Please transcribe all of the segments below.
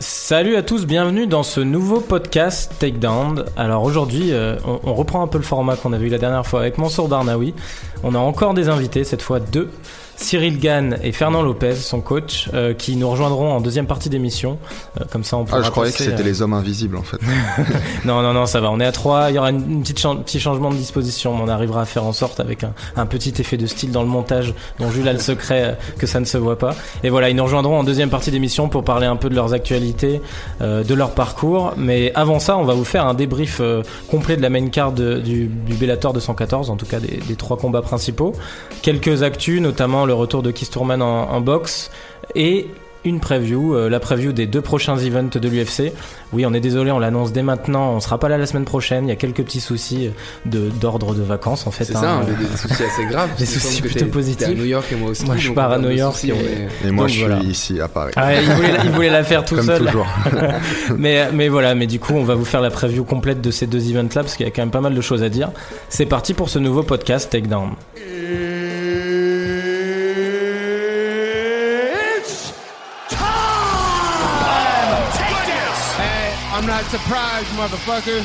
Salut à tous, bienvenue dans ce nouveau podcast Takedown. Alors aujourd'hui, on reprend un peu le format qu'on avait eu la dernière fois avec Mansour Darnaoui. On a encore des invités, cette fois deux. Cyril Gann et Fernand Lopez, son coach, qui nous rejoindront en deuxième partie d'émission. Comme ça, on pourra je croyais que c'était les hommes invisibles en fait. non, ça va. On est à 3. Il y aura une petit changement de disposition, mais on arrivera à faire en sorte avec un petit effet de style dans le montage, dont Jules a le secret que ça ne se voit pas. Et voilà, ils nous rejoindront en deuxième partie d'émission pour parler un peu de leurs actualités, de leur parcours. Mais avant ça, on va vous faire un débrief complet de la main card du Bellator 214, en tout cas des 3 combats principaux. Quelques actus, notamment le retour de Keith Thurman en boxe et une preview, la preview des 2 prochains events de l'UFC. Oui, on est désolé, on l'annonce dès maintenant, on sera pas là la semaine prochaine, il y a quelques petits soucis d'ordre de vacances en fait. C'est ça, des soucis assez graves. Des soucis plutôt positifs. T'es à New York et moi aussi. Moi je pars à New York. Et moi je suis ici à Paris. Ah, il voulait la faire tout comme seul. Toujours. mais voilà, mais du coup on va vous faire la preview complète de ces 2 events là parce qu'il y a quand même pas mal de choses à dire. C'est parti pour ce nouveau podcast Takedown. I'm not surprised, motherfuckers.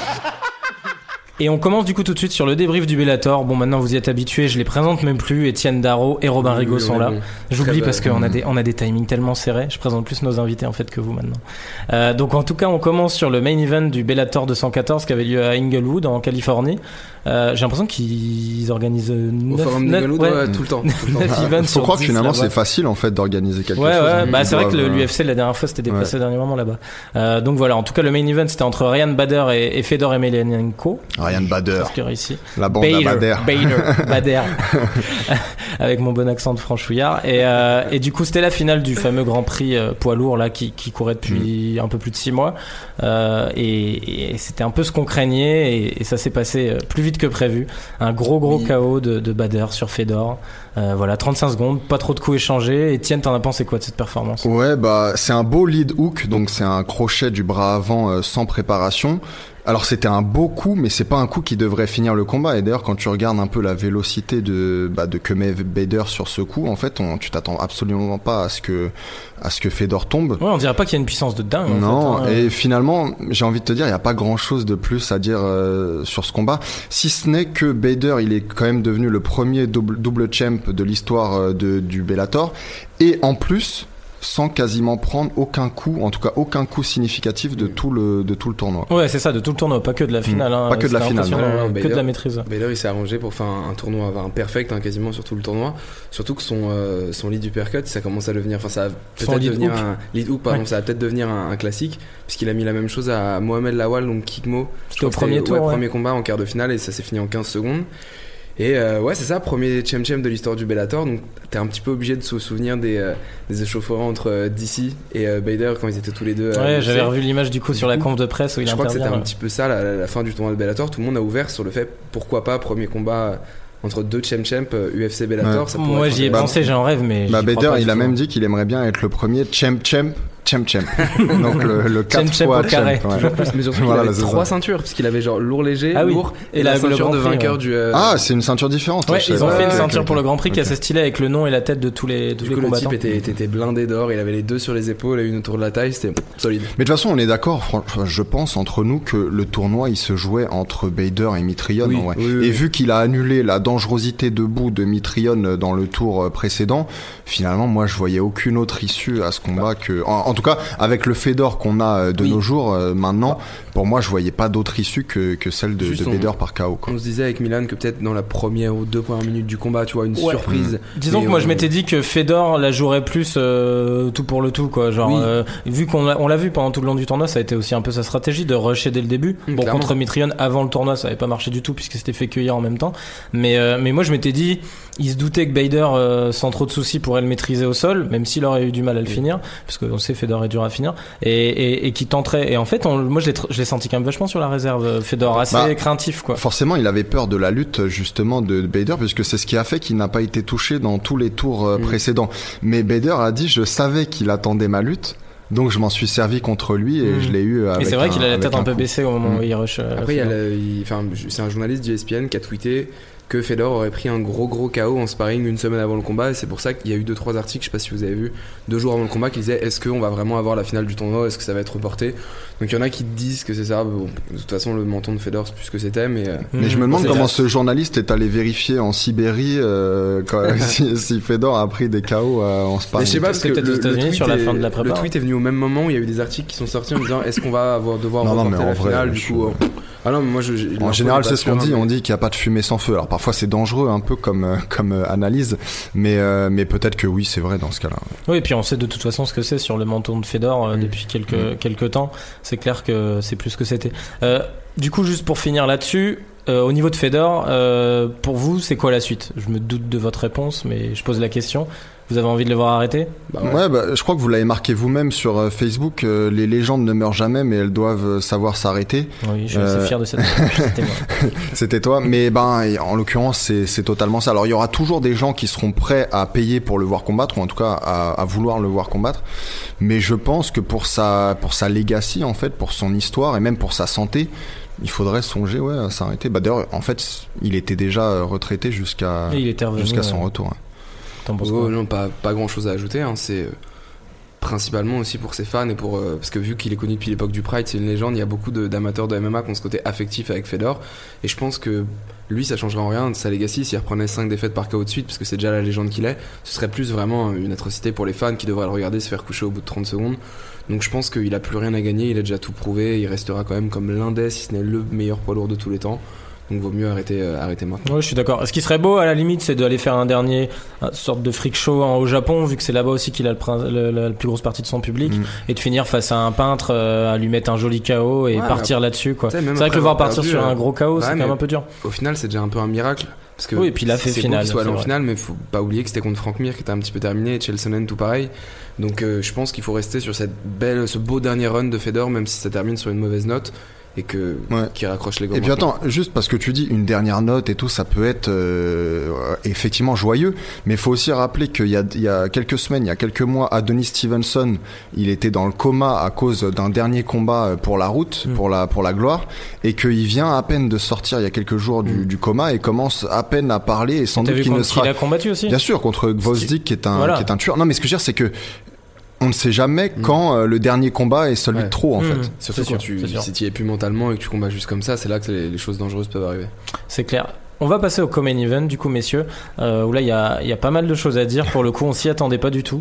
Et on commence du coup tout de suite sur le débrief du Bellator. Bon, maintenant vous y êtes habitués, je les présente même plus. Étienne Darro et Robin Rigaud sont là. J'oublie parce qu'on a des timings tellement serrés. Je présente plus nos invités en fait que vous maintenant. Donc en tout cas, on commence sur le main event du Bellator 214 qui avait lieu à Inglewood en Californie. J'ai l'impression qu'ils organisent 9 tout le temps. 9 events. Faut croire que finalement c'est facile en fait d'organiser quelque chose. Ouais, bah c'est vrai que l'UFC la dernière fois s'était déplacé au dernier moment là-bas. Donc voilà, en tout cas le main event c'était entre Ryan Bader et Fedor Emelianenko. Ryan Bader. Ici. La bande à Bader. Avec mon bon accent de franchouillard. Et du coup, c'était la finale du fameux Grand Prix poids lourd là qui courait depuis un peu plus de 6 mois. Et c'était un peu ce qu'on craignait et ça s'est passé plus vite que prévu. Un gros KO de Bader sur Fedor. Voilà, 35 secondes, pas trop de coups échangés. Etienne, t'en as pensé quoi de cette performance? Ouais, bah c'est un beau lead hook, donc c'est un crochet du bras avant sans préparation. Alors c'était un beau coup, mais c'est pas un coup qui devrait finir le combat. Et d'ailleurs, quand tu regardes un peu la vélocité de Kemev Bader sur ce coup, en fait, tu t'attends absolument pas à ce que Fedor tombe. Ouais, on dirait pas qu'il y a une puissance de dingue. Non, en fait, et finalement, j'ai envie de te dire, il y a pas grand chose de plus à dire sur ce combat, si ce n'est que Bader, il est quand même devenu le premier double champ de l'histoire du Bellator, et en plus sans quasiment prendre aucun coup, en tout cas aucun coup significatif de tout le tournoi. Ouais, c'est ça, de tout le tournoi, pas que de la finale. Pas que de la finale. Que de la maîtrise. Bader, il s'est arrangé pour faire un tournoi perfect, quasiment sur tout le tournoi. Surtout que son lead uppercut, ça commence à devenir, ça va peut-être devenir un lead hook, pardon, ça va peut-être devenir un classique, puisqu'il a mis la même chose à Mohamed Lawal, donc Kikmo. C'était au premier tour. Premier combat en quart de finale et ça s'est fini en 15 secondes. Et c'est ça, premier champ de l'histoire du Bellator, donc t'es un petit peu obligé de se souvenir des échauffourées entre DC et Bader quand ils étaient tous les deux. Ouais, j'avais revu l'image du coup sur la conf de presse où il intervient. Je crois que c'était un petit peu ça, la fin du tournoi de Bellator. Tout le monde a ouvert sur le fait, pourquoi pas, premier combat entre 2 champ UFC Bellator. Ouais. Ça moi j'y ai pensé, j'ai un rêve, mais Bader il a même dit qu'il aimerait bien être le premier champ. Donc le 4 fois champ. Ouais. Toujours plus, mais surtout qu'il avait 3 ceintures, puisqu'il avait genre lourd léger, lourd, et la ceinture de vainqueur du. C'est une ceinture différente. Ouais, ils ont fait une ceinture pour le Grand Prix qui est assez stylée avec le nom et la tête de tous les combattants. Le type était blindé d'or, il avait les 2 sur les épaules et une autour de la taille, c'était solide. Mais de toute façon, on est d'accord, je pense entre nous que le tournoi il se jouait entre Bader et Mitrione. Et vu qu'il a annulé la dangerosité debout de Mitrione dans le tour précédent, finalement moi je voyais aucune autre issue à ce combat que en tout cas avec le Fedor qu'on a de nos jours maintenant, pour moi je voyais pas d'autre issue que celle de Bader par KO, quoi. On se disait avec Milan que peut-être dans la première ou 2 premières minutes du combat, tu vois, une surprise. Disons que moi je m'étais dit que Fedor la jouerait plus tout pour le tout, quoi, genre vu qu'on l'a vu pendant tout le long du tournoi, ça a été aussi un peu sa stratégie de rusher dès le début. Contre Mitrione avant le tournoi ça avait pas marché du tout puisque c'était fait cueillir en même temps, mais moi je m'étais dit il se doutait que Bader sans trop de soucis pourrait le maîtriser au sol, même s'il aurait eu du mal à le finir, parce qu'on sait Fedor est dur à finir, et qui tenterait. Et en fait, moi je l'ai senti quand même vachement sur la réserve, Fedor, assez craintif, quoi. Forcément, il avait peur de la lutte justement de Bader, puisque c'est ce qui a fait qu'il n'a pas été touché dans tous les tours précédents. Mais Bader a dit, je savais qu'il attendait ma lutte. Donc je m'en suis servi contre lui et je l'ai eu avec. Et c'est vrai qu'il a la tête un peu baissée au moment où il rush. Après c'est un journaliste du ESPN qui a tweeté que Fedor aurait pris un gros KO en sparring une semaine avant le combat, et c'est pour ça qu'il y a eu 2-3 articles, je sais pas si vous avez vu, 2 jours avant le combat, qui disaient est-ce qu'on va vraiment avoir la finale du tournoi, est-ce que ça va être reporté. Donc il y en a qui disent que c'est ça. Bon, de toute façon le menton de Fedor c'est plus ce que c'était, mais je me demande comment ce journaliste est allé vérifier en Sibérie si Fedor a pris des KO en sparring. Mais je sais pas, parce que le tweet sur la fin de la prépa. Le tweet est venu au même moment où il y a eu des articles qui sont sortis en disant est-ce qu'on va devoir reporter la finale, du coup ah non, mais moi en général c'est ce qu'on dit, on dit qu'il n'y a pas de fumée sans feu. Alors parfois c'est dangereux un peu comme analyse, mais peut-être que oui, c'est vrai dans ce cas-là. Oui, et puis on sait de toute façon ce que c'est sur le menton de Fedor depuis quelques temps. C'est clair que c'est plus ce que c'était. Du coup, juste pour finir là-dessus, au niveau de Fedor, pour vous, c'est quoi la suite ? Je me doute de votre réponse, mais je pose la question. Vous avez envie de le voir arrêter ? Je crois que vous l'avez marqué vous-même sur Facebook. Les légendes ne meurent jamais, mais elles doivent savoir s'arrêter. Oui, je suis assez fier de cette. C'était moi. C'était toi, mais en l'occurrence, c'est totalement ça. Alors, il y aura toujours des gens qui seront prêts à payer pour le voir combattre, ou en tout cas à vouloir le voir combattre. Mais je pense que pour sa legacy, en fait, pour son histoire et même pour sa santé, il faudrait songer à s'arrêter. D'ailleurs, en fait, il était déjà retraité jusqu'à son retour. Non, pas grand chose à ajouter, hein. C'est principalement aussi pour ses fans et parce que vu qu'il est connu depuis l'époque du Pride, c'est une légende. Il y a beaucoup d'amateurs de MMA qui ont ce côté affectif avec Fedor, et je pense que lui ça changerait en rien de sa legacy s'il reprenait 5 défaites par KO de suite, parce que c'est déjà la légende qu'il est. Ce serait plus vraiment une atrocité pour les fans qui devraient le regarder se faire coucher au bout de 30 secondes. Donc je pense qu'il a plus rien à gagner, il a déjà tout prouvé, il restera quand même comme l'un des, si ce n'est le meilleur poids lourd de tous les temps. Donc vaut mieux arrêter maintenant. Oui, je suis d'accord. Ce qui serait beau à la limite, c'est d'aller faire une sorte de freak show au Japon, vu que c'est là-bas aussi qu'il a la plus grosse partie de son public, et de finir face à un peintre, à lui mettre un joli KO et partir là-dessus, quoi. C'est vrai que le voir partir sur un gros KO, c'est quand même un peu dur. Au final, c'est déjà un peu un miracle. Parce que oui, et puis il a fait finale. C'est beau qu'il soit allé en finale, mais faut pas oublier que c'était contre Frank Mir qui était un petit peu terminé, et Chelsonen tout pareil. Donc je pense qu'il faut rester sur ce beau dernier run de Fedor, même si ça termine sur une mauvaise note, et qui raccroche les gants. Et puis attends, juste parce que tu dis une dernière note et tout, ça peut être effectivement joyeux, mais il faut aussi rappeler qu'il y a quelques semaines, il y a quelques mois, Adonis Stevenson, il était dans le coma à cause d'un dernier combat pour la route, pour la gloire, et qu'il vient à peine de sortir il y a quelques jours du coma et commence à peine à parler, et sans doute qu'il ne sera... Il a combattu aussi. Bien sûr, contre Gvozdyk qui est un tueur. Non, mais ce que je veux dire, c'est que on ne sait jamais quand le dernier combat est celui de trop, en fait. Surtout si tu y es plus mentalement et que tu combats juste comme ça, c'est là que les choses dangereuses peuvent arriver. C'est clair. On va passer au co-main event, du coup, messieurs, où là, il y a pas mal de choses à dire. Pour le coup, on s'y attendait pas du tout.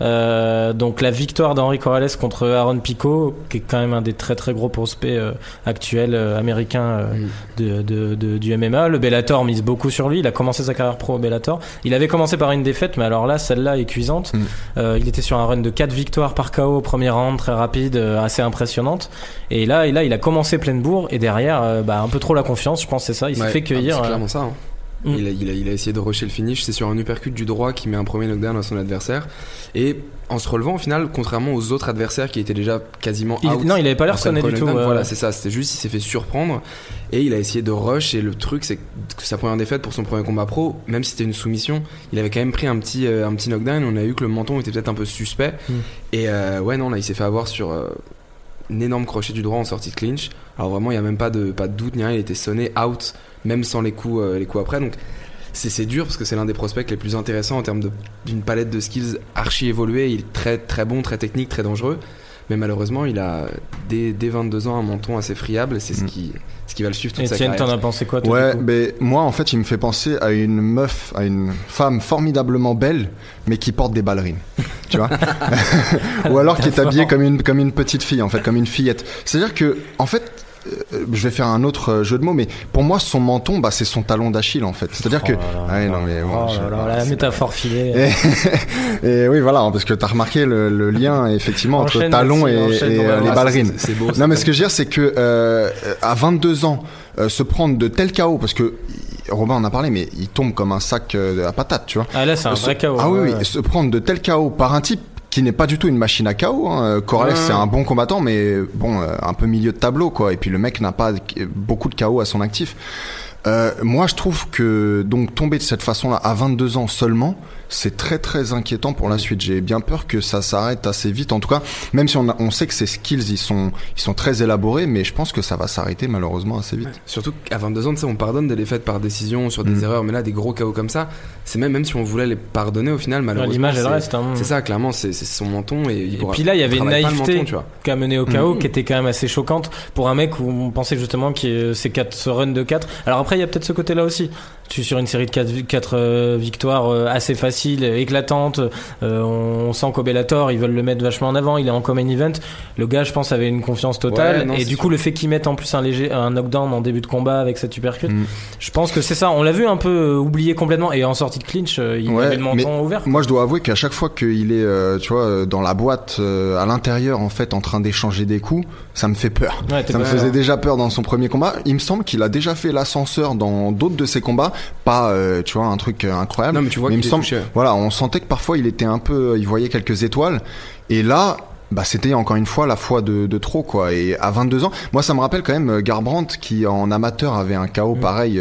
Donc, la victoire d'Henry Corrales contre Aaron Pico, qui est quand même un des très très gros prospects actuels américains du MMA. Le Bellator mise beaucoup sur lui. Il a commencé sa carrière pro au Bellator. Il avait commencé par une défaite, mais alors là, celle-là est cuisante. Il était sur un run de 4 victoires par KO au premier round, très rapide, assez impressionnante. Et là, il a commencé pleine bourre, et derrière, un peu trop la confiance, je pense, c'est ça. Il s'est fait cueillir. Ça, hein. Il a essayé de rusher le finish. C'est sur un uppercut du droit qui met un premier knockdown à son adversaire, et en se relevant au final, contrairement aux autres adversaires qui étaient déjà quasiment out. Non, il avait pas l'air sonné du tout. Voilà, c'est ça, c'était juste, il s'est fait surprendre et il a essayé de rush, et le truc c'est que sa première défaite pour son premier combat pro, même si c'était une soumission, il avait quand même pris un petit knockdown. On a vu que le menton était peut-être un peu suspect, et là il s'est fait avoir sur un énorme crochet du droit en sortie de clinch. Alors vraiment, il y a même pas de doute ni rien, il était sonné out même sans les coups après. Donc c'est dur, parce que c'est l'un des prospects les plus intéressants en termes d'une palette de skills archi évoluée. Il est très très bon, très technique, très dangereux, mais malheureusement il a dès 22 ans un menton assez friable, et c'est ce qui va le suivre toute sa carrière. Etienne, t'en as pensé quoi, toi? Ouais, mais moi en fait il me fait penser à une femme formidablement belle mais qui porte des ballerines. Tu vois. Ou alors qui est habillée comme une petite fille, en fait, comme une fillette. C'est-à-dire que en fait, je vais faire un autre jeu de mots, mais pour moi son menton, c'est son talon d'Achille, en fait. C'est-à-dire que la métaphore filée. Et oui, voilà, parce que t'as remarqué le lien effectivement entre talon et les ballerines. C'est beau. Non, mais ce que je veux dire, c'est que à 22 ans, se prendre de tels KO, parce que Robin en a parlé, mais il tombe comme un sac à patates, tu vois. Ah là, c'est un vrai KO. Ah oui, se prendre de tels KO par un type qui n'est pas du tout une machine à KO. Corrales, c'est un bon combattant, mais bon, un peu milieu de tableau, quoi. Et puis le mec n'a pas beaucoup de KO à son actif. Moi, je trouve que donc tomber de cette façon-là à 22 ans seulement, c'est très très inquiétant pour la suite. J'ai bien peur que ça s'arrête assez vite. En tout cas, même si on sait que ses skills ils sont très élaborés, mais je pense que ça va s'arrêter malheureusement assez vite. Surtout qu'à 22 ans, tu sais, on pardonne des défaites par décision sur des erreurs, mais là, des gros KO comme ça, c'est même si on voulait les pardonner au final, malheureusement. L'image elle reste. C'est ça, clairement, c'est son menton et puis là, il y avait une naïveté qui a mené au KO, qui était quand même assez choquante pour un mec où on pensait justement que ce run de 4. Alors après, il y a peut-être ce côté-là aussi. Tu es sur une série de 4 victoires assez faciles, éclatantes. On sent qu'au Bellator, ils veulent le mettre vachement en avant. Il est en co-main event. Le gars, je pense, avait une confiance totale. Et du coup, le fait qu'il mette en plus un knockdown en début de combat avec cette uppercut, je pense que c'est ça. On l'a vu un peu oublié complètement. Et en sortie de clinch, il avait le menton ouvert. Moi, je dois avouer qu'à chaque fois qu'il est, tu vois, dans la boîte, à l'intérieur, en fait, en train d'échanger des coups, ça me fait peur. Ça me faisait déjà peur dans son premier combat. Il me semble qu'il a déjà fait l'ascenseur dans d'autres de ses combats. Pas, tu vois, un truc incroyable. Non, mais tu vois mais qu'il il me semble, voilà, on sentait que parfois il était un peu, il voyait quelques étoiles. Et là, c'était encore une fois la fois de trop, quoi. Et à 22 ans, moi ça me rappelle quand même Garbrandt qui en amateur avait un KO pareil,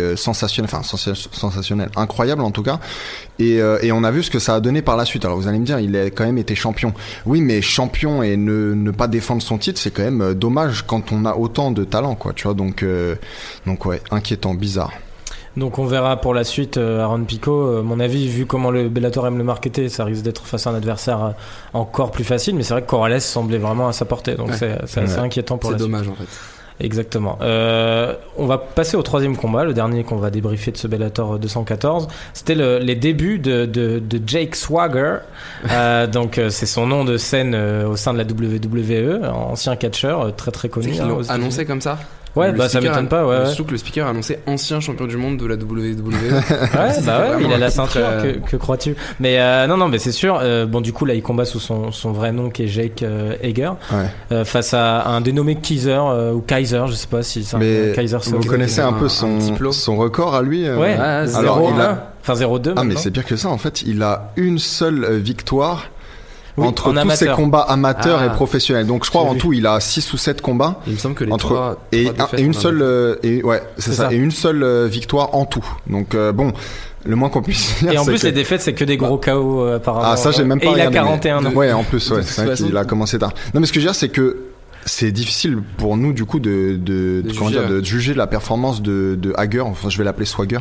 sensationnel, incroyable en tout cas. Et on a vu ce que ça a donné par la suite. Alors vous allez me dire, il a quand même été champion. Oui, mais champion et ne pas défendre son titre, c'est quand même dommage quand on a autant de talent, quoi. Tu vois, donc ouais, inquiétant, bizarre. Donc on verra pour la suite Aaron Pico. Mon avis, vu comment le Bellator aime le marketer, ça risque d'être face à un adversaire encore plus facile. Mais c'est vrai que Corrales semblait vraiment à sa portée. Donc c'est assez inquiétant pour la suite. C'est dommage en fait. Exactement. On va passer au troisième combat, le dernier qu'on va débriefer de ce Bellator 214. C'était les débuts de Jake Swagger. Donc c'est son nom de scène au sein de la WWE, ancien catcheur très très connu. C'est qu'ils l'ont annoncé comme ça. Ouais, ça m'étonne pas, ouais. Surtout que le speaker a annoncé ancien champion du monde de la WWE. Il a la ceinture, que crois-tu? Mais non, mais c'est sûr. Bon, du coup, là, il combat sous son vrai nom qui est Jake Hager, face à un dénommé Kaiser ou Kaiser, je sais pas si c'est un Kaiser. Vous connaissez un peu son record à lui? Ouais, alors, 0-1, enfin 0-2. Ah, mais c'est pire que ça, en fait. Il a une seule victoire. Oui, entre tous ses combats amateurs et professionnels. Donc je crois en tout il a 6 ou 7 combats. Il me semble que les et une seule c'est ça. Et une seule victoire en tout. Donc bon, le moins qu'on puisse dire. Et en plus les défaites c'est que des gros KO apparemment. Ah ça j'ai même pas regardé. Et il a 41 ans. Ouais, en plus c'est vrai qu'il a commencé tard. Non mais ce que je veux dire c'est que c'est difficile pour nous du coup de juger la performance de Hager, enfin je vais l'appeler Swagger.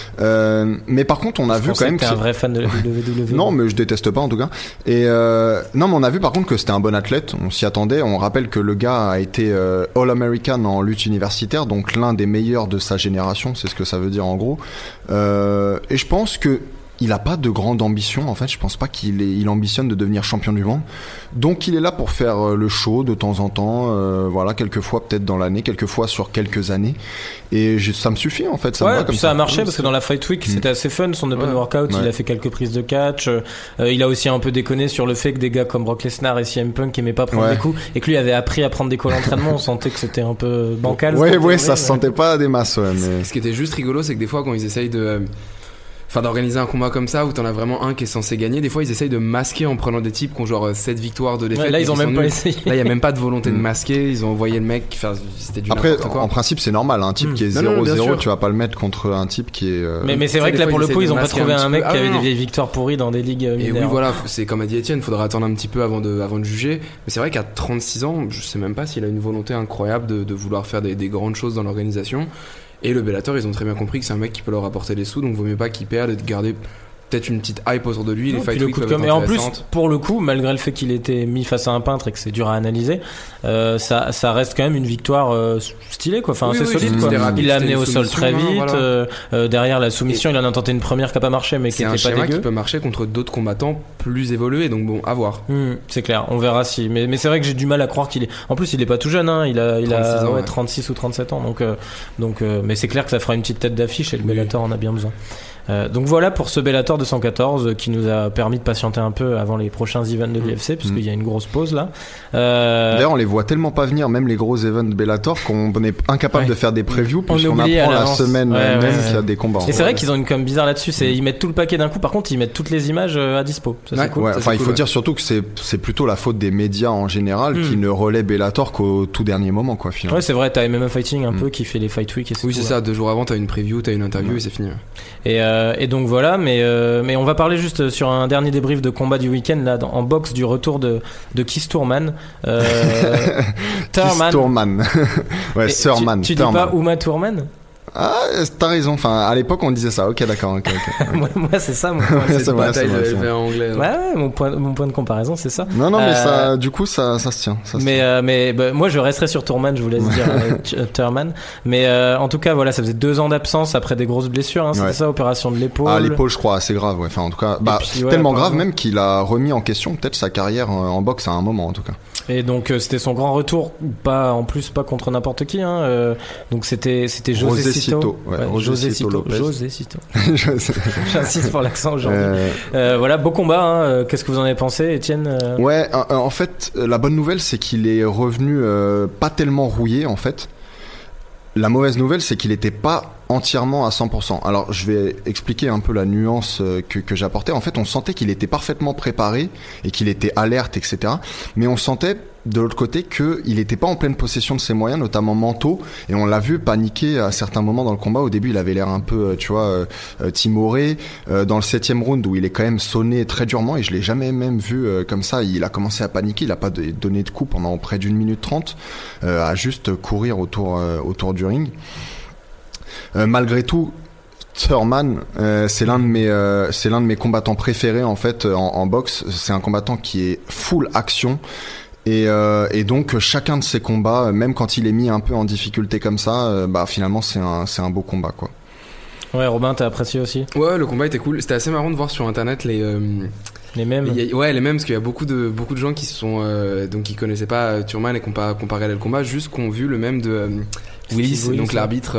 Mais par contre on a vu quand même que t'es un vrai fan de la WWE. Non mais je déteste pas en tout cas. Et non mais on a vu par contre que c'était un bon athlète, on s'y attendait. On rappelle que le gars a été All-American en lutte universitaire, donc l'un des meilleurs de sa génération, c'est ce que ça veut dire en gros. Et je pense que il a pas de grande ambition, en fait. Je pense pas qu'il ambitionne de devenir champion du monde. Donc, il est là pour faire le show de temps en temps. Voilà, quelques fois peut-être dans l'année, quelques fois sur quelques années. Et ça me suffit, en fait. Ça me va comme ça a marché parce que dans la Fight Week, c'était assez fun. Son open workout, il a fait quelques prises de catch. Il a aussi un peu déconné sur le fait que des gars comme Brock Lesnar et CM Punk aimaient pas prendre des coups et que lui avait appris à prendre des coups à l'entraînement. On sentait que c'était un peu bancal. Ouais, ça se sentait pas des masses. Mais... Ce qui était juste rigolo, c'est que des fois, quand ils essayent d'organiser un combat comme ça où t'en as vraiment un qui est censé gagner, des fois ils essayent de masquer en prenant des types qui ont genre 7 victoires de défaite. Là ils ont même pas essayé. Là il y a même pas de volonté de masquer, ils ont envoyé le mec faire c'était du après n'importe quoi. En principe c'est normal, un type qui est 0-0, tu vas pas le mettre contre un type qui est mais c'est vrai que là pour le coup ils ont pas trouvé un mec qui avait des vieilles victoires pourries dans des ligues mineures. Et oui voilà, c'est comme a dit Étienne, faudra attendre un petit peu avant de juger, mais c'est vrai qu'à 36 ans, je sais même pas s'il a une volonté incroyable de vouloir faire des grandes choses dans l'organisation. Et le Bellator, ils ont très bien compris que c'est un mec qui peut leur apporter des sous, donc vaut mieux pas qu'il perde et de garder peut-être une petite hype autour de lui. Les fight week peuvent être et en plus, pour le coup, malgré le fait qu'il était mis face à un peintre et que c'est dur à analyser, ça reste quand même une victoire stylée, quoi. Enfin, c'est solide, quoi. Il l'a amené au sol très vite. Voilà. Derrière la soumission, il en a tenté une première qui a pas marché, mais qui était pas dégueu. C'est un schéma qui peut marcher contre d'autres combattants plus évolués, donc bon, à voir. C'est clair, on verra si. Mais c'est vrai que j'ai du mal à croire qu'il est. En plus, il est pas tout jeune, hein. Il a 36 ou 37 ans, donc mais c'est clair que ça fera une petite tête d'affiche et le Bellator en a bien besoin. Donc voilà pour ce Bellator 214 qui nous a permis de patienter un peu avant les prochains events de l'UFC puisqu'il y a une grosse pause là. D'ailleurs on les voit tellement pas venir, même les gros events de Bellator, qu'on est incapable de faire des previews puisqu'on apprend la semaine même qu'il y a des combats. Et c'est vrai qu'ils ont une com bizarre là-dessus, ils mettent tout le paquet d'un coup, par contre ils mettent toutes les images à dispo. Ça, c'est cool. Enfin il faut dire surtout que c'est plutôt la faute des médias en général qui ne relaient Bellator qu'au tout dernier moment, quoi, finalement. Ouais c'est vrai, t'as MMA Fighting un peu qui fait les Fight Week et c'est ça, 2 jours avant t'as une preview, t'as une interview et c'est fini. Et Et donc voilà, mais on va parler juste sur un dernier débrief de combat du week-end là en boxe du retour de Keith Thurman. Keith Thurman. Ouais, Thurman. Tu dis pas Uma Thurman? Ah, t'as raison. Enfin, à l'époque, on disait ça. Ok, d'accord. Okay. moi, c'est ça mon point. C'est bataille de en anglais. Ouais, mon point de comparaison, c'est ça. Non, mais ça, du coup, ça se tient. Mais moi, je resterai sur Thurman. Je vous laisse dire Thurman. Mais en tout cas, voilà, ça faisait 2 ans d'absence après des grosses blessures. Hein, c'était ça, opération de l'épaule. Ah, l'épaule, je crois, assez grave. Ouais. Enfin, en tout cas, puis, tellement grave même qu'il a remis en question peut-être sa carrière en boxe à un moment, en tout cas. Et donc, c'était son grand retour. Pas contre n'importe qui. Hein. Donc, c'était José Cito. José Cito. J'insiste pour l'accent aujourd'hui. Voilà, beau combat. Hein. Qu'est-ce que vous en avez pensé, Étienne? Ouais, en fait, la bonne nouvelle, c'est qu'il est revenu pas tellement rouillé, en fait. La mauvaise nouvelle, c'est qu'il n'était pas entièrement à 100%. Alors, je vais expliquer un peu la nuance que j'apportais. En fait, on sentait qu'il était parfaitement préparé et qu'il était alerte, etc. Mais on sentait de l'autre côté qu'il n'était pas en pleine possession de ses moyens, notamment mentaux. Et on l'a vu paniquer à certains moments dans le combat. Au début, il avait l'air un peu, timoré. Dans le 7e round, où il est quand même sonné très durement, et je l'ai jamais même vu comme ça. Il a commencé à paniquer. Il a pas donné de coup pendant près d'1 minute 30, à juste courir autour du ring. Malgré tout, Thurman, c'est l'un de mes combattants préférés en fait en boxe. C'est un combattant qui est full action. Et donc chacun de ses combats, même quand il est mis un peu en difficulté comme ça, finalement c'est un beau combat, quoi. Ouais, Robin, t'as apprécié aussi? Ouais, le combat était cool. C'était assez marrant de voir sur internet les mêmes. Les mêmes, parce qu'il y a beaucoup de gens qui sont donc qui connaissaient pas Thurman et qui ont pas comparé le combat, juste qui ont vu le même de Willis, donc l'arbitre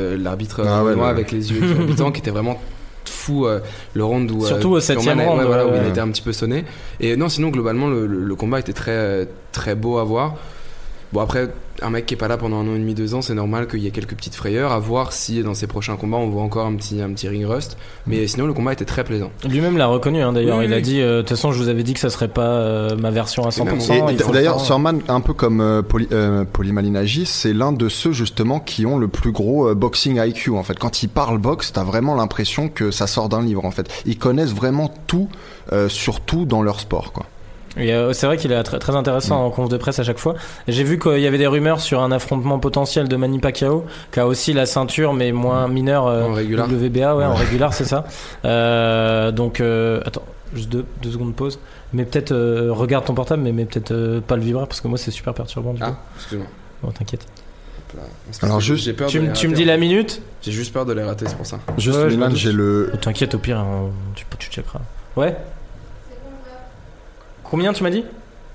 avec les yeux exorbitants, qui était vraiment fou, le round où surtout au 7e round, où il était un petit peu sonné. Et non, sinon globalement le combat était très très beau à voir. Bon, après, un mec qui est pas là pendant 1 an et demi, 2 ans, c'est normal qu'il y ait quelques petites frayeurs. À voir si dans ses prochains combats on voit encore un petit ring rust. Mais sinon, le combat était très plaisant. Lui-même l'a reconnu, hein, d'ailleurs. Il a dit, de toute façon, je vous avais dit que ça serait pas ma version à 100%. Et d'ailleurs, Thurman, un peu comme Paulie Malignaggi, c'est l'un de ceux justement qui ont le plus gros boxing IQ. En fait, quand ils parlent boxe, t'as vraiment l'impression que ça sort d'un livre. En fait, ils connaissent vraiment tout, surtout dans leur sport, quoi. Et c'est vrai qu'il est très, très intéressant en conf de presse à chaque fois. J'ai vu qu'il y avait des rumeurs sur un affrontement potentiel de Manny Pacquiao, qui a aussi la ceinture mais moins mineure en régular. WBA, en régular, c'est ça. Donc attends, juste deux secondes de pause. Mais peut-être regarde ton portable, mais peut-être pas le vibreur, parce que moi c'est super perturbant du coup. Excuse-moi. Bon, t'inquiète. Alors juste, j'ai peur tu me dis la minute. J'ai juste peur de les rater, c'est pour ça. Juste, Milan, j'ai le. T'inquiète, au pire, tu checkeras. Ouais. Combien tu m'as dit?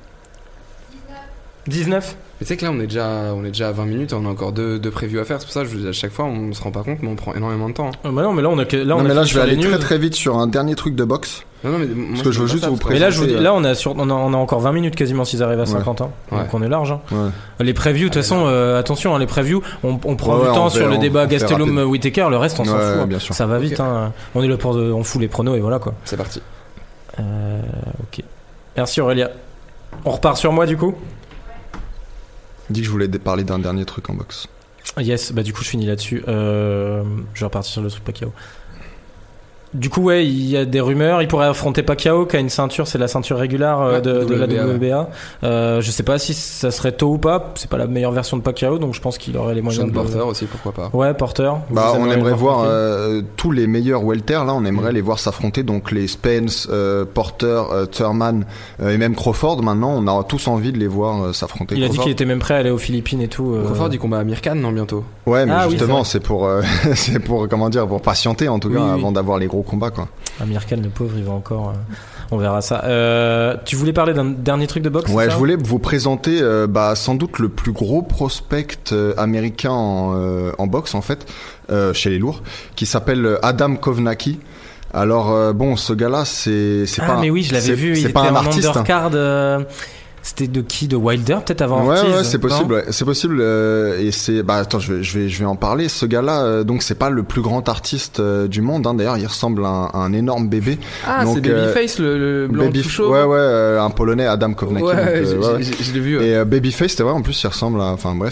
19. Mais tu sais que là on est déjà à 20 minutes, on a encore deux previews à faire, c'est pour ça que je vous dis à chaque fois on se rend pas compte, mais on prend énormément de temps. Bah non, mais là je vais aller très très vite sur un dernier truc de boxe. Non, mais parce que je veux juste vous présenter. Mais là, on a encore 20 minutes quasiment s'ils arrivent à 50 ans. Donc on est large. Hein. Ouais. Les previews, de toute façon, attention, les previews, on prend du temps sur le débat Gastelum-Whittaker, le reste on s'en fout. Bien sûr. Ça va vite. Hein. On est là on fout les pronos et voilà quoi. C'est parti. Ok. Merci Aurélia. On repart sur moi du coup. Dis que je voulais parler d'un dernier truc en boxe. Yes, du coup je finis là-dessus. Je vais repartir sur le truc Pacquiao. Du coup, il y a des rumeurs. Il pourrait affronter Pacquiao, qui a une ceinture, c'est la ceinture régulière de la WBA. Je sais pas si ça serait tôt ou pas. C'est pas la meilleure version de Pacquiao, donc je pense qu'il aurait les moyens. Sean Porter aussi, pourquoi pas. Ouais, Porter. On aimerait voir tous les meilleurs welter. Là, on aimerait les voir s'affronter. Donc les Spence, Porter, Thurman et même Crawford. Maintenant, on a tous envie de les voir s'affronter. Il a dit qu'il était même prêt à aller aux Philippines et tout. Crawford, il combat à Amir Khan, non, bientôt. Ouais, mais justement, c'est pour pour patienter en tout cas avant d'avoir les gros combat, quoi. Amir Khan, le pauvre, il va encore. On verra ça. Tu voulais parler d'un dernier truc de boxe? Ouais, je voulais vous présenter sans doute le plus gros prospect américain en boxe en fait, chez les lourds, qui s'appelle Adam Kovnacki. Alors ce gars-là, c'est pas. Ah mais oui, je l'avais vu. Il était pas un en artiste. Undercard. C'était de qui? De Wilder peut-être avant Ortiz? Ouais, c'est possible. Ouais. C'est possible. Et c'est. Attends, je vais en parler. Ce gars-là, donc c'est pas le plus grand artiste du monde. Hein. D'ailleurs, il ressemble à un énorme bébé. Ah, donc, c'est Babyface, le blanc tout chaud. Ouais, un Polonais, Adam Kovnacki. Ouais, je l'ai vu. Ouais. Et Babyface, c'était vrai. En plus, il ressemble à. Enfin bref.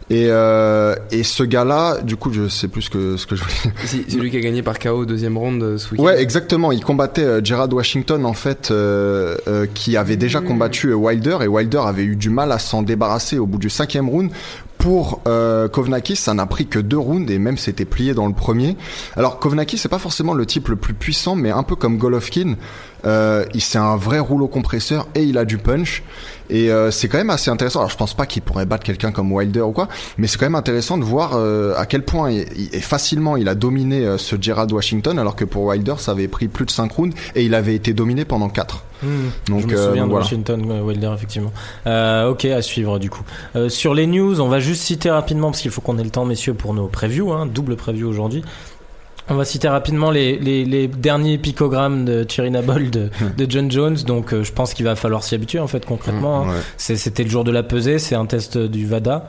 Et ce gars-là, du coup, je sais plus ce que je voulais dire. C'est lui qui a gagné par KO deuxième round ce week-end. Ouais, exactement. Il combattait Gerard Washington, en fait, qui avait déjà combattu Wilder, et Wilder avait eu du mal à s'en débarrasser au bout du 5e round. Pour Kovnakis, ça n'a pris que 2 rounds et même s'était plié dans le premier. Alors Kovnakis, c'est pas forcément le type le plus puissant, mais un peu comme Golovkin, c'est un vrai rouleau compresseur et il a du punch. Et c'est quand même assez intéressant. Alors je pense pas qu'il pourrait battre quelqu'un comme Wilder ou quoi, mais c'est quand même intéressant de voir à quel point et facilement il a dominé ce Gerard Washington, alors que pour Wilder ça avait pris plus de 5 rounds et il avait été dominé pendant 4. Donc, je me souviens de Washington, Wilder, effectivement. Ok, à suivre du coup. Sur les news, on va juste citer rapidement, parce qu'il faut qu'on ait le temps, messieurs, pour nos previews, double preview aujourd'hui. On va citer rapidement les derniers picogrammes de Turinabol de John Jones. Donc je pense qu'il va falloir s'y habituer en fait concrètement. Ouais. C'était le jour de la pesée, c'est un test du VADA.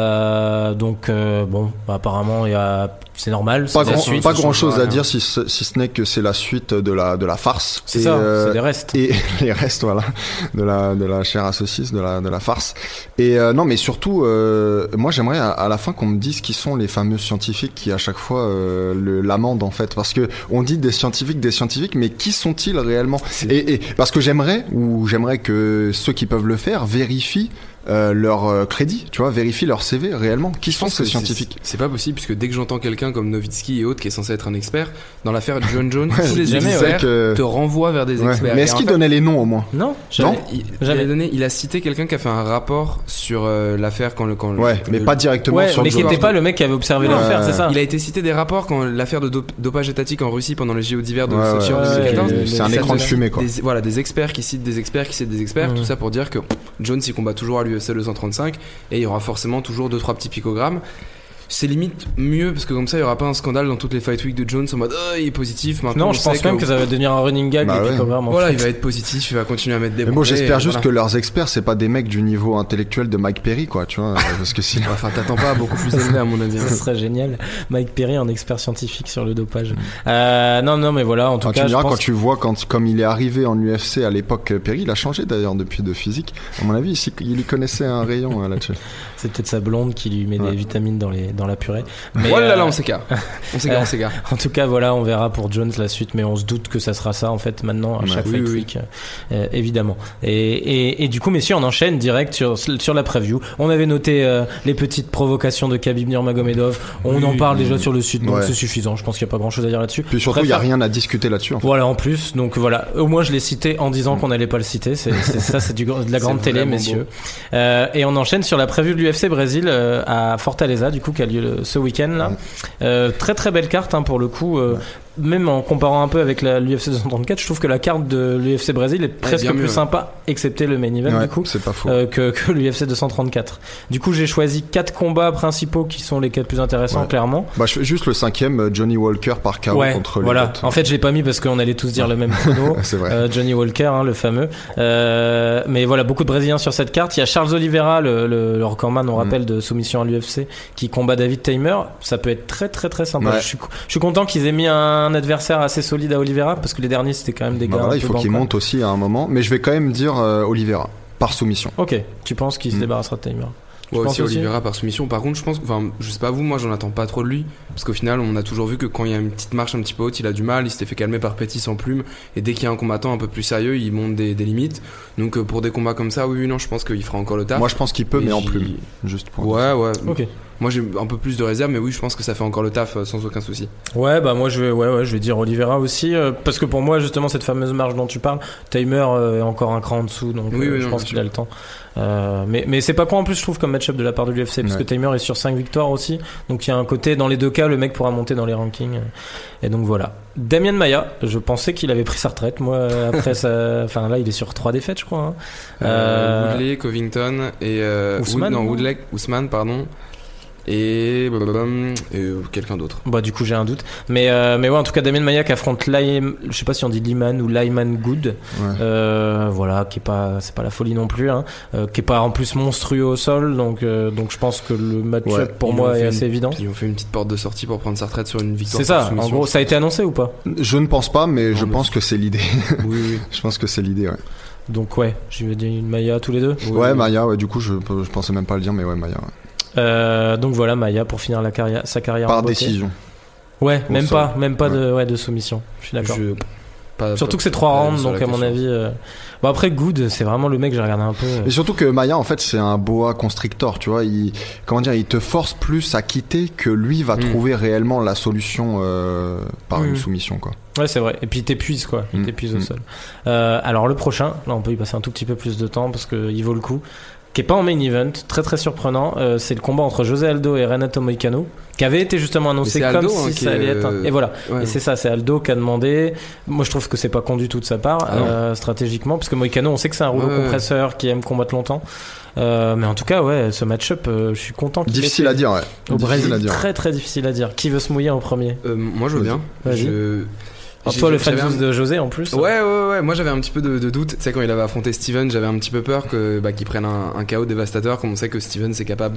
Bon, apparemment c'est normal. Pas grand chose à dire si ce n'est que c'est la suite de la farce. C'est ça, c'est des restes. Et les restes, voilà, de la chair à saucisse, de la farce. Et non, mais surtout, moi j'aimerais à la fin qu'on me dise qui sont les fameux scientifiques qui à chaque fois l'amendent en fait, parce que on dit des scientifiques, mais qui sont-ils réellement? Et parce que j'aimerais que ceux qui peuvent le faire vérifient leur crédit, tu vois, vérifie leur CV réellement. Qui sont ces scientifiques? C'est pas possible, puisque dès que j'entends quelqu'un comme Nowitzki et autres qui est censé être un expert, dans l'affaire John Jones, tous les experts te renvoient vers des experts. Mais est-ce qu'il donnait les noms au moins? Non, il a cité quelqu'un qui a fait un rapport sur l'affaire quand mais pas directement sur mais qui n'était pas le mec qui avait observé l'affaire, c'est ça. Il a été cité des rapports quand l'affaire de dopage étatique en Russie pendant les JO d'hiver de Sochi en 2014. C'est un écran de fumée quoi. Des experts qui citent des experts tout ça pour dire que Jones il combat toujours à l'UFC 235 et il y aura forcément toujours 2-3 petits picogrammes. C'est limite mieux parce que comme ça il y aura pas un scandale dans toutes les fight week de Jones en mode il est positif maintenant. Non, je pense même que ça va devenir un running gag des picogrammes. Voilà, il va être positif, il va continuer à mettre des. Mais bon, j'espère juste que leurs experts c'est pas des mecs du niveau intellectuel de Mike Perry quoi, tu vois, parce que sinon. Enfin, t'attends pas beaucoup plus élevé à mon avis. Ça serait génial, Mike Perry en expert scientifique sur le dopage. Non, mais voilà, en tout cas. Tu diras quand tu vois comme il est arrivé en UFC à l'époque, Perry, il a changé d'ailleurs depuis de physique. À mon avis, il y connaissait un rayon là-dessus. C'est peut-être sa blonde qui lui met des vitamines dans la purée. Mais là, on s'écarte. En tout cas, voilà, on verra pour Jones la suite, mais on se doute que ça sera ça en fait maintenant à chaque fight week, évidemment. Et du coup, messieurs, on enchaîne direct sur la preview. On avait noté les petites provocations de Khabib Nurmagomedov. On en parle déjà sur le site, donc c'est suffisant. Je pense qu'il n'y a pas grand-chose à dire là-dessus. Puis surtout, il n'y a rien à discuter là-dessus. En fait. Voilà, en plus, donc voilà. Au moins, je l'ai cité en disant qu'on n'allait pas le citer. C'est de la grande télé, messieurs. Et on enchaîne sur la preview de l'UFC Brésil à Fortaleza, du coup, qui a lieu ce week-end là. Très très belle carte pour le coup. Même en comparant un peu avec l'UFC 234, je trouve que la carte de l'UFC Brésil est presque plus sympa, excepté le main event du coup, c'est pas faux. que l'UFC 234. Du coup, j'ai choisi 4 combats principaux qui sont les 4 plus intéressants, clairement. Je fais juste le 5e, Johnny Walker par KO contre voilà. En fait, je l'ai pas mis parce qu'on allait tous dire le même chrono. C'est vrai. Johnny Walker, le fameux. Mais voilà, beaucoup de Brésiliens sur cette carte. Il y a Charles Oliveira, le recordman, on rappelle, de soumission à l'UFC, qui combat David Tamer. Ça peut être très très très sympa. Je suis content qu'ils aient mis un adversaire assez solide à Oliveira parce que les derniers c'était quand même des gars. Il faut qu'il monte aussi à un moment, mais je vais quand même dire Oliveira par soumission. Ok, tu penses qu'il se débarrassera de Tamer? Ouais, aussi Oliveira par soumission. Par contre, je sais pas vous, moi j'en attends pas trop de lui parce qu'au final, on a toujours vu que quand il y a une petite marche un petit peu haute, il a du mal. Il s'était fait calmer par Pettis sans plume et dès qu'il y a un combattant un peu plus sérieux, il monte des limites. Donc pour des combats comme ça, non, je pense qu'il fera encore le taf. Moi, je pense qu'il peut, mais en plume, juste pour. Ouais. Ok. Moi j'ai un peu plus de réserve, mais oui, je pense que ça fait encore le taf sans aucun souci. Ouais, moi je vais dire Oliveira aussi, parce que pour moi justement cette fameuse marge dont tu parles, Tamer est encore un cran en dessous, donc je pense qu'il a le temps. Mais c'est pas con en plus je trouve comme match-up de la part de l'UFC, parce que Tamer est sur 5 victoires aussi, donc il y a un côté, dans les deux cas le mec pourra monter dans les rankings, et donc voilà. Damian Maia, je pensais qu'il avait pris sa retraite, moi après ça, enfin là il est sur 3 défaites je crois. Woodley, Covington et Ousmane, pardon. Et quelqu'un d'autre. Du coup j'ai un doute, mais ouais, en tout cas Damian Maia qui affronte je sais pas si on dit Lyman ou Lyman Good, voilà, qui est pas, c'est pas la folie non plus, qui est pas en plus monstrueux au sol, donc je pense que le match-up pour moi est assez évident. Ils ont fait une petite porte de sortie pour prendre sa retraite sur une victoire. C'est ça, en gros, ça a été annoncé ou pas? Je ne pense pas, mais je pense que c'est l'idée. Oui. Je pense que c'est l'idée, ouais. Donc je vais dire une Maia tous les deux. Maia, du coup je pensais même pas le dire, mais Maia. Donc voilà, Maia pour finir sa carrière par en beauté. décision. Ouais, même pas de soumission. Je suis d'accord. Surtout que c'est 3 rounds, donc à mon avis. Bon après Good, c'est vraiment le mec que j'ai regardé un peu. Et surtout que Maia en fait c'est un boa constrictor, tu vois. Il te force plus à quitter que lui va trouver réellement la solution par une soumission, quoi. Ouais, c'est vrai. Et puis il t'épuise, quoi. Il t'épuise au sol. Alors le prochain, là on peut y passer un tout petit peu plus de temps parce que il vaut le coup. Qui est pas en main event, très très surprenant. C'est le combat entre José Aldo et Renato Moicano, qui avait été justement annoncé comme si ça allait être. Et voilà. Ouais. Et c'est ça, c'est Aldo qui a demandé. Moi, je trouve que c'est pas con du tout de sa part, stratégiquement, parce que Moicano, on sait que c'est un rouleau compresseur qui aime combattre longtemps. Mais en tout cas, ouais, ce match-up, je suis content. Difficile à dire, ouais. Au Brésil, très très difficile à dire. Qui veut se mouiller en premier? Moi, je veux bien. Vas-y. Alors toi, le fan de José en plus. Ouais. Moi, j'avais un petit peu de doute. Tu sais, quand il avait affronté Steven, j'avais un petit peu peur qu'il prenne un KO dévastateur, comme on sait que Steven est capable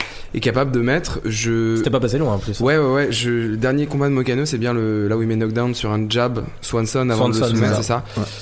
de mettre. C'était pas passé loin en plus. Ouais. Le dernier combat de Moicano, c'est bien là où il met knockdown sur un jab Swanson avant de le soumettre, c'est ça. Ouais.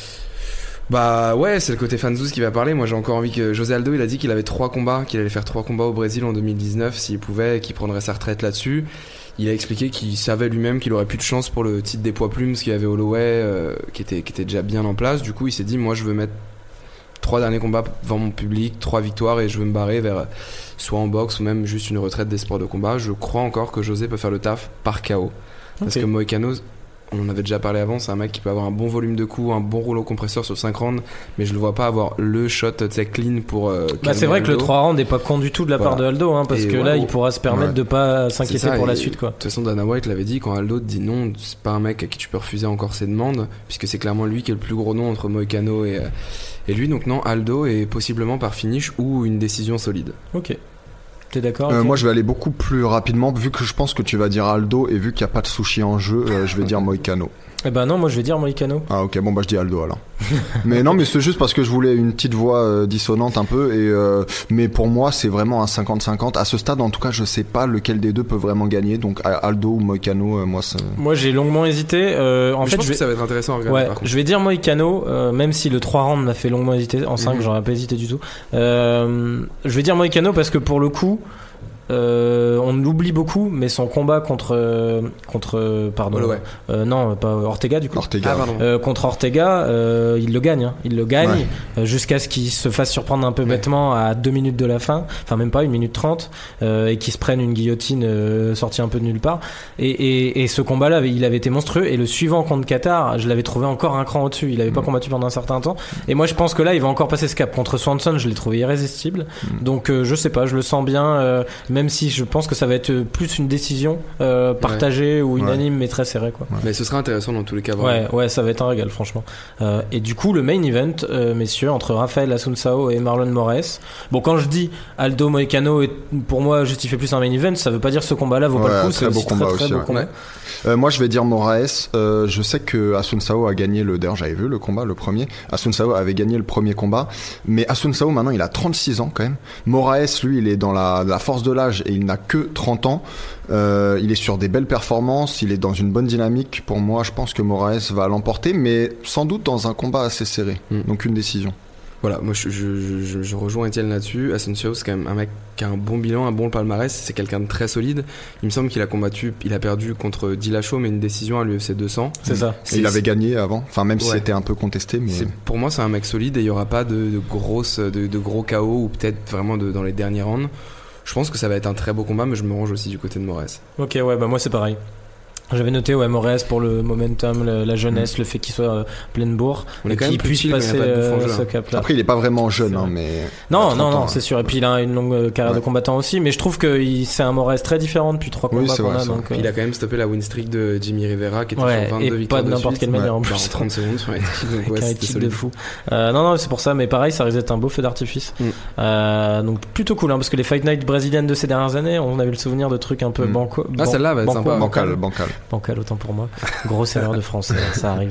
Bah ouais, c'est le côté fanzouz qui va parler. Moi, j'ai encore envie que José Aldo, il a dit qu'il avait 3 combats, qu'il allait faire 3 combats au Brésil en 2019 s'il pouvait, et qu'il prendrait sa retraite là-dessus. Il a expliqué qu'il savait lui-même qu'il aurait plus de chance pour le titre des poids plumes, parce qu'il y avait Holloway qui était déjà bien en place. Du coup, il s'est dit, moi, je veux mettre 3 derniers combats devant mon public, 3 victoires, et je veux me barrer vers soit en boxe ou même juste une retraite des sports de combat. Je crois encore que José peut faire le taf par KO. Parce que Moicano, on en avait déjà parlé avant, c'est un mec qui peut avoir un bon volume de coups, un bon rouleau compresseur sur 5 rounds, mais je le vois pas avoir le shot clean pour c'est vrai que le 3 rounds est pas con du tout de la part de Aldo, parce que là il pourra se permettre de pas s'inquiéter pour la suite, quoi. De toute façon, Dana White l'avait dit, quand Aldo te dit non, c'est pas un mec à qui tu peux refuser encore ses demandes, puisque c'est clairement lui qui est le plus gros nom entre Moicano et lui. Donc non, Aldo est possiblement par finish ou une décision solide. Ok. T'es d'accord? Moi je vais aller beaucoup plus rapidement, vu que je pense que tu vas dire Aldo, et vu qu'il n'y a pas de sushi en jeu, je vais dire Moicano. Eh ben non, moi je vais dire Moicano. Ah ok, bon bah je dis Aldo alors. Mais non, mais c'est juste parce que je voulais une petite voix dissonante un peu, mais pour moi c'est vraiment un 50-50. À ce stade en tout cas, je sais pas lequel des deux peut vraiment gagner, donc Aldo ou Moicano, moi j'ai longuement hésité. En fait, je pense que ça va être intéressant à regarder. Ouais, je vais dire Moicano, même si le 3 rounds m'a fait longuement hésiter. En 5 j'aurais pas hésité du tout. Je vais dire Moicano parce que pour le coup, on l'oublie beaucoup, mais son combat contre non, pas Ortega du coup. Contre Ortega, il le gagne, jusqu'à ce qu'il se fasse surprendre un peu bêtement à 2 minutes de la fin, enfin même pas 1 minute 30, et qu'il se prenne une guillotine sortie un peu de nulle part. Et ce combat-là, il avait été monstrueux. Et le suivant contre Qatar, je l'avais trouvé encore un cran au-dessus. Il avait pas combattu pendant un certain temps. Et moi, je pense que là, il va encore passer ce cap. Contre Swanson, je l'ai trouvé irrésistible. Donc, je sais pas, je le sens bien. Même si je pense que ça va être plus une décision partagée ou unanime, mais très serrée, quoi. Mais ce sera intéressant dans tous les cas. Ouais, ça va être un régal, franchement. Et du coup, le main event, messieurs, entre Rafael Assunção et Marlon Moraes. Bon, quand je dis Aldo Moicano est pour moi justifie plus un main event, ça veut pas dire que ce combat-là vaut pas le coup. C'est aussi très beau combat. Moi, je vais dire Moraes. Je sais que Assunção a gagné d'ailleurs, j'avais vu le combat, le premier. Assunção avait gagné le premier combat, mais Assunção maintenant, il a 36 ans quand même. Moraes, lui, il est dans la force de l'âge et il n'a que 30 ans. Il est sur des belles performances, il est dans une bonne dynamique. Pour moi, je pense que Moraes va l'emporter, mais sans doute dans un combat assez serré. Donc une décision. Voilà, moi je rejoins Etienne là-dessus. Assunção, c'est quand même un mec qui a un bon bilan, un bon palmarès, c'est quelqu'un de très solide. Il me semble qu'il a perdu contre Dillashaw, mais une décision à l'UFC 200. C'est ça. Et il avait gagné avant, enfin même si c'était un peu contesté. Mais pour moi, c'est un mec solide et il n'y aura pas de gros KO ou peut-être vraiment dans les derniers rounds. Je pense que ça va être un très beau combat, mais je me range aussi du côté de Moraes. Ok, ouais, bah moi c'est pareil. J'avais noté Moraes pour le momentum, la jeunesse, le fait qu'il soit plein de bourre et qu'il puisse passer ce cap-là. Après, il est pas vraiment jeune, mais non, c'est sûr. Et puis il a une longue carrière de combattant aussi, mais je trouve que c'est un Moraes très différent depuis 3 combats qu'on a. Donc, il a quand même stoppé la win streak de Jimmy Rivera qui était sur 22 victoires pas de n'importe quelle manière en plus. En 30 secondes sur la donc ouais, c'était solide de fou. Non, c'est pour ça. Mais pareil, ça risque d'être un beau feu d'artifice. Donc plutôt cool, parce que les Fight Night brésiliennes de ces dernières années, on avait le souvenir de trucs un peu celle-là va être sympa. Bancal, autant pour moi. Grosse erreur de français, ça arrive.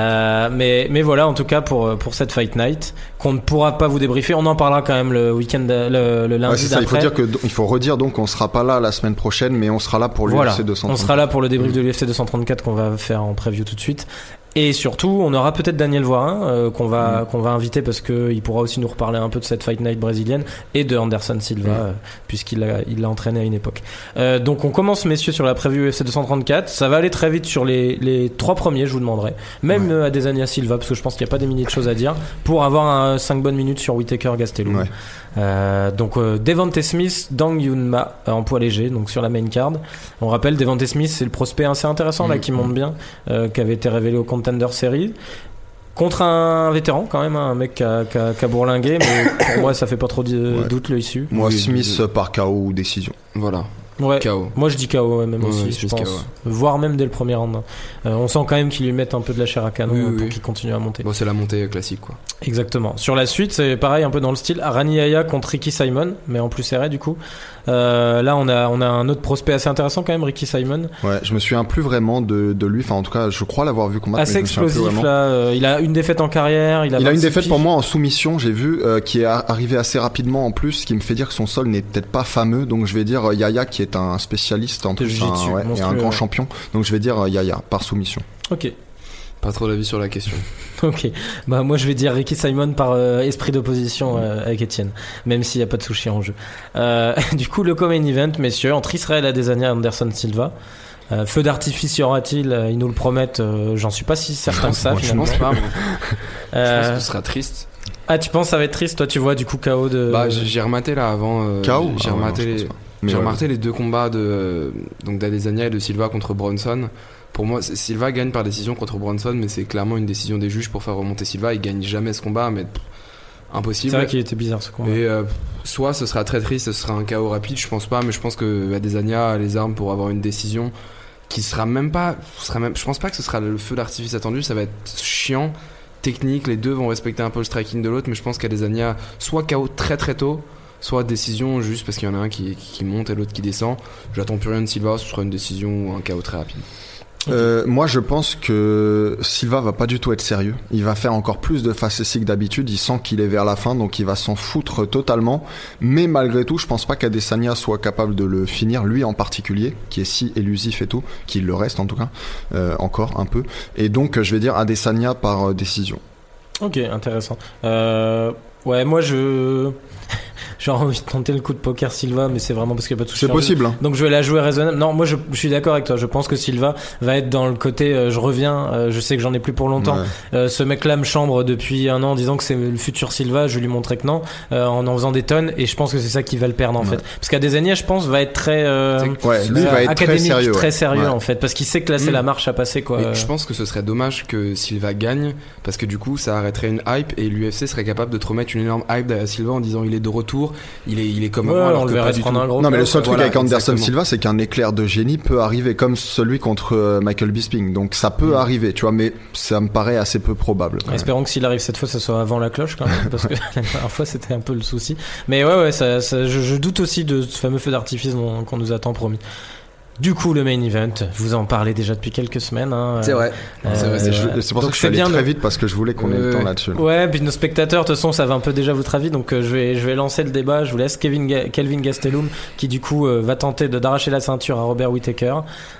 Mais voilà, en tout cas pour cette Fight Night qu'on ne pourra pas vous débriefer. On en parlera quand même le week-end, le lundi d'après. Il faut redire donc qu'on sera pas là la semaine prochaine, mais on sera là pour l'UFC 234. On sera là pour le débrief de l'UFC 234 qu'on va faire en preview tout de suite. Et surtout, on aura peut-être Daniel Voirin qu'on va inviter parce que il pourra aussi nous reparler un peu de cette Fight Night brésilienne et de Anderson Silva puisqu'il l'a entraîné à une époque. Donc on commence, messieurs, sur la preview UFC 234. Ça va aller très vite sur les 3 premiers, je vous demanderai. Même Adesanya Silva, parce que je pense qu'il n'y a pas des milliers de choses à dire pour avoir 5 bonnes minutes sur Whittaker Gastelum. Donc Devonte Smith, Dang Yunma en poids léger, donc sur la main card. On rappelle, Devonte Smith, c'est le prospect assez intéressant là qui monte bien, qui avait été révélé au Contender Series contre un vétéran quand même, un mec qui a bourlingué, mais pour moi ça fait pas trop de doute l'issue. Moi Smith par KO ou décision. Voilà. Ouais. KO. Moi je dis KO même aussi, je pense. KO, voire même dès le premier round. On sent quand même qu'ils lui mettent un peu de la chair à canon pour qu'il continue à monter. Bon, c'est la montée classique quoi. Exactement. Sur la suite, c'est pareil un peu dans le style Rani Yahya contre Ricky Simon, mais en plus serré du coup. Là on a un autre prospect assez intéressant quand même, Ricky Simon. Ouais, je me souviens plus vraiment de lui, enfin en tout cas je crois l'avoir vu combattre. Assez explosif là, il a une défaite en carrière, il a une défaite pour moi en soumission, j'ai vu, qui est arrivé assez rapidement en plus, ce qui me fait dire que son sol n'est peut-être pas fameux, donc je vais dire Yahya qui est un spécialiste en plus, et un grand champion, donc je vais dire Yahya par soumission. Ok. Pas trop d'avis sur la question. Ok, bah moi je vais dire Ricky Simon par esprit d'opposition avec Étienne, même s'il n'y a pas de sushi en jeu. Du coup, le co-main event, messieurs, entre Israël Adesanya et Anderson Silva. Feu d'artifice y aura-t-il? Ils nous le promettent, j'en suis pas si certain que ça. Je pense pas, moi. Je pense que ce sera triste. Ah, tu penses que ça va être triste? Toi, tu vois du coup KO de... Bah, j'ai rematé là avant. KO J'ai rematé les 2 combats d'Adesanya et de Silva contre Bronson. Pour moi, Silva gagne par décision contre Bronson, mais c'est clairement une décision des juges pour faire remonter Silva. Il gagne jamais ce combat, mais impossible. C'est vrai qu'il était bizarre ce combat. Et soit ce sera très triste, ce sera un KO rapide, je pense pas, mais je pense que Adesanya a les armes pour avoir une décision qui sera même pas. Je pense pas que ce sera le feu d'artifice attendu, ça va être chiant, technique, les deux vont respecter un peu le striking de l'autre, mais je pense qu'Adesanya soit KO très très tôt, soit décision juste parce qu'il y en a un qui monte et l'autre qui descend. J'attends plus rien de Silva, ce sera une décision ou un KO très rapide. Moi je pense que Silva va pas du tout être sérieux. Il va faire encore plus de facéties que d'habitude. Il sent qu'il est vers la fin, donc il va s'en foutre totalement. Mais malgré tout, je pense pas qu'Adesanya soit capable de le finir, lui en particulier, qui est si élusif et tout, qu'il le reste en tout cas, encore un peu. Et donc je vais dire Adesanya par décision. Ok, intéressant. Ouais, moi j'ai envie de tenter le coup de poker Silva, mais c'est vraiment parce qu'il n'y a pas de souci. C'est possible. Hein. Donc je vais la jouer raisonnable. Non, moi je suis d'accord avec toi. Je pense que Silva va être dans le côté je reviens, je sais que j'en ai plus pour longtemps. Ouais. Ce mec-là me chambre depuis un an en disant que c'est le futur Silva. Je vais lui montrer que non, en faisant des tonnes. Et je pense que c'est ça qui va le perdre en fait. Parce qu'Adesanya, je pense, va être très lui va être académique, très sérieux en fait, parce qu'il sait que là c'est la marche à passer quoi. Et je pense que ce serait dommage que Silva gagne, parce que du coup ça arrêterait une hype et l'UFC serait capable de te remettre une énorme hype derrière Silva en disant il est de retour, il est comme avant, alors que pas du tout. Non, mais le seul truc avec Anderson Silva, c'est qu'un éclair de génie peut arriver comme celui contre Michael Bisping. Donc ça peut arriver, tu vois, mais ça me paraît assez peu probable. Espérons que s'il arrive cette fois, ça soit avant la cloche quand même, parce que la dernière fois c'était un peu le souci. Mais ouais, je doute aussi de ce fameux feu d'artifice qu'on nous a tant promis. Du coup, le main event, vous en parlez déjà depuis quelques semaines. Hein. C'est vrai. C'est pour ça que je suis allé très vite parce que je voulais qu'on ait le temps là-dessus. Ouais, puis nos spectateurs, de toute façon, savent un peu déjà votre avis, donc je vais lancer le débat. Je vous laisse Kelvin Gastelum, qui du coup va tenter d'arracher la ceinture à Robert Whittaker.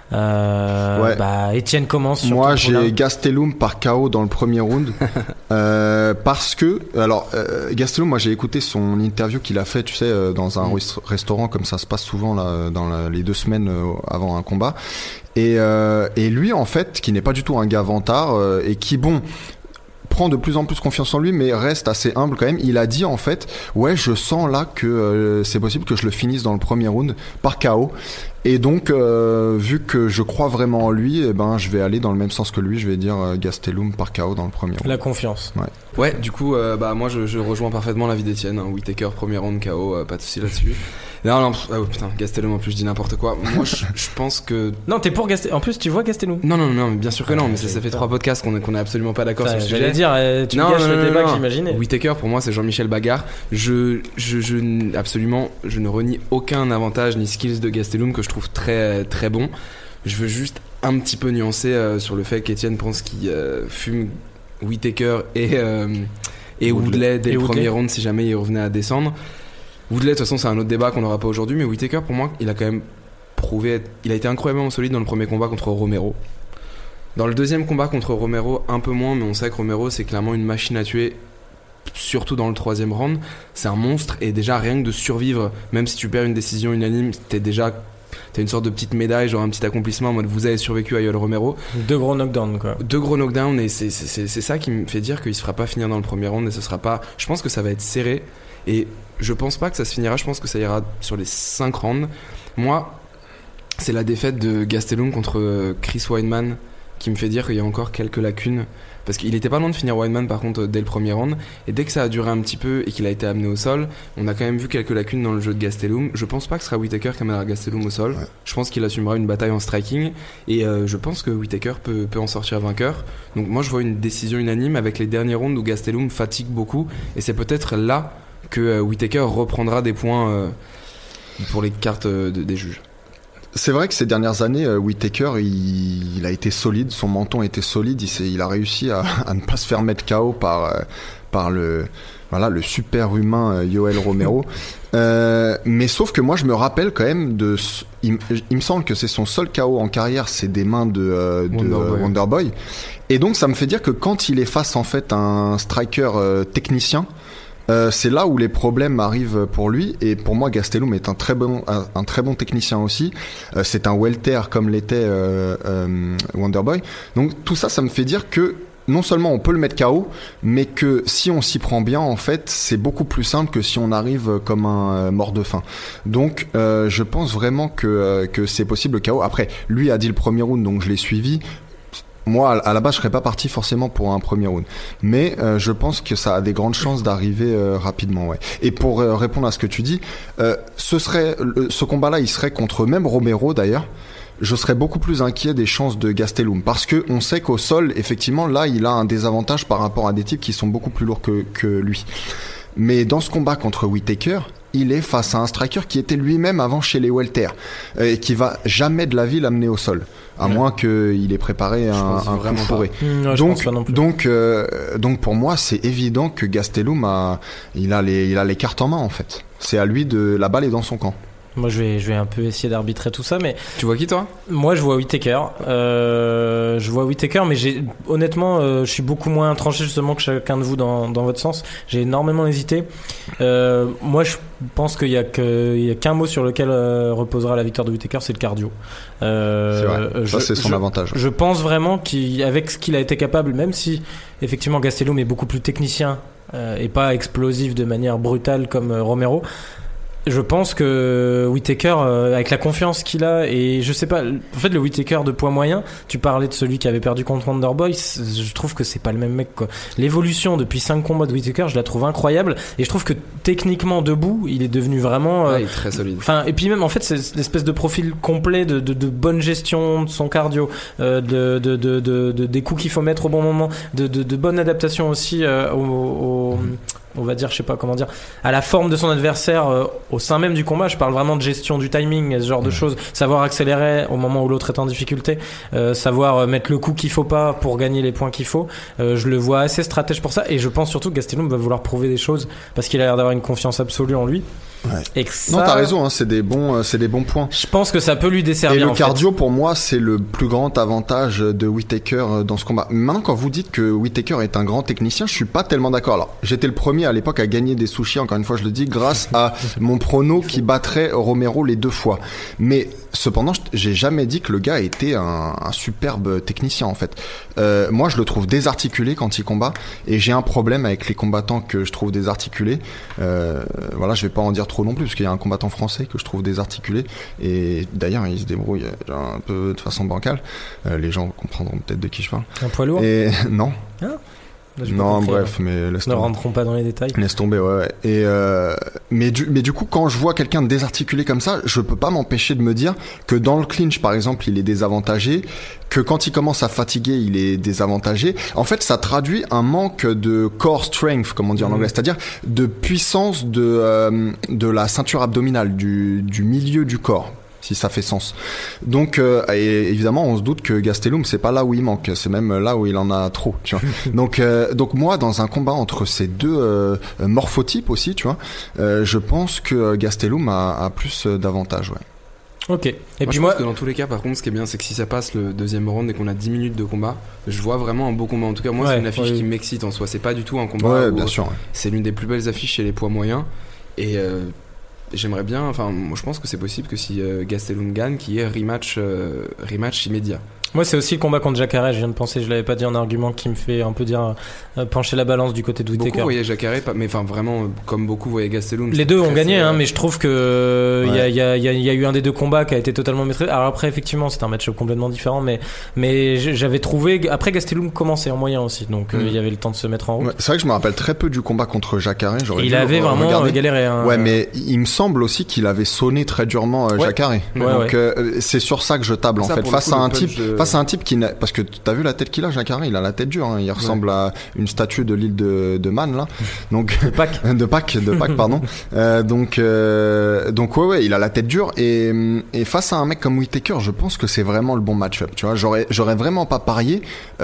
Bah, Étienne commence. Moi, j'ai Gastelum par KO dans le premier round, parce que, alors, Gastelum, moi, j'ai écouté son interview qu'il a fait, tu sais, dans un restaurant, comme ça se passe souvent là, dans les 2 semaines avant un combat. Et lui, en fait, qui n'est pas du tout un gars vantard, et qui, bon, prend de plus en plus confiance en lui, mais reste assez humble quand même. Il a dit en fait, ouais, je sens là que c'est possible que je le finisse dans le premier round par KO. Et donc, vu que je crois vraiment en lui, eh ben, je vais aller dans le même sens que lui. Je vais dire Gastelum par KO dans le premier round. La confiance. Ouais, du coup, bah moi je rejoins parfaitement l'avis d'Étienne. Hein. Whittaker premier round KO, pas de souci là-dessus. Non, putain, Gastelum en plus, je dis n'importe quoi. Moi, je pense que. Non, t'es pour Gastelum. En plus, tu vois Gastelum. Non, bien sûr que non. Mais ça fait 3 podcasts qu'on est absolument pas d'accord sur ce sujet. J'allais dire, tu gâches le débat que j'imaginais. Whittaker, pour moi, c'est Jean-Michel Bagarre. Absolument, je ne renie aucun avantage ni skills de Gastelum que je trouve très très bon. Je veux juste un petit peu nuancer sur le fait qu'Étienne pense qu'il fume Whittaker et Woodley dès le premier round si jamais il revenait à descendre. Woodley, de toute façon, c'est un autre débat qu'on n'aura pas aujourd'hui, mais Whittaker, pour moi, il a quand même prouvé il a été incroyablement solide dans le premier combat contre Romero. Dans le deuxième combat contre Romero, un peu moins, mais on sait que Romero, c'est clairement une machine à tuer. Surtout dans le troisième round, c'est un monstre, et déjà rien que de survivre, même si tu perds une décision unanime, t'as une sorte de petite médaille, genre un petit accomplissement en mode vous avez survécu à Yoel Romero. 2 gros knockdowns, quoi. 2 gros knockdowns, et c'est ça qui me fait dire qu'il se fera pas finir dans le premier round, et ce sera pas. Je pense que ça va être serré, et je pense pas que ça se finira, je pense que ça ira sur les 5 rounds. Moi, c'est la défaite de Gastelum contre Chris Weidman qui me fait dire qu'il y a encore quelques lacunes. Parce qu'il était pas loin de finir Weidman par contre dès le premier round, et dès que ça a duré un petit peu et qu'il a été amené au sol, on a quand même vu quelques lacunes dans le jeu de Gastelum. Je pense pas que ce sera Whittaker qui amènera Gastelum au sol. Je pense qu'il assumera une bataille en striking, et je pense que Whittaker peut en sortir vainqueur. Donc moi je vois une décision unanime avec les derniers rounds où Gastelum fatigue beaucoup, et c'est peut-être là que Whittaker reprendra des points pour les cartes des juges. C'est vrai que ces dernières années, Whittaker, il a été solide, son menton était solide, il a réussi à ne pas se faire mettre KO par le super humain Yoel Romero. Mais sauf que moi je me rappelle quand même il me semble que c'est son seul KO en carrière, c'est des mains de Wonderboy. Et donc ça me fait dire que quand il est face en fait à un striker technicien, c'est là où les problèmes arrivent pour lui. Et pour moi, Gastelum est un très bon technicien aussi. C'est un welter comme l'était Wonderboy. Donc tout ça, ça me fait dire que non seulement on peut le mettre KO, mais que si on s'y prend bien, en fait, c'est beaucoup plus simple que si on arrive comme un mort de faim. Donc je pense vraiment que c'est possible le KO. Après, lui a dit le premier round, donc je l'ai suivi. Moi, à la base, je serais pas parti forcément pour un premier round, mais je pense que ça a des grandes chances d'arriver rapidement. Ouais. Et pour répondre à ce que tu dis, ce combat-là, il serait contre même Romero d'ailleurs. Je serais beaucoup plus inquiet des chances de Gastelum, parce que on sait qu'au sol, effectivement, là, il a un désavantage par rapport à des types qui sont beaucoup plus lourds que lui. Mais dans ce combat contre Whittaker, il est face à un striker qui était lui-même avant chez les welter, et qui va jamais de la vie l'amener au sol, à moins qu'il ait préparé un coup fourré. Donc pour moi, c'est évident que Gastelum il a les cartes en main en fait. C'est à lui la balle est dans son camp. Moi, je vais un peu essayer d'arbitrer tout ça, mais... Tu vois qui, toi ? Moi, je vois Whittaker. Mais honnêtement, je suis beaucoup moins tranché, justement, que chacun de vous dans votre sens. J'ai énormément hésité. Moi, je pense qu'il y a qu'un mot sur lequel reposera la victoire de Whittaker, c'est le cardio. C'est vrai. Ça, c'est son avantage. Je pense vraiment qu'avec ce qu'il a été capable, même si, effectivement, Gastelum est beaucoup plus technicien et pas explosif de manière brutale comme Romero, je pense que Whittaker, avec la confiance qu'il a, et je sais pas, en fait, le Whittaker de poids moyen, tu parlais de celui qui avait perdu contre Wonderboy, je trouve que c'est pas le même mec, quoi. L'évolution depuis 5 combats de Whittaker, je la trouve incroyable, et je trouve que techniquement debout, il est devenu vraiment. Il est très solide. Enfin, et puis même, en fait, c'est l'espèce de profil complet de bonne gestion de son cardio, des coups qu'il faut mettre au bon moment, de bonne adaptation aussi on va dire, je sais pas comment dire, à la forme de son adversaire au sein même du combat. Je parle vraiment de gestion du timing et ce genre de choses, savoir accélérer au moment où l'autre est en difficulté, savoir mettre le coup qu'il faut pas pour gagner les points qu'il faut. Je le vois assez stratège pour ça, et je pense surtout que Gastelum va vouloir prouver des choses parce qu'il a l'air d'avoir une confiance absolue en lui. Ouais. Et que ça, non, t'as raison, hein, c'est des bons points. Je pense que ça peut lui desservir. Et le cardio, pour moi, c'est le plus grand avantage de Whittaker dans ce combat. Maintenant, quand vous dites que Whittaker est un grand technicien, je suis pas tellement d'accord. Alors, j'étais le premier à l'époque à gagner des sushis, encore une fois, je le dis, grâce à mon prono qui battrait Romero les 2 fois. Mais cependant, j'ai jamais dit que le gars était un superbe technicien, en fait. Moi, je le trouve désarticulé quand il combat, et j'ai un problème avec les combattants que je trouve désarticulés. Voilà, je vais pas en dire trop non plus, parce qu'il y a un combattant français que je trouve désarticulé, et d'ailleurs il se débrouille un peu de façon bancale. Les gens comprendront peut-être de qui je parle. Un poids lourd ? Et non. Ah, non, bref, mais laisse tomber. Ne rentrons pas dans les détails. Laisse tomber, ouais. Et mais du coup, quand je vois quelqu'un désarticulé comme ça, je peux pas m'empêcher de me dire que dans le clinch, par exemple, il est désavantagé, que quand il commence à fatiguer, il est désavantagé. En fait, ça traduit un manque de core strength, comme on dit en anglais, c'est-à-dire de puissance de la ceinture abdominale, du milieu du corps, si ça fait sens. Donc et évidemment on se doute que Gastelum, c'est pas là où il manque, c'est même là où il en a trop, tu vois. Donc moi, dans un combat entre ces deux morphotypes aussi, tu vois, je pense que Gastelum a plus d'avantages, ouais. Ok. Et moi, puis je pense que dans tous les cas, par contre, ce qui est bien, c'est que si ça passe le deuxième round et qu'on a 10 minutes de combat, je vois vraiment un beau combat. En tout cas, moi, c'est une affiche qui m'excite en soi. C'est pas du tout un combat. Bien sûr. C'est l'une des plus belles affiches chez les poids moyens. Et j'aimerais bien. Enfin, moi, je pense que c'est possible que si Gastelum gagne, qu'il y ait rematch immédiat. Moi, c'est aussi le combat contre Jacare. Je viens de penser, je l'avais pas dit en argument, qui me fait un peu dire pencher la balance du côté de Whittaker. Beaucoup voyaient Jacare, mais enfin vraiment comme beaucoup voyaient Gastelum. Les deux ont gagné, mais je trouve que il y a eu un des deux combats qui a été totalement maîtrisé. Alors après, effectivement, c'est un match complètement différent, mais j'avais trouvé après Gastelum commençait en moyen aussi, donc il y avait le temps de se mettre en route. Ouais, c'est vrai que je me rappelle très peu du combat contre Jacare. Il avait vraiment galéré. Ouais, mais il me semble aussi qu'il avait sonné très durement Jacare. Donc c'est sur ça que je table en fait face à un type qui n'a... Parce que t'as vu la tête qu'il a, Jacare, il a la tête dure, hein. Il ressemble à une statue de l'île de Man, là. Donc, de Pâques, pardon. Donc ouais, il a la tête dure et face à un mec comme Whittaker, je pense que c'est vraiment le bon match-up, tu vois. J'aurais vraiment pas parié,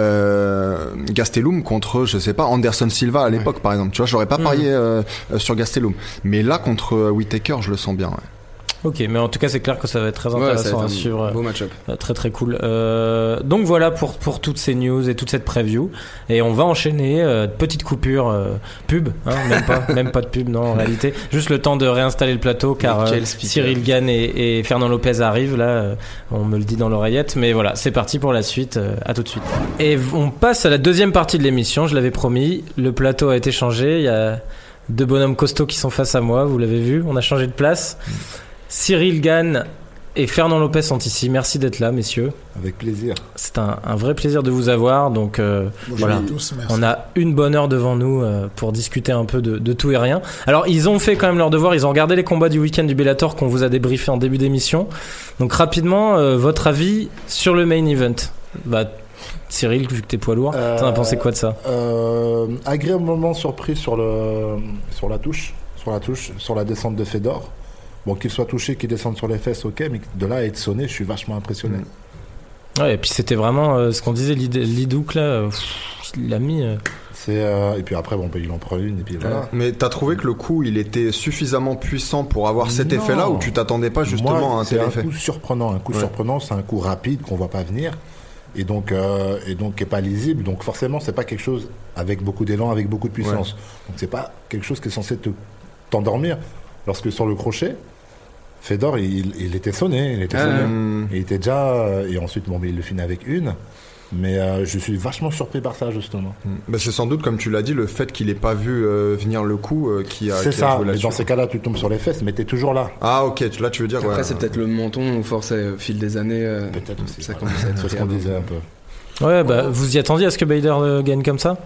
Gastelum contre, je sais pas, Anderson Silva à l'époque, par exemple, tu vois. J'aurais pas parié, sur Gastelum. Mais là, contre Whittaker, je le sens bien, ouais. Ok, mais en tout cas c'est clair que ça va être très intéressant à suivre. Beau match-up. Très très cool. Donc voilà pour toutes ces news et toute cette preview. Et on va enchaîner, petite coupure pub, hein, même pas de pub, non, en réalité. Juste le temps de réinstaller le plateau car Cyril Gane et Fernand Lopez arrivent là. On me le dit dans l'oreillette, mais voilà, c'est parti pour la suite. À tout de suite. Et on passe à la deuxième partie de l'émission. Je l'avais promis. Le plateau a été changé. Il y a deux bonhommes costauds qui sont face à moi. Vous l'avez vu. On a changé de place. Cyril Gane et Fernand Lopez sont ici. Merci d'être là, messieurs. Avec plaisir. C'est un vrai plaisir de vous avoir. Donc voilà, on a une bonne heure devant nous pour discuter un peu de tout et rien. Alors ils ont fait quand même leur devoir. Ils ont regardé les combats du week-end du Bellator qu'on vous a débriefé en début d'émission. Donc rapidement, votre avis sur le main event. Cyril, vu que t'es poids lourd, t'en as pensé quoi de ça? Agréablement surpris sur la descente de Fedor. Bon, qu'il soit touché, qu'il descende sur les fesses, ok, mais de là à être sonné, je suis vachement impressionné. Ouais, et puis c'était vraiment ce qu'on disait, Lidouk là, il l'a mis. Et puis après, il en prend une, et puis voilà. Mais t'as trouvé que le coup, il était suffisamment puissant pour avoir cet effet-là, ou tu t'attendais pas justement à un tel effet? C'est un coup surprenant. Un coup surprenant, c'est un coup rapide qu'on voit pas venir, et donc qui est pas lisible. Donc forcément, c'est pas quelque chose avec beaucoup d'élan, avec beaucoup de puissance. Donc c'est pas quelque chose qui est censé t'endormir. Lorsque sur le crochet, Fedor, il était sonné. Il était déjà... et ensuite, mais il le finit avec une. Mais je suis vachement surpris par ça, justement. C'est sans doute, comme tu l'as dit, le fait qu'il n'ait pas vu venir le coup qui a... C'est ça, mais dans ces cas-là, tu tombes sur les fesses, mais t'es toujours là. Ah, ok, là tu veux dire... Après, c'est peut-être le menton, au au fil des années... peut-être aussi. Ça commence à être... C'est ce qu'on disait un peu. Ouais, vous y attendiez à ce que Bader gagne comme ça?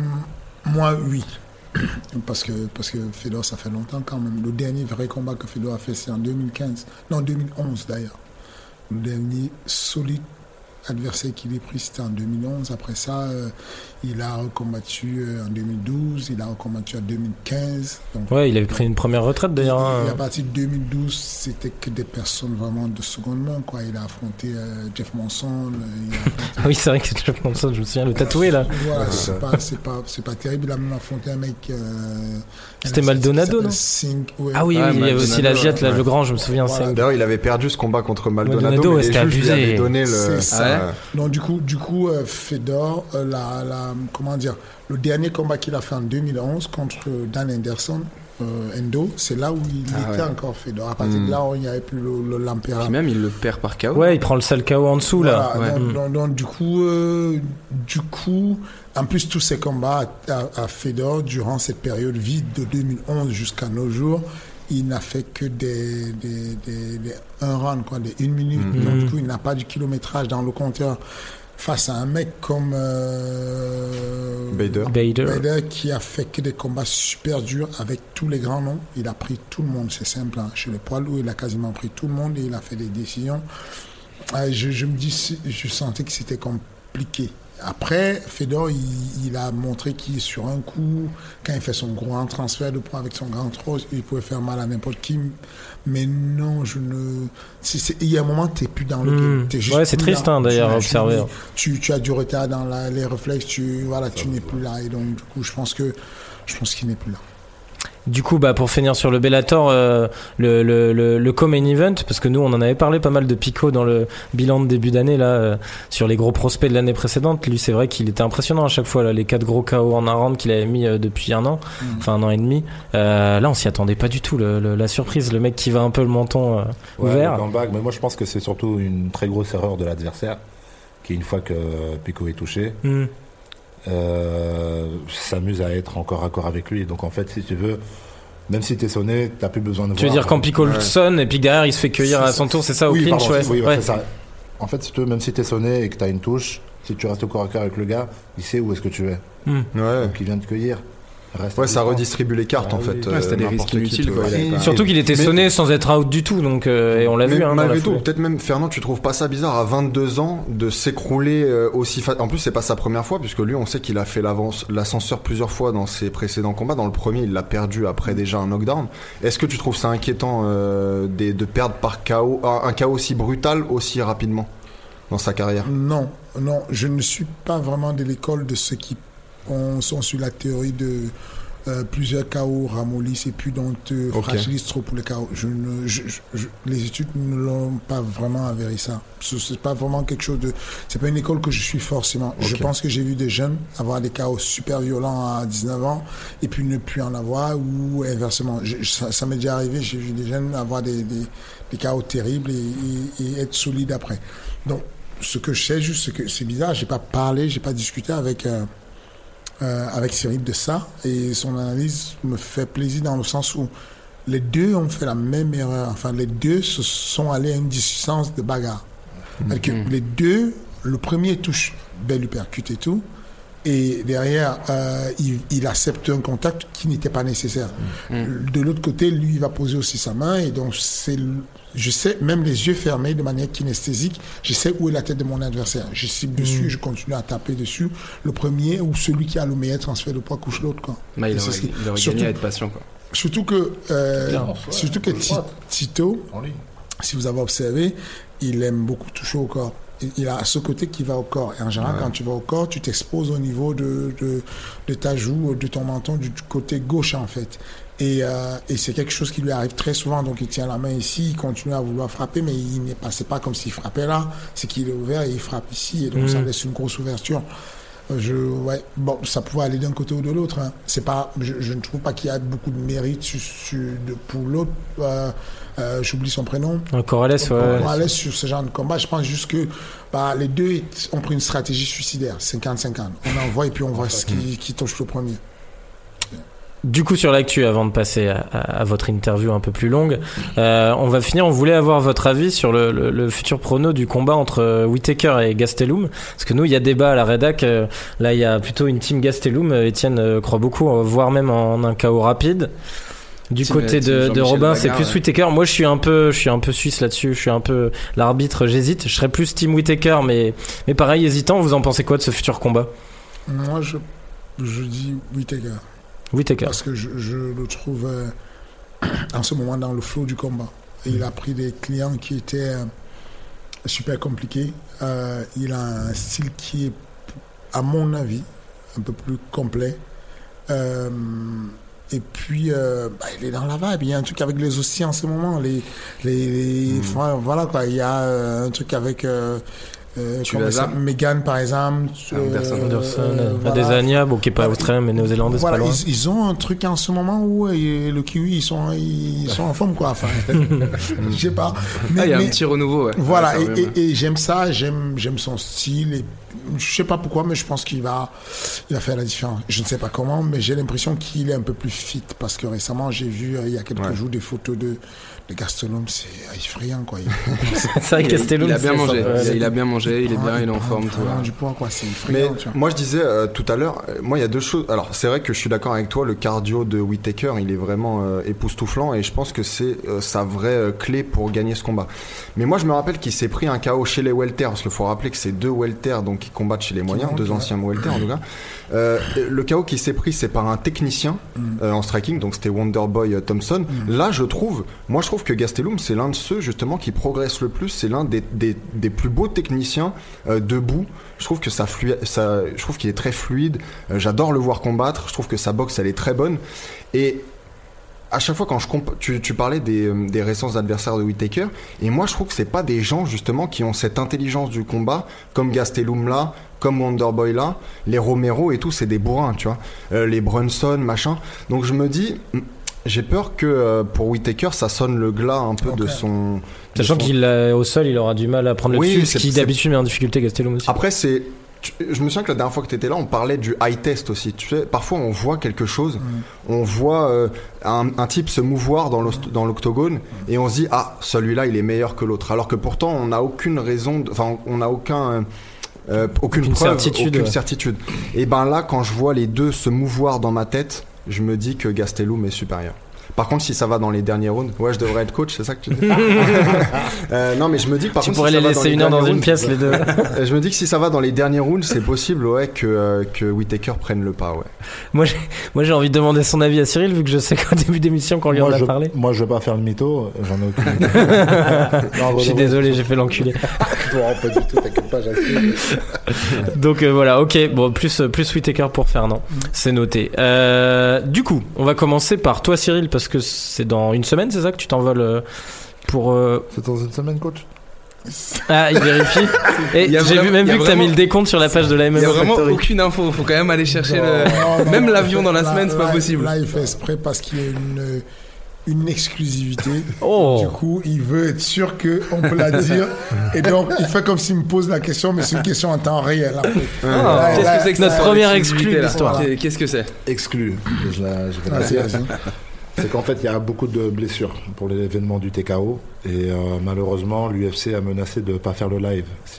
Moi, oui. Parce que Fedor, ça fait longtemps quand même. Le dernier vrai combat que Fedor a fait, c'est en 2015. Non, 2011 d'ailleurs. Le dernier solide adversaire qu'il ait pris, c'était en 2011. Après ça, il a recombattu en 2012, il a recombattu en 2015. Donc, ouais, il avait pris une première retraite d'ailleurs. Et à partir de 2012, c'était que des personnes vraiment de seconde main, quoi. Il a affronté Jeff Monson. Oui, c'est vrai que Jeff Monson, je me souviens, le tatoué là. Voilà, c'est pas terrible. Il a même affronté un mec. C'était Maldonado, non? Ah oui, il y avait aussi l'Asiate, là, le grand, je me souviens. Voilà. D'ailleurs, il avait perdu ce combat contre Maldonado, mais c'était abusé. Lui avaient donné c'est ça. Donc du coup, Fedor, comment dire, le dernier combat qu'il a fait en 2011 contre Dan Henderson, Endo, c'est là où il était encore Fedor. À partir de là, il n'y avait plus l'Empera. Puis même, il le perd par KO. Ouais, il prend le seul KO en dessous, voilà, là. Donc du coup, en plus, tous ces combats à Fedor, durant cette période vide de 2011 jusqu'à nos jours, il n'a fait que un round, quoi, des 1 minute. Donc, du coup, il n'a pas du kilométrage dans le compteur face à un mec comme Bader qui a fait que des combats super durs avec tous les grands noms. Il a pris tout le monde, c'est simple. Hein. Chez le poids lourd, il a quasiment pris tout le monde et il a fait des décisions. Je sentais que c'était compliqué. Après, Fedor, il a montré qu'il est sur un coup, quand il fait son grand transfert de poids avec son grand throw, il pouvait faire mal à n'importe qui. Mais non, il y a un moment, tu n'es plus dans le game. Ouais, c'est triste d'ailleurs à observer. Tu as du retard dans les réflexes, tu n'es plus là. Et donc, du coup, je pense qu'il n'est plus là. Du coup, pour finir sur le Bellator, le co-main event, parce que nous, on en avait parlé pas mal de Pico dans le bilan de début d'année, là, sur les gros prospects de l'année précédente. Lui, c'est vrai qu'il était impressionnant à chaque fois, là, les 4 gros KO en un round qu'il avait mis depuis un an, enfin un an et demi. Là, on s'y attendait pas du tout, la surprise, le mec qui va un peu le menton ouvert. Le comeback, mais moi, je pense que c'est surtout une très grosse erreur de l'adversaire, qui une fois que Pico est touché, s'amuse à être encore à corps avec lui. Donc en fait, si tu veux, même si t'es sonné, t'as plus besoin de voir. Tu veux dire quand Pico le sonne et puis derrière il se fait cueillir à son tour, c'est ça au clinch, c'est ça. En fait, si tu veux, même si t'es sonné et que t'as une touche, si tu restes au corps à corps avec le gars, il sait où est-ce que tu es. Donc il vient te cueillir. Ça redistribue les cartes en fait. C'était des risques inutiles. Surtout qu'il était sonné sans être out du tout, donc et on l'a vu. Malgré tout, peut-être même Fernand, tu trouves pas ça bizarre à 22 ans de s'écrouler aussi En plus, c'est pas sa première fois, puisque lui, on sait qu'il a fait l'ascenseur plusieurs fois dans ses précédents combats. Dans le premier, il l'a perdu après déjà un knockdown. Est-ce que tu trouves ça inquiétant de perdre par KO, un KO aussi brutal aussi rapidement dans sa carrière? Non, je ne suis pas vraiment de l'école de ceux qui sont sur la théorie de plusieurs KO ramollissent et puis donc te fragilisent trop pour les KO. Les études ne l'ont pas vraiment avéré ça. C'est pas vraiment quelque chose de... C'est pas une école que je suis forcément. Je pense que j'ai vu des jeunes avoir des KO super violents à 19 ans et puis ne plus en avoir, ou inversement. Ça m'est déjà arrivé, j'ai vu des jeunes avoir des KO terribles et être solides après. Donc, ce que je sais juste, c'est que c'est bizarre, j'ai pas parlé, j'ai pas discuté avec Cyril de ça, et son analyse me fait plaisir dans le sens où les deux ont fait la même erreur. Enfin, les deux se sont allés à une distance de bagarre. Que les deux, le premier touche, lui percute et tout, et derrière, il accepte un contact qui n'était pas nécessaire. De l'autre côté, lui, il va poser aussi sa main, et donc je sais, même les yeux fermés, de manière kinesthésique, je sais où est la tête de mon adversaire. Je cible dessus, je continue à taper dessus. Le premier, ou celui qui a le meilleur transfert de poids, couche l'autre, quoi. Il aurait gagné à être patient, quoi. Surtout que Tito, si vous avez observé, il aime beaucoup toucher au corps. Il a ce côté qui va au corps. Et en général, quand tu vas au corps, tu t'exposes au niveau de ta joue, de ton menton, du côté gauche, en fait. Et c'est quelque chose qui lui arrive très souvent. Donc, il tient la main ici, il continue à vouloir frapper, mais c'est pas comme s'il frappait là. C'est qu'il est ouvert et il frappe ici. Et donc, ça laisse une grosse ouverture. Ça pouvait aller d'un côté ou de l'autre. Hein. C'est pas, je ne trouve pas qu'il y a beaucoup de mérite pour l'autre. J'oublie son prénom. Corrales, sur ce genre de combat. Je pense juste que les deux ont pris une stratégie suicidaire, 50-50. On envoie et puis on voit ce qui touche le premier. Du coup, sur l'actu, avant de passer à votre interview un peu plus longue, on va finir. On voulait avoir votre avis sur le futur prono du combat entre Whittaker et Gastelum. Parce que nous, il y a débat à la rédac. Là, il y a plutôt une team Gastelum. Étienne croit beaucoup, voire même en un KO rapide. Du côté de Robin, c'est plus Whittaker. Moi, je suis un peu suisse là-dessus. Je suis un peu l'arbitre. J'hésite. Je serais plus team Whittaker, mais pareil, hésitant. Vous en pensez quoi de ce futur combat? Moi, je dis Whittaker. Parce que je le trouve en ce moment dans le flow du combat. Et il a pris des clients qui étaient super compliqués. Il a un style qui est, à mon avis, un peu plus complet. Et puis, il est dans la vibe. Il y a un truc avec les hosties en ce moment. Voilà quoi. Il y a un truc avec... Megan par exemple, Anderson, Adesanya, qui est pas australien mais néo-zélandais, voilà, c'est pas loin. Ils ont un truc en ce moment où le kiwi ils sont en forme quoi. Enfin, je sais pas. Il y a un petit renouveau. Ouais. Voilà, et j'aime ça, j'aime son style. Et je sais pas pourquoi, mais je pense qu'il va faire la différence. Je ne sais pas comment, mais j'ai l'impression qu'il est un peu plus fit parce que récemment j'ai vu il y a quelques jours des photos de Gastelum, c'est effrayant quoi. C'est vrai que Gastelum, il a bien mangé. Il a bien mangé, il est bien, il est en forme. Du poids quoi, c'est effrayant. Mais moi je disais tout à l'heure, moi il y a deux choses. Alors c'est vrai que je suis d'accord avec toi, le cardio de Whittaker, il est vraiment époustouflant et je pense que c'est sa vraie clé pour gagner ce combat. Mais moi je me rappelle qu'il s'est pris un KO chez les welter, parce qu'il faut rappeler que c'est 2 welter donc qui combattent chez les moyens, 2 anciens welter en tout cas. Le KO qui s'est pris, c'est par un technicien en striking, donc c'était Wonderboy Thompson. Là je trouve que Gastelum c'est l'un de ceux justement qui progresse le plus, c'est l'un des plus beaux techniciens debout. Je trouve que je trouve qu'il est très fluide. J'adore le voir combattre. Je trouve que sa boxe elle est très bonne. Et à chaque fois quand tu parlais des récents adversaires de Whittaker, et moi je trouve que c'est pas des gens justement qui ont cette intelligence du combat comme Gastelum là, comme Wonderboy là, les Romero et tout, c'est des bourrins, tu vois, les Brunson machin. Donc je me dis, j'ai peur que pour Whittaker ça sonne le glas un peu de son. Sachant qu'il au sol il aura du mal à prendre le dessus, ce qui d'habitude met en difficulté Gastelum aussi. Après je me souviens que la dernière fois que tu étais là, on parlait du high test aussi. Tu sais, parfois on voit quelque chose, on voit un type se mouvoir dans l'octogone et on se dit celui-là il est meilleur que l'autre. Alors que pourtant on n'a aucune raison, on n'a aucune preuve, certitude, aucune certitude. Et ben là, quand je vois les deux se mouvoir dans ma tête, je me dis que Gastelum est supérieur. Par contre, si ça va dans les derniers rounds, je devrais être coach, c'est ça que tu dis. Non, mais je me dis que par contre, tu pourrais les laisser une heure dans une pièce, les deux. Je me dis que si ça va dans les derniers rounds, c'est possible, que Whittaker prenne le pas, Moi, j'ai envie de demander son avis à Cyril, vu que je sais qu'au début d'émission, quand on lui en a parlé. Moi, je vais pas faire le mytho, j'en ai aucune idée. Je suis désolé, j'ai fait l'enculé. Non, pas du tout, t'inquiète pas, j'assume. Donc voilà, ok, bon, plus Whittaker pour Fernand, c'est noté. Du coup, on va commencer par toi, Cyril, parce que c'est dans une semaine, c'est ça que tu t'envoles pour. C'est dans une semaine, coach. Ah, il vérifie. Et j'ai vu que t'as mis le décompte sur la page de la MMA. Il y a vraiment aucune info. Faut quand même aller chercher même l'avion dans la semaine, c'est pas possible. Là, il fait exprès parce qu'il y a une exclusivité. Oh. Du coup, il veut être sûr qu'on peut la dire. Et donc, il fait comme s'il me pose la question, mais c'est une question en temps réel. Qu'est-ce que c'est que notre première exclue de l'histoire? Qu'est-ce que c'est? Exclu. Je vais la dire. C'est qu'en fait, il y a beaucoup de blessures pour l'événement du TKO. Et malheureusement, l'UFC a menacé de ne pas faire le live si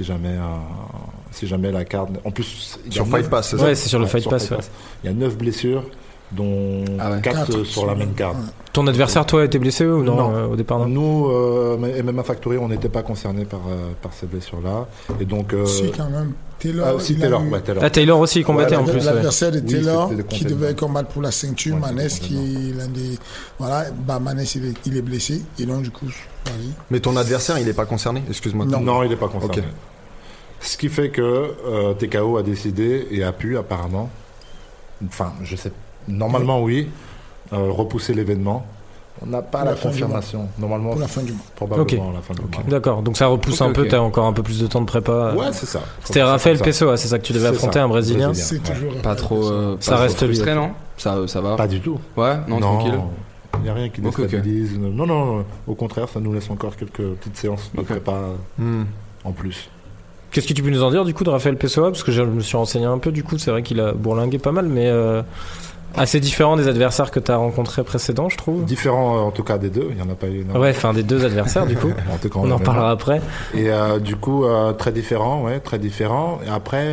jamais la carte. En plus, sur Fight Pass, c'est ça? Ouais, c'est sur le Fight Pass. Il y a 9 blessures, dont 4 sur la même carte. Ton adversaire, toi, a été blessé ou non, au départ? Nous, MMA Factory, on n'était pas concernés par ces blessures-là. Et donc, si, quand même. Taylor. Taylor. Taylor aussi, il combattait en plus. L'adversaire de Taylor, qui devait combattre pour la ceinture, Maness, qui est l'un des. Voilà, Maness, il est blessé. Et donc, du coup. Mais ton adversaire, il n'est pas concerné? Excuse-moi. Non, il n'est pas concerné. Okay. Ce qui fait que TKO a décidé et a pu, apparemment. Enfin, je sais. Normalement, oui. Repousser l'événement. On n'a pas la confirmation. Normalement, pour la fin du mois. Probablement la fin du mois. D'accord, donc ça repousse un peu, t'as encore un peu plus de temps de prépa. Ouais, c'est ça. C'était Rafael Pessoa, c'est ça que tu devais affronter, un Brésilien. C'est toujours pas trop. Ça reste frustré, non? Ça va. Pas du tout. Ouais, non, tranquille. Il n'y a rien qui déstabilise. Non, au contraire, ça nous laisse encore quelques petites séances de prépa en plus. Qu'est-ce que tu peux nous en dire du coup de Rafael Pessoa? Parce que je me suis renseigné un peu, du coup, c'est vrai qu'il a bourlingué pas mal, mais assez différent des adversaires que tu as rencontrés précédents, je trouve. Différent en tout cas des deux, il n'y en a pas eu. Ouais, enfin des deux adversaires du coup. En tout cas, on en parlera après. Et du coup, très différent, très différent. Et après,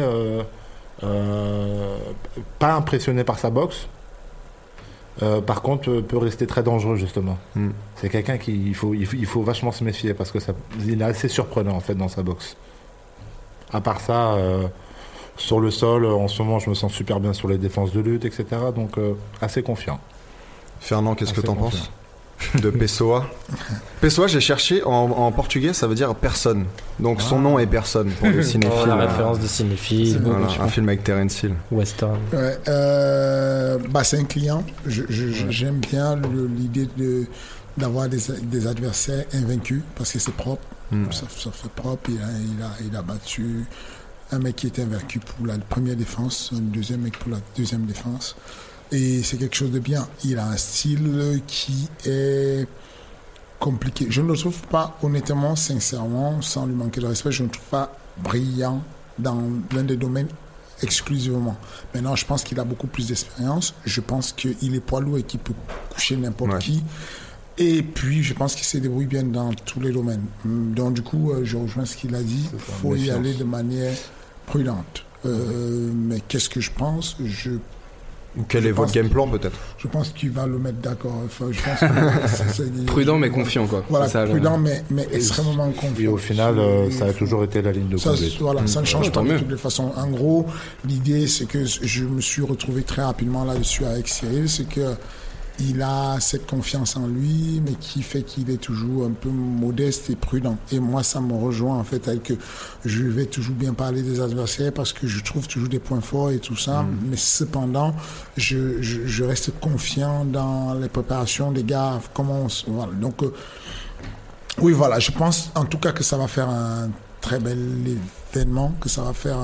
pas impressionné par sa boxe. Par contre, peut rester très dangereux justement. C'est quelqu'un il faut vachement se méfier parce que il est assez surprenant en fait dans sa boxe. À part ça, sur le sol, en ce moment, je me sens super bien sur les défenses de lutte, etc. Donc, assez confiant. Fernand, qu'est-ce que t'en penses de Pessoa? Pessoa, j'ai cherché en portugais, ça veut dire personne. Donc son nom est personne pour les cinéphiles. La référence des cinéphiles. Voilà, un film avec Terence Hill. Western. Ouais, c'est un client. J'aime bien l'idée d'avoir des adversaires invaincus parce que c'est propre. Ça fait propre. Il a battu un mec qui était invaincu pour la première défense, un deuxième mec pour la deuxième défense. Et c'est quelque chose de bien. Il a un style qui est compliqué. Je ne le trouve pas, honnêtement, sincèrement, sans lui manquer de respect, je ne le trouve pas brillant dans l'un des domaines exclusivement. Maintenant, je pense qu'il a beaucoup plus d'expérience. Je pense qu'il est poids lourd et qu'il peut coucher n'importe qui. Et puis, je pense qu'il se débrouille bien dans tous les domaines. Donc, du coup, je rejoins ce qu'il a dit. Il faut y aller de manière prudente. Mais qu'est-ce que je pense? Quel est votre game plan, peut-être? Je pense qu'il va le mettre d'accord. Enfin, je pense que prudent, mais confiant, quoi. Voilà, prudent, mais extrêmement confiant. Et au final, ça a toujours été la ligne de conduite. Voilà, ça ne change pas de toutes les façons. En gros, l'idée, c'est que je me suis retrouvé très rapidement là-dessus avec Cyril, c'est que il a cette confiance en lui, mais qui fait qu'il est toujours un peu modeste et prudent. Et moi, ça me rejoint en fait, avec que je vais toujours bien parler des adversaires parce que je trouve toujours des points forts et tout ça. Mais cependant, je reste confiant dans les préparations des gars. Voilà. Donc, oui, voilà. Je pense en tout cas que ça va faire un très bel événement, que ça va faire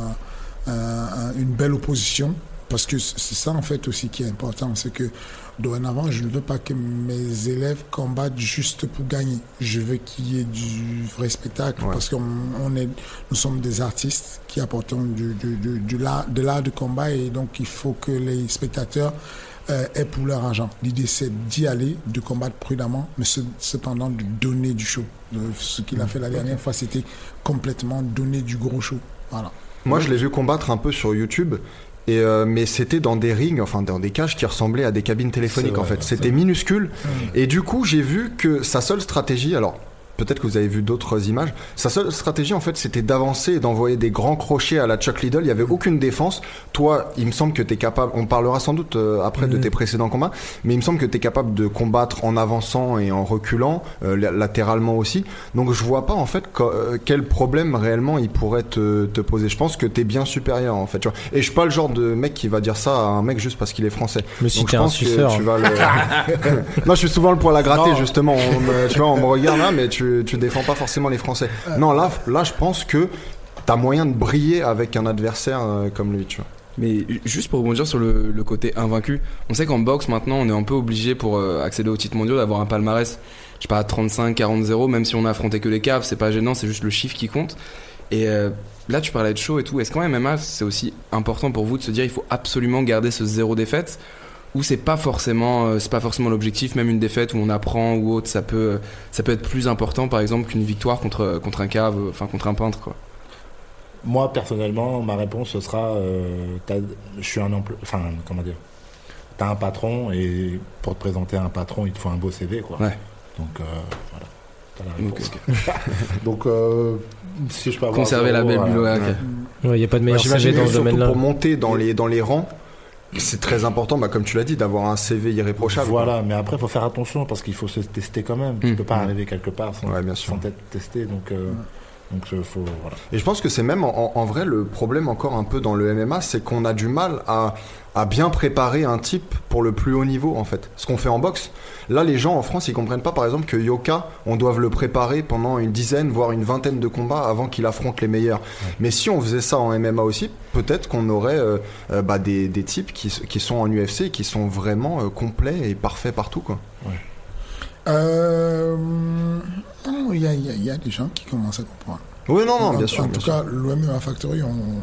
une belle opposition. Parce que c'est ça en fait aussi qui est important, c'est que dorénavant je ne veux pas que mes élèves combattent juste pour gagner. Je veux qu'il y ait du vrai spectacle parce que nous sommes des artistes qui apportons de l'art de combat et donc il faut que les spectateurs aient pour leur argent. L'idée c'est d'y aller, de combattre prudemment, mais cependant de donner du show. Ce qu'il a fait la dernière fois, c'était complètement donner du gros show. Voilà. Moi je l'ai vu combattre un peu sur YouTube. Mais c'était dans des rings, enfin dans des cages qui ressemblaient à des cabines téléphoniques en fait. C'était minuscule. Et du coup, j'ai vu que sa seule stratégie, alors peut-être que vous avez vu d'autres images, sa seule stratégie en fait c'était d'avancer et d'envoyer des grands crochets à la Chuck Liddell. Il n'y avait aucune défense. Toi, il me semble que tu es capable, on parlera sans doute après de tes précédents combats, mais il me semble que tu es capable de combattre en avançant et en reculant, latéralement aussi. Donc je vois pas en fait quel problème réellement il pourrait te poser. Je pense que tu es bien supérieur en fait. Tu vois. Et je suis pas le genre de mec qui va dire ça à un mec juste parce qu'il est français. Mais si t'es un suceur. Tu vas le... Non, je suis souvent le poil à gratter justement. Tu vois, on me regarde là, mais tu défends pas forcément les Français. Non, là, je pense que t'as moyen de briller avec un adversaire comme lui, tu vois. Mais juste pour rebondir sur le côté invaincu, on sait qu'en boxe maintenant, on est un peu obligé pour accéder aux titres mondiaux d'avoir un palmarès, je sais pas, 35-40-0, même si on a affronté que les caves, c'est pas gênant, c'est juste le chiffre qui compte. Et là, tu parlais de show et tout. Est-ce qu'en MMA, c'est aussi important pour vous de se dire il faut absolument garder ce 0 défaite? Ou c'est pas forcément l'objectif, même une défaite où on apprend ou autre, ça peut être plus important par exemple qu'une victoire contre un cave, enfin contre un peintre quoi. Moi personnellement, ma réponse ce sera t'as un patron et pour te présenter un patron, il te faut un beau CV quoi. Ouais. Donc voilà. T'as la réponse. Donc si je peux avoir conserver la belle bulle. Il n'y a pas de meilleur CV dans ce domaine-là. Pour monter dans les rangs. C'est très important, comme tu l'as dit, d'avoir un CV irréprochable. Voilà, mais après, il faut faire attention parce qu'il faut se tester quand même. Tu ne peux pas arriver quelque part sans être testé. Donc, faut, voilà. Et je pense que c'est même en vrai le problème encore un peu dans le MMA, c'est qu'on a du mal à bien préparer un type pour le plus haut niveau en fait. Ce qu'on fait en boxe. Là, les gens en France, ils comprennent pas par exemple que Yoka, on doit le préparer pendant une dizaine, voire une vingtaine de combats avant qu'il affronte les meilleurs. Ouais. Mais si on faisait ça en MMA aussi, peut-être qu'on aurait des types qui sont en UFC et qui sont vraiment complets et parfaits partout quoi. Ouais. Il y a des gens qui commencent à comprendre. Oui, non, bien sûr. En tout cas, l'OMMA Factory,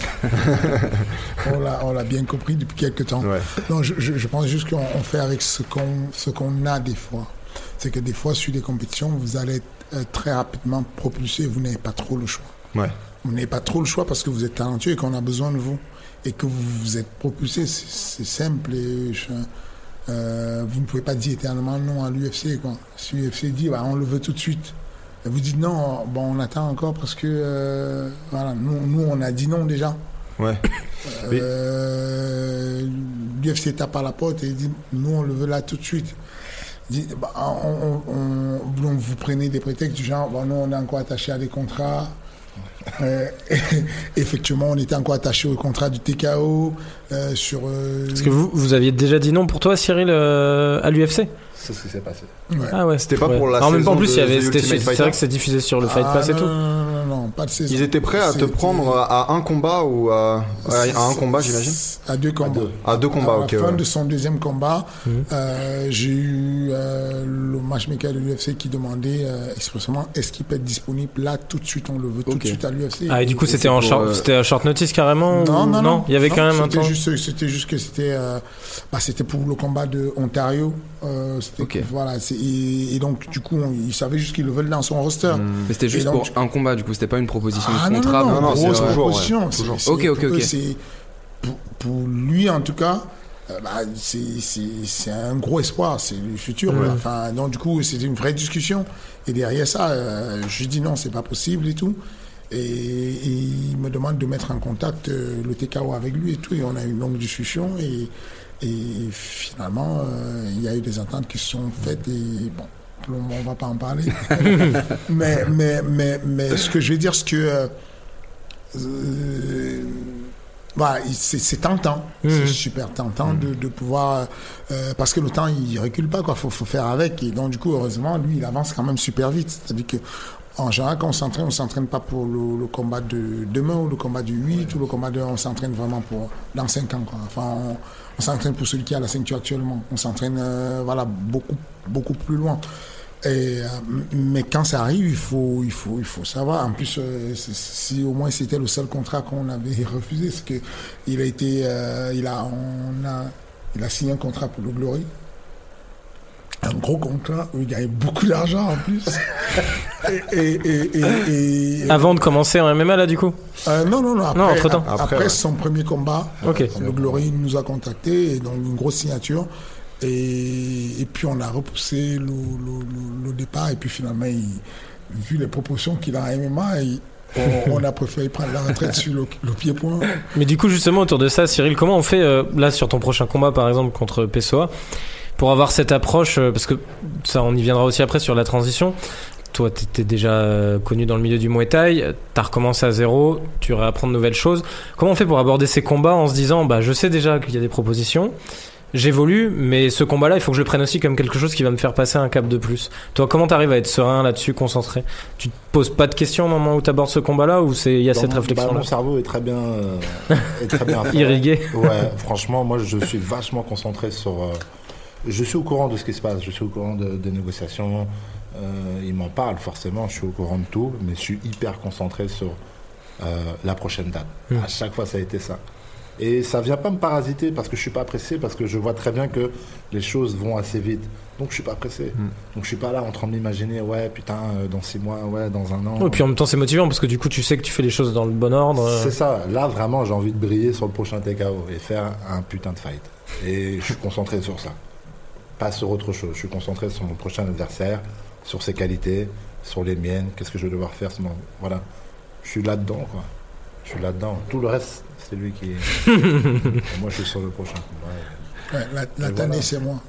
on l'a bien compris depuis quelques temps. Ouais. Non, je pense juste qu'on fait avec ce qu'on a des fois. C'est que des fois, sur des compétitions, vous allez être très rapidement propulsé, vous n'avez pas trop le choix. Ouais. Vous n'avez pas trop le choix parce que vous êtes talentueux et qu'on a besoin de vous. Et que vous êtes propulsé, c'est simple. Et vous ne pouvez pas dire éternellement non à l'UFC. Quoi. Si l'UFC dit, on le veut tout de suite. Et vous dites non, on attend encore parce que voilà, nous on a dit non déjà. Ouais. L'UFC tape à la porte et dit nous on le veut là tout de suite. Dit, vous prenez des prétextes du genre nous on est encore attaché à des contrats. Effectivement, on était encore attaché au contrat du TKO sur. Parce que vous aviez déjà dit non pour toi, Cyril, à l'UFC. C'est ce qui s'est passé. Ouais. Ah ouais, c'était pas pour la saison. En même temps, en plus, c'est vrai que c'est diffusé sur le Fight Pass et tout. Non, pas de saison. Ils étaient prêts à te prendre à un combat ou à un combat, j'imagine. À deux combats. À deux combats, ok. À la fin de son deuxième combat, j'ai eu le matchmaker de l'UFC qui demandait expressément est-ce qu'il peut être disponible là tout de suite, on le veut tout de suite à l'UFC. Ah, et du coup, c'était en short notice carrément? Non. Il y avait quand même un temps. C'était juste que c'était pour le combat de Ontario. Voilà, et donc du coup ils savaient juste qu'ils le veulent dans son roster. Mais c'était juste donc, pour un combat, du coup c'était pas une proposition de contrat. Non, c'est une proposition. Ok. C'est pour lui en tout cas. C'est un gros espoir, c'est le futur. Enfin, donc du coup c'était une vraie discussion et derrière ça je dis non, c'est pas possible et tout. Et il me demande de mettre en contact le TKO avec lui et tout, et on a eu une longue discussion et Et finalement, il y a eu des ententes qui se sont faites et bon, on ne va pas en parler. mais ce que je veux dire, c'est que c'est tentant, c'est super tentant de pouvoir, parce que le temps il recule pas, quoi. Faut faire avec, et donc du coup heureusement lui il avance quand même super vite, c'est-à-dire que en général quand on s'entraîne pas pour le combat de demain ou le combat du 8 ou le combat de, on s'entraîne vraiment pour dans 5 ans, quoi. Enfin on s'entraîne pour celui qui a la ceinture actuellement, on s'entraîne beaucoup plus loin. Mais quand ça arrive, il faut savoir. En plus, si au moins c'était le seul contrat qu'on avait refusé, c'est que il a signé un contrat pour le Glory, un gros contrat où il gagne beaucoup d'argent en plus. Avant de commencer en MMA là, du coup. Non. Entre-temps. Après son premier combat, le Glory nous a contacté, et donc une grosse signature. Et puis on a repoussé le départ, et puis finalement vu les proportions qu'il a en MMA, on a préféré prendre la retraite sur le pied-point. Mais du coup justement autour de ça, Cyril, comment on fait là sur ton prochain combat par exemple contre Pessoa pour avoir cette approche, parce que ça on y viendra aussi après sur la transition. Toi, t'étais déjà connu dans le milieu du Muay Thai, t'as recommencé à zéro, tu réapprends de nouvelles choses. Comment on fait pour aborder ces combats en se disant, je sais déjà qu'il y a des propositions, j'évolue, mais ce combat-là, il faut que je le prenne aussi comme quelque chose qui va me faire passer un cap de plus. Toi, comment t'arrives à être serein là-dessus, concentré? Tu te poses pas de questions au moment où t'abordes ce combat-là, ou il y a cette réflexion-là? Mon cerveau est très bien, irrigué. Ouais, franchement, moi, je suis vachement concentré sur. Je suis au courant de ce qui se passe, je suis au courant des négociations. Il m'en parle forcément, je suis au courant de tout, mais je suis hyper concentré sur la prochaine date. À chaque fois, ça a été ça. Et ça vient pas me parasiter parce que je suis pas pressé, parce que je vois très bien que les choses vont assez vite. Donc je suis pas pressé. Donc je suis pas là en train de m'imaginer, dans 6 mois, dans 1 an. Et puis en même temps c'est motivant parce que du coup tu sais que tu fais les choses dans le bon ordre. C'est ça. Là vraiment j'ai envie de briller sur le prochain TKO et faire un putain de fight. Et je suis concentré sur ça. Pas sur autre chose. Je suis concentré sur mon prochain adversaire, sur ses qualités, sur les miennes. Qu'est-ce que je vais devoir faire sinon. Voilà. Je suis là-dedans, quoi. Je suis là-dedans. Tout le reste, c'est lui qui est. Moi, je suis sur le prochain combat. Ouais, la tannée, c'est moi.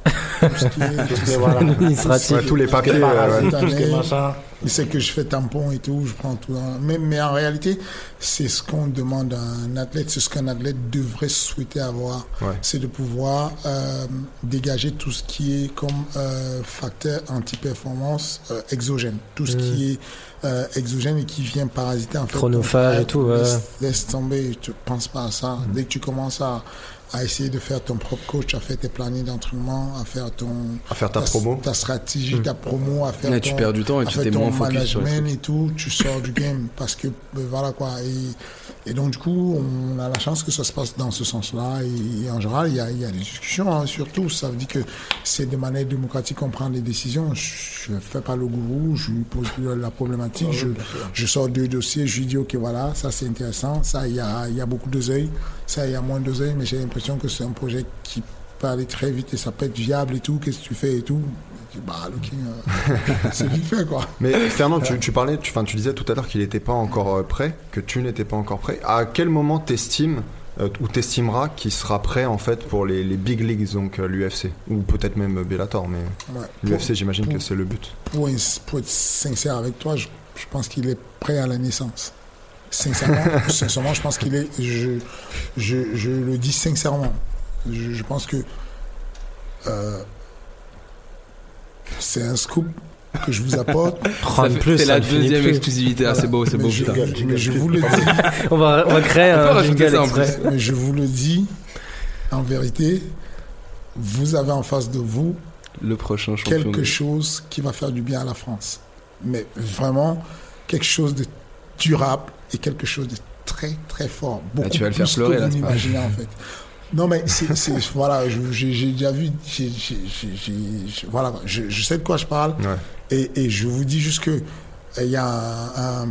Tous les papiers. Il sait que je fais tampon et tout, je prends tout. Mais en réalité, c'est ce qu'on demande à un athlète, c'est ce qu'un athlète devrait souhaiter avoir. Ouais. C'est de pouvoir dégager tout ce qui est comme facteur anti-performance exogène. Tout ce qui est exogène et qui vient parasiter en fait. Chronophage et tout. Laisse tomber, tu ne penses pas à ça. Dès que tu commences à essayer de faire ton propre coach, à faire tes plannings d'entraînement, à faire ta promo, ta stratégie, ta promo, à faire tu perds du temps et tu t'es moins focus sur management et tout, tu sors du game parce que voilà quoi. Et donc du coup, on a la chance que ça se passe dans ce sens-là. Et en général, il y a des discussions, surtout. Ça veut dire que c'est de manière démocratique qu'on prend les décisions. Je ne fais pas le gourou, je lui pose la problématique, je sors 2 dossiers, je lui dis ok voilà, ça c'est intéressant, ça il y a beaucoup d'oseille, ça il y a moins d'oseille, mais j'ai l'impression que c'est un projet qui peut aller très vite et ça peut être viable et tout, qu'est-ce que tu fais et tout. C'est vite fait quoi. Mais Fernand, tu disais tout à l'heure qu'il n'était pas encore prêt, que tu n'étais pas encore prêt. À quel moment t'estimes ou t'estimeras qu'il sera prêt en fait pour les big leagues, donc l'UFC ou peut-être même Bellator, mais l'UFC j'imagine que c'est le but. Pour être sincère avec toi, je pense qu'il est prêt à la naissance. Sincèrement, je pense qu'il est. Je le dis sincèrement. Je pense que c'est un scoop que je vous apporte. C'est la deuxième exclusivité. C'est beau, c'est beau. Mais je vous le dis. on va créer un jingle exprès. Mais je vous le dis, en vérité, vous avez en face de vous le prochain champion quelque chose qui va faire du bien à la France. Mais vraiment, quelque chose de durable et quelque chose de très très fort. Beaucoup tu vas le faire pleurer là, imaginez en fait. Non mais c'est voilà, j'ai déjà vu, voilà, je sais de quoi je parle. Ouais. Et je vous dis juste que il y a un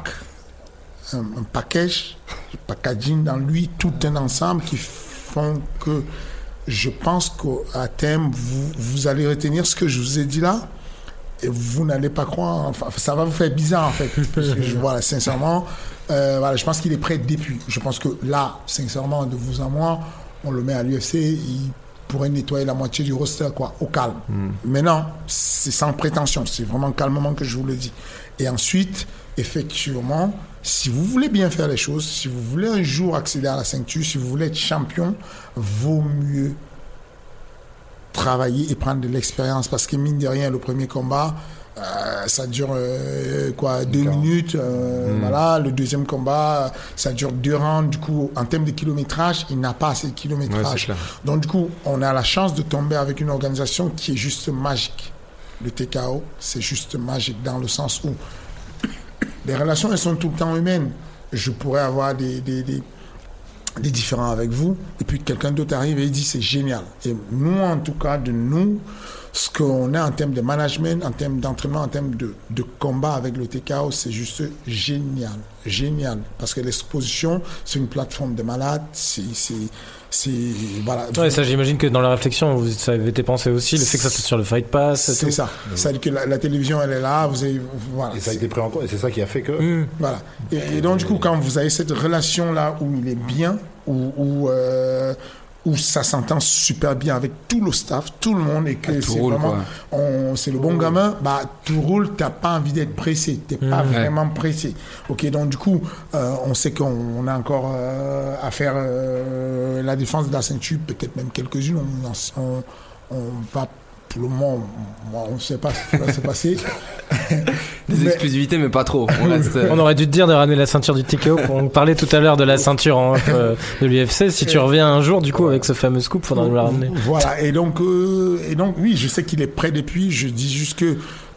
packaging dans lui, tout un ensemble qui font que je pense qu'à terme vous allez retenir ce que je vous ai dit là. Et vous n'allez pas croire, enfin, ça va vous faire bizarre en fait. Parce que voilà, sincèrement, voilà, je pense qu'il est prêt depuis. Je pense que là, sincèrement, de vous à moi, on le met à l'UFC, il pourrait nettoyer la moitié du roster, quoi, au calme. Maintenant, c'est sans prétention, c'est vraiment calmement que je vous le dis. Et ensuite, effectivement, si vous voulez bien faire les choses, si vous voulez un jour accéder à la ceinture, si vous voulez être champion, vaut mieux travailler et prendre de l'expérience, parce que mine de rien, le premier combat, ça dure 2 minutes, voilà. Le deuxième combat, ça dure 2 rounds. Du coup, en termes de kilométrage, il n'a pas assez de kilométrage. Donc du coup, on a la chance de tomber avec une organisation qui est juste magique. Le TKO, c'est juste magique dans le sens où les relations, elles sont tout le temps humaines. Je pourrais avoir des différends avec vous, et puis quelqu'un d'autre arrive et il dit c'est génial. Et nous, en tout cas, de nous, ce qu'on a en termes de management, en termes d'entraînement, en termes de combat avec le TKO, c'est juste génial. Génial. Parce que l'exposition, c'est une plateforme de malades. Voilà. Ouais, ça, j'imagine que dans la réflexion, ça avait été pensé aussi, le fait que ça soit sur le Fight Pass. C'est ça. C'est-à-dire que la télévision, elle est là. Voilà. Et ça a été pris en compte, et c'est ça qui a fait que. Voilà. Et donc, du coup, quand vous avez cette relation-là où il est bien, où ça s'entend super bien avec tout le staff, tout le monde, et que c'est roule, vraiment, c'est le bon gamin, tout roule, t'as pas envie d'être pressé, t'es pas vraiment pressé. Ok, donc du coup, on sait qu'on a encore à faire la défense de la ceinture, peut-être même quelques-unes, on va. Pour le moment, on ne sait pas ce qui va se passer. Des exclusivités, mais pas trop. On aurait dû te dire de ramener la ceinture du TKO. On parlait tout à l'heure de la ceinture de l'UFC. Si tu reviens un jour, du coup, avec ce fameux scoop, il faudra nous la ramener. Voilà. Et donc, oui, je sais qu'il est prêt depuis. Je dis juste que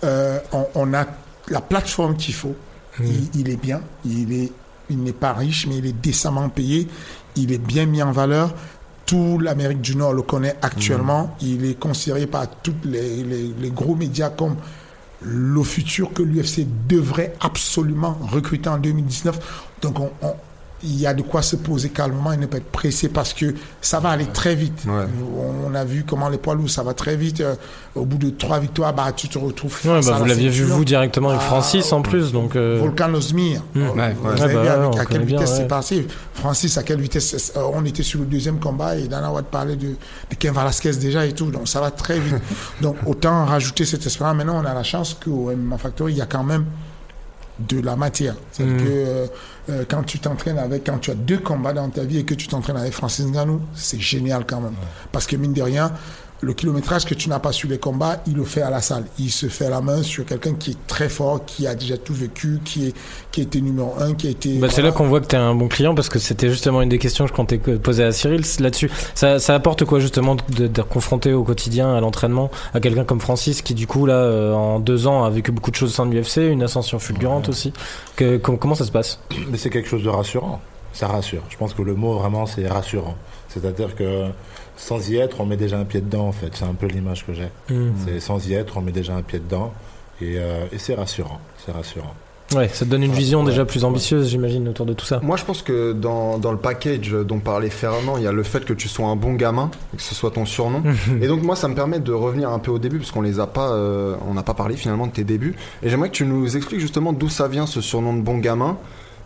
on a la plateforme qu'il faut. Il est bien. Il n'est pas riche, mais il est décemment payé. Il est bien mis en valeur. Toute l'Amérique du Nord le connaît actuellement. Il est considéré par tous les gros médias comme le futur que l'UFC devrait absolument recruter en 2019. Donc, il y a de quoi se poser calmement et ne pas être pressé parce que ça va aller très vite. Ouais. On a vu comment les poids lourds, ça va très vite. Au bout de 3 victoires, tu te retrouves face à vous l'aviez vu, vous, directement avec Francis en plus. Donc Volkan Ozdemir. Vous avez vu à quelle vitesse c'est passé. Francis, à quelle vitesse on était sur le deuxième combat et Dana White parlait de Cain Velasquez déjà et tout. Donc, ça va très vite. Donc, autant rajouter cette expérience. Maintenant, on a la chance qu'au MMA Factory, il y a quand même de la matière. C'est-à-dire que quand tu as 2 combats dans ta vie et que tu t'entraînes avec Francis Ngannou, c'est génial quand même. Parce que mine de rien, le kilométrage que tu n'as pas sur les combats, il le fait à la salle. Il se fait la main sur quelqu'un qui est très fort, qui a déjà tout vécu, qui était numéro 1, qui a été... C'est là qu'on voit que tu es un bon client, parce que c'était justement une des questions que je comptais poser à Cyril là-dessus. Ça apporte quoi justement de confronter au quotidien, à l'entraînement, à quelqu'un comme Francis, qui du coup là, en 2 ans a vécu beaucoup de choses au sein de l'UFC, une ascension fulgurante aussi. Comment ça se passe? Mais c'est quelque chose de rassurant. Ça rassure. Je pense que le mot vraiment c'est rassurant. C'est-à-dire que sans y être, on met déjà un pied dedans en fait. C'est un peu l'image que j'ai. C'est sans y être, on met déjà un pied dedans et c'est rassurant. C'est rassurant. Ouais, ça te donne une vision déjà plus ambitieuse, j'imagine, autour de tout ça. Moi, je pense que dans le package dont parlait Fernand, il y a le fait que tu sois un bon gamin, que ce soit ton surnom. Et donc moi, ça me permet de revenir un peu au début, parce qu'on les a pas, on n'a pas parlé finalement de tes débuts. Et j'aimerais que tu nous expliques justement d'où ça vient ce surnom de bon gamin.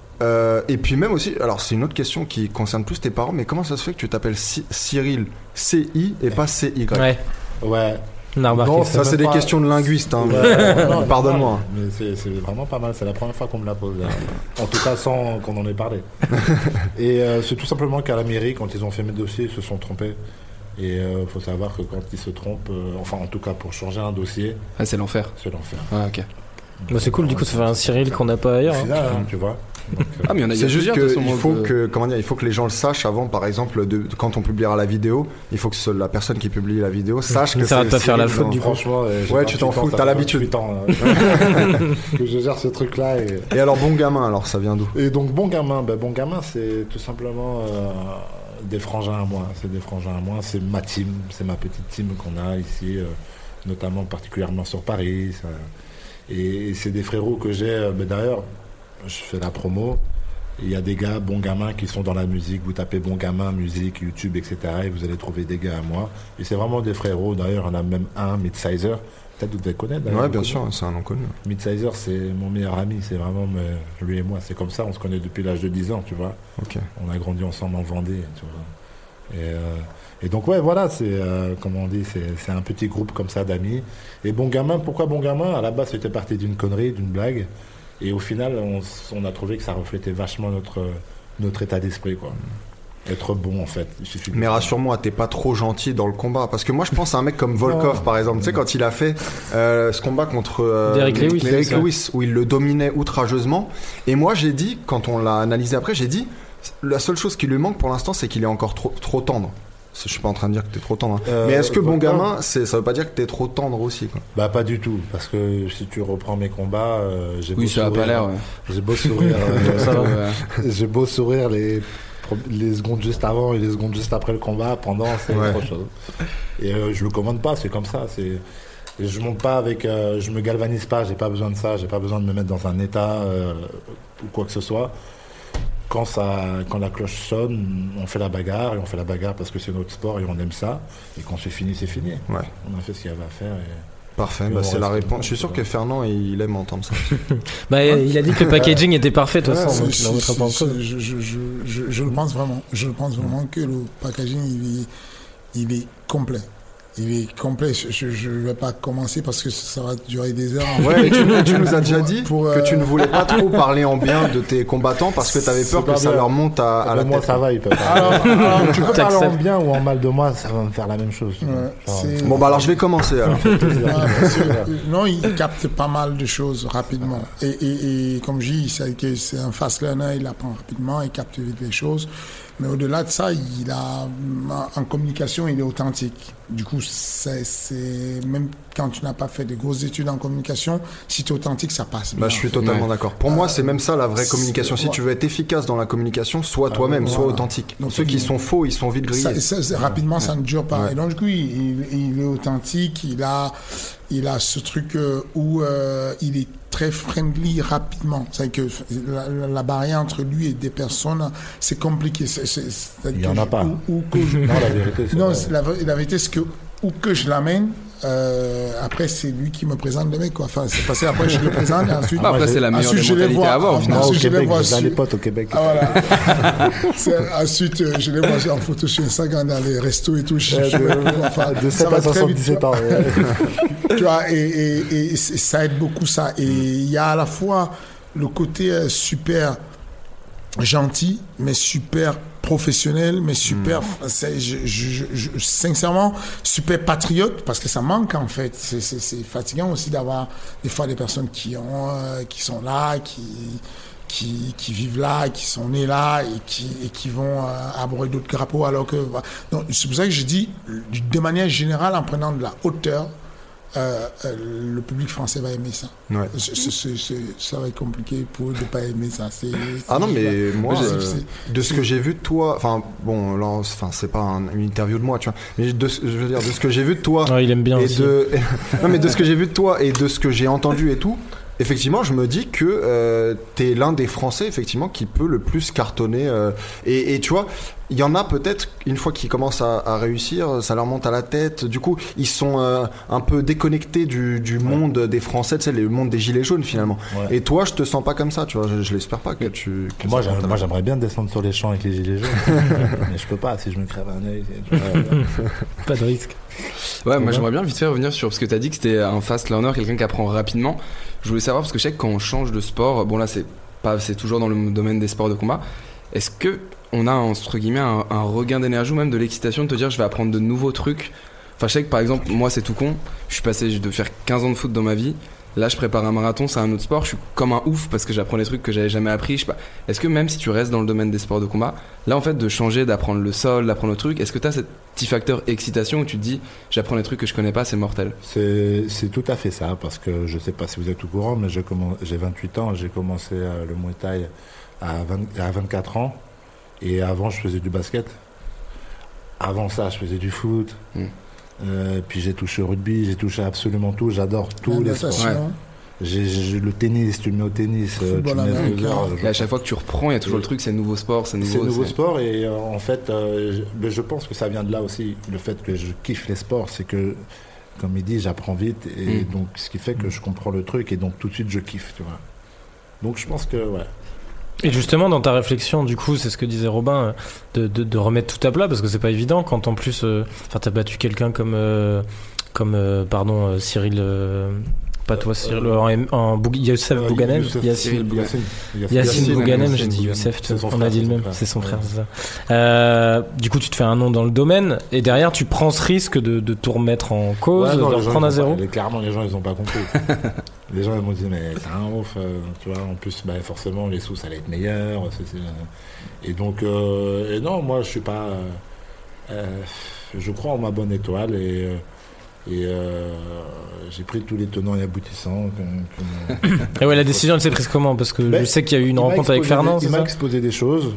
Et puis même aussi, alors c'est une autre question qui concerne plus tes parents, mais comment ça se fait que tu t'appelles Cyril C-I et pas C-Y? Ouais. Non, ça c'est des questions de linguiste, hein, pardonne-moi. Mais c'est vraiment pas mal, c'est la première fois qu'on me la pose. En tout cas sans qu'on en ait parlé. Et c'est tout simplement qu'à la mairie, quand ils ont fait mes dossiers, ils se sont trompés. Et faut savoir que quand ils se trompent, enfin en tout cas pour changer un dossier... Ah, c'est l'enfer. C'est l'enfer. Ah, ok. C'est cool, du coup ça fait un Cyril qu'on n'a pas ailleurs. Final, tu vois. Donc, mais c'est juste qu'il faut que les gens le sachent avant, par exemple, quand on publiera la vidéo, il faut que la personne qui publie la vidéo sache que ça va pas faire la faute du coup. Franchement, ouais, tu t'en fous, t'as l'habitude. Que je gère ce truc-là. Et alors, bon gamin, alors ça vient d'où? Et donc, bon gamin, c'est tout simplement des frangins à moi. C'est des frangins à moi, c'est ma team, c'est ma petite team qu'on a ici, notamment particulièrement sur Paris. Ça. Et c'est des frérots que j'ai, d'ailleurs. Je fais la promo. Il y a des gars, bons gamins, qui sont dans la musique. Vous tapez bon gamin, musique, YouTube, etc. Et vous allez trouver des gars à moi. Et c'est vraiment des frérots. D'ailleurs, on a même un, Midsizer. Peut-être que vous devez connaître. Ouais, bien sûr, c'est un nom connu. Midsizer, c'est mon meilleur ami. C'est vraiment lui et moi. C'est comme ça, on se connaît depuis l'âge de 10 ans, tu vois. Okay. On a grandi ensemble en Vendée, tu vois. Et donc voilà, c'est comment on dit, c'est un petit groupe comme ça d'amis. Et Bon Gamin, pourquoi Bon Gamin? À la base, c'était parti d'une connerie, d'une blague. Et au final, on a trouvé que ça reflétait vachement notre état d'esprit, quoi. Être bon, en fait. Mais rassure-moi, t'es pas trop gentil dans le combat. Parce que moi, je pense à un mec comme Volkov, par exemple. Tu sais, quand il a fait ce combat contre Derrick Lewis, où il le dominait outrageusement. Et moi, j'ai dit, quand on l'a analysé après, j'ai dit, la seule chose qui lui manque pour l'instant, c'est qu'il est encore trop tendre. Je suis pas en train de dire que t'es trop tendre. Mais est-ce que Bon Gamin, ça veut pas dire que t'es trop tendre aussi, quoi? Bah, pas du tout. Parce que si tu reprends mes combats, j'ai beau ça sourire. a pas l'air, ouais. J'ai beau sourire. J'ai beau sourire les secondes juste avant et les secondes juste après le combat, pendant, c'est autre chose. Et je le commande pas, c'est comme ça. Je monte pas avec. Je me galvanise pas, j'ai pas besoin de ça, j'ai pas besoin de me mettre dans un état ou quoi que ce soit. Quand la cloche sonne, on fait la bagarre, et on fait la bagarre parce que c'est notre sport et on aime ça. Et quand c'est fini, c'est fini. Ouais. On a fait ce qu'il y avait à faire. Parfait, c'est la réponse. Je suis sûr que Fernand, il aime entendre ça. Il a dit que le packaging était parfait, de toute façon. Je le pense vraiment. Je pense vraiment que le packaging, il est complet. Il est complet. Je ne vais pas commencer parce que ça va durer des heures. Ouais, mais tu nous as déjà dit que tu ne voulais pas trop parler en bien de tes combattants parce que tu avais peur que ça leur monte à la tête. Moi, ça va, il peut pas. Alors, tu peux parler en bien ou en mal de moi, ça va me faire la même chose. Bon, bah alors je vais commencer. Alors. Non, il capte pas mal de choses rapidement. Et comme je dis, c'est un fast learner, il apprend rapidement, il capte vite les choses. Mais au-delà de ça, en communication, il est authentique. Du coup, c'est même quand tu n'as pas fait de grosses études en communication, si tu es authentique, ça passe bien. Je suis totalement d'accord. Pour moi, c'est même ça la vraie communication. Si tu veux être efficace dans la communication, sois toi-même, sois authentique. Donc, ceux qui sont faux, ils sont vite grillés. Rapidement, ça ne dure pas. Ouais. Et donc, du coup, il est authentique, il a ce truc où il est très friendly rapidement. C'est-à-dire que la barrière entre lui et des personnes, c'est compliqué. Il n'y en a pas. Non, la vérité, c'est la vérité, c'est que où que je l'amène, après c'est lui qui me présente le mec, quoi. Enfin, c'est passé, après je le présente et ensuite c'est la meilleure des mentalités à avoir. Moi au Québec, j'ai des potes au Québec. Voilà. Ensuite je les vois en photo sur Instagram dans les restos et tout. De 7 à 77 ans. Tu vois, et ça aide beaucoup ça. Et il y a à la fois le côté super gentil, mais super professionnel, mais super, sincèrement, super patriote, parce que ça manque en fait. C'est fatigant aussi d'avoir des fois des personnes qui sont là, qui vivent là, qui sont nés là et qui vont abreuver d'autres drapeaux, alors que... Donc, c'est pour ça que je dis, de manière générale, en prenant de la hauteur, le public français va aimer ça. Ouais. Ça va être compliqué pour eux de ne pas aimer ça. Non, mais moi, de ce que j'ai vu de toi, enfin, bon, là, c'est pas une interview de moi, tu vois, mais je veux dire, de ce que j'ai vu de toi. Il aime bien aussi. Non, mais de ce que j'ai vu de toi et de ce que j'ai entendu et tout, effectivement, je me dis que t'es l'un des Français, effectivement, qui peut le plus cartonner. Et tu vois, il y en a peut-être, une fois qu'ils commencent à réussir, ça leur monte à la tête. Du coup, ils sont un peu déconnectés du monde des Français, tu sais, le monde des gilets jaunes, finalement. Ouais. Et toi, je te sens pas comme ça, tu vois. Je l'espère pas que tu... Moi, j'aimerais bien descendre sur les champs avec les gilets jaunes. Mais je peux pas, si je me crève un œil. Pas de risque. Ouais, moi j'aimerais bien vite fait revenir sur ce que tu as dit, que c'était un fast learner, quelqu'un qui apprend rapidement. Je voulais savoir, parce que je sais que quand on change de sport, bon là c'est toujours dans le domaine des sports de combat, est-ce que on a entre guillemets un regain d'énergie ou même de l'excitation de te dire je vais apprendre de nouveaux trucs? Enfin, je sais que par exemple, moi c'est tout con, je suis passé de faire 15 ans de foot dans ma vie. Là, je prépare un marathon, c'est un autre sport. Je suis comme un ouf parce que j'apprends des trucs que j'avais jamais appris. Je sais pas. Est-ce que même si tu restes dans le domaine des sports de combat, là, en fait, de changer, d'apprendre le sol, d'apprendre le truc, est-ce que tu as ce petit facteur excitation où tu te dis, j'apprends des trucs que je connais pas, c'est mortel? C'est tout à fait ça, parce que je sais pas si vous êtes au courant, mais j'ai 28 ans, j'ai commencé le Muay Thai à 24 ans, et avant, je faisais du basket. Avant ça, je faisais du foot. Puis j'ai touché au rugby, j'ai touché absolument tout, j'adore tous les sports. Ouais. J'ai le tennis, tu le mets au tennis, tu mets 2 heures. Et à chaque fois que tu reprends, il y a toujours le truc, c'est nouveau sport, c'est nouveau sport. Et en fait, je pense que ça vient de là aussi, le fait que je kiffe les sports, c'est que, comme il dit, j'apprends vite, et donc ce qui fait que je comprends le truc, et donc tout de suite je kiffe, tu vois. Donc je pense que, ouais. Et justement, dans ta réflexion, du coup, c'est ce que disait Robin, de remettre tout à plat, parce que c'est pas évident quand en plus, t'as battu quelqu'un comme Cyril, pas toi Cyril, Youssef Bouganem. Yacine Bouganem, j'ai dit Youssef, on a dit le même, c'est son frère, c'est ça. Du coup, tu te fais un nom dans le domaine, et derrière, tu prends ce risque de tout remettre en cause, de reprendre à zéro. Clairement, les gens, ils ont pas compris. Les gens ils m'ont dit mais c'est un ouf, tu vois, en plus forcément les sous ça allait être meilleur, et donc et non, moi je suis pas je crois en ma bonne étoile et j'ai pris tous les tenants et aboutissants et ouais, la décision elle s'est prise comment, parce que je sais qu'il y a eu une rencontre avec Fernand, il m'a exposé des choses.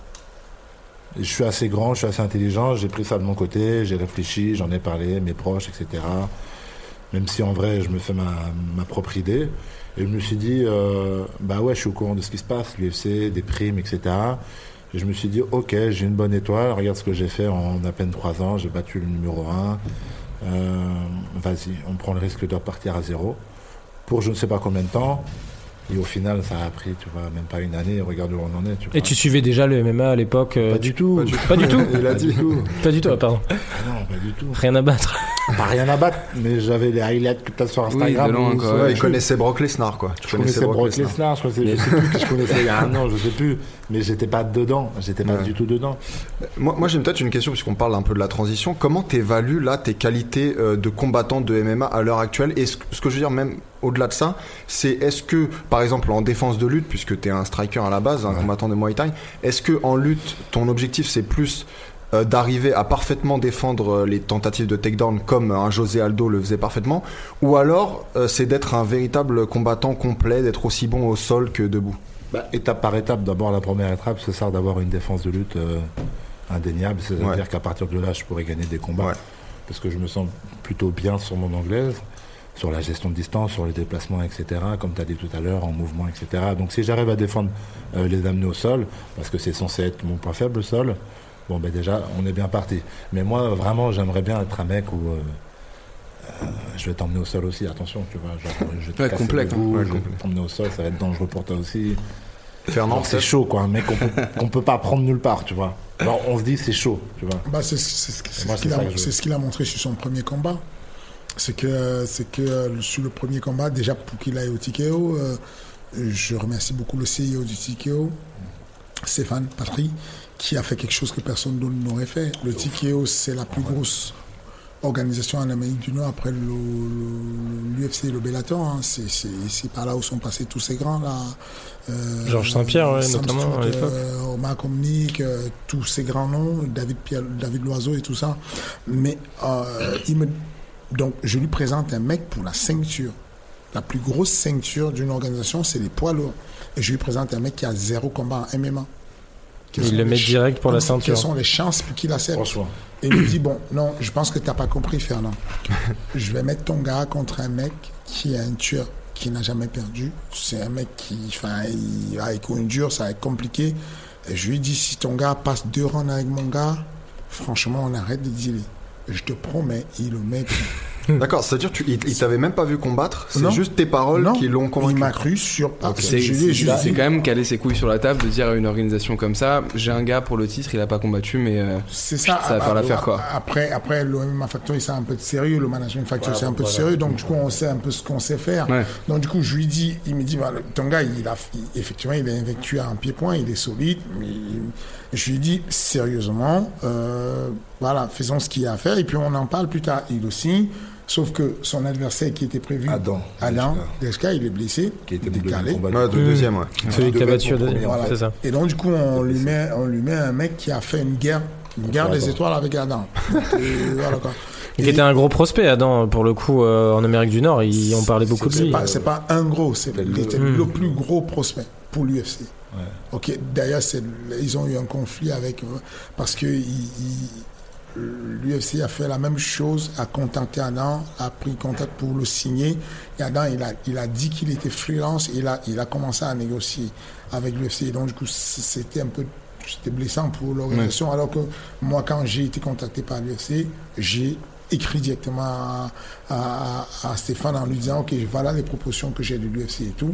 Je suis assez grand, je suis assez intelligent, j'ai pris ça de mon côté, j'ai réfléchi, j'en ai parlé, mes proches, etc. Même si en vrai je me fais ma propre idée, et je me suis dit je suis au courant de ce qui se passe, l'UFC, des primes, etc. Et je me suis dit ok, j'ai une bonne étoile, regarde ce que j'ai fait en à peine 3 ans, j'ai battu le numéro 1, vas-y, on prend le risque de repartir à zéro pour je ne sais pas combien de temps. Et au final, ça a pris, tu vois, même pas une année. Regarde où on en est. Tu vois. Et tu suivais déjà le MMA à l'époque Pas du tout. Pas du tout. Il a dit tout. Pas du tout, pardon. Non, pas du tout. Rien à battre. Pas rien à battre, mais j'avais les highlights que tu as sur Instagram. Oui, il connaissait Brock Lesnar, quoi. Je connaissais Brock Lesnar. Je sais plus que je connaissais il y a un an, je sais plus. Mais j'étais pas dedans. J'étais pas du tout dedans. Moi, j'ai peut-être une question, puisqu'on parle un peu de la transition. Comment t'évalues, là, tes qualités de combattant de MMA à l'heure actuelle? Et ce que je veux dire, même au-delà de ça, c'est est-ce que, par exemple, en défense de lutte, puisque t'es un striker à la base, un combattant de Muay Thai, est-ce que en lutte, ton objectif, c'est plus d'arriver à parfaitement défendre les tentatives de takedown comme un José Aldo le faisait parfaitement, ou alors c'est d'être un véritable combattant complet, d'être aussi bon au sol que debout? Étape par étape. D'abord, la première étape, c'est ça, d'avoir une défense de lutte indéniable, c'est-à-dire qu'à partir de là, je pourrais gagner des combats, parce que je me sens plutôt bien sur mon anglaise, sur la gestion de distance, sur les déplacements, etc., comme tu as dit tout à l'heure, en mouvement, etc. Donc si j'arrive à défendre les amener au sol, parce que c'est censé être mon point faible, le sol, déjà, on est bien parti. Mais moi, vraiment, j'aimerais bien être un mec où je vais t'emmener au sol aussi, attention, tu vois. Je vais te casser complet, le cou, je vais t'emmener au sol, ça va être dangereux pour toi aussi. Fernand, c'est chaud, quoi, un mec qu'on peut pas prendre nulle part, tu vois. Alors, on se dit, c'est chaud, tu vois. C'est ce qu'il a montré sur son premier combat. C'est que sur le premier combat, déjà pour qu'il aille au TKO, je remercie beaucoup le CEO du TKO, Stéphane Patry, qui a fait quelque chose que personne d'autre n'aurait fait. Le TKO, c'est la plus grosse organisation en Amérique du Nord après l'UFC et le Bellator. Hein. C'est par là où sont passés tous ces grands là. Georges Saint-Pierre, notamment à l'époque. Omar Komnik, tous ces grands noms, David Loiseau et tout ça. Mais donc je lui présente un mec pour la ceinture. La plus grosse ceinture d'une organisation, c'est les poids lourds. Et je lui présente un mec qui a 0 combat en MMA. Il le met direct pour la ceinture. Quelles sont les chances pour qu'il accepte? Et il me dit, non, je pense que tu n'as pas compris, Fernand. Je vais mettre ton gars contre un mec qui est un tueur, qui n'a jamais perdu. C'est un mec avec une dure, ça va être compliqué. Et je lui dis, si ton gars passe 2 rounds avec mon gars, franchement, on arrête de dealer. Je te promets, il le met. D'accord, c'est-à-dire qu'il t'avait même pas vu combattre, c'est juste tes paroles qui l'ont convaincu. Il m'a cru sur... C'est quand même caler ses couilles sur la table de dire à une organisation comme ça, j'ai un gars pour le titre, il a pas combattu, mais ça va faire l'affaire, quoi. Après le MMA Factory, c'est un peu de sérieux, le Management Factory, c'est un peu de sérieux, donc du coup, on sait un peu ce qu'on sait faire. Ouais. Donc du coup, je lui dis, il me dit, ton gars, effectivement, il est invaincu à un pied-point, il est solide, mais je lui dis, sérieusement, faisons ce qu'il y a à faire, et puis on en parle plus tard. Il aussi... Sauf que son adversaire qui était prévu, Adam Deska, il est blessé, qui était décalé. Deuxième, Celui qui a battu au deuxième, c'est ça. Et donc, du coup, on lui met un mec qui a fait une guerre des étoiles avec Adam. Il était un gros prospect, Adam, pour le coup, en Amérique du Nord, on parlait beaucoup de lui. C'est pas un gros, il était le plus gros prospect pour l'UFC. Ouais. Ok, d'ailleurs, ils ont eu un conflit avec... Parce que... L'UFC a fait la même chose, a contacté Adam, a pris contact pour le signer. Et Adam, il a dit qu'il était freelance, il a commencé à négocier avec l'UFC. Donc, du coup, c'était blessant pour l'organisation. Ouais. Alors que moi, quand j'ai été contacté par l'UFC, j'ai écrit directement à Stéphane en lui disant, OK, voilà les propositions que j'ai de l'UFC et tout.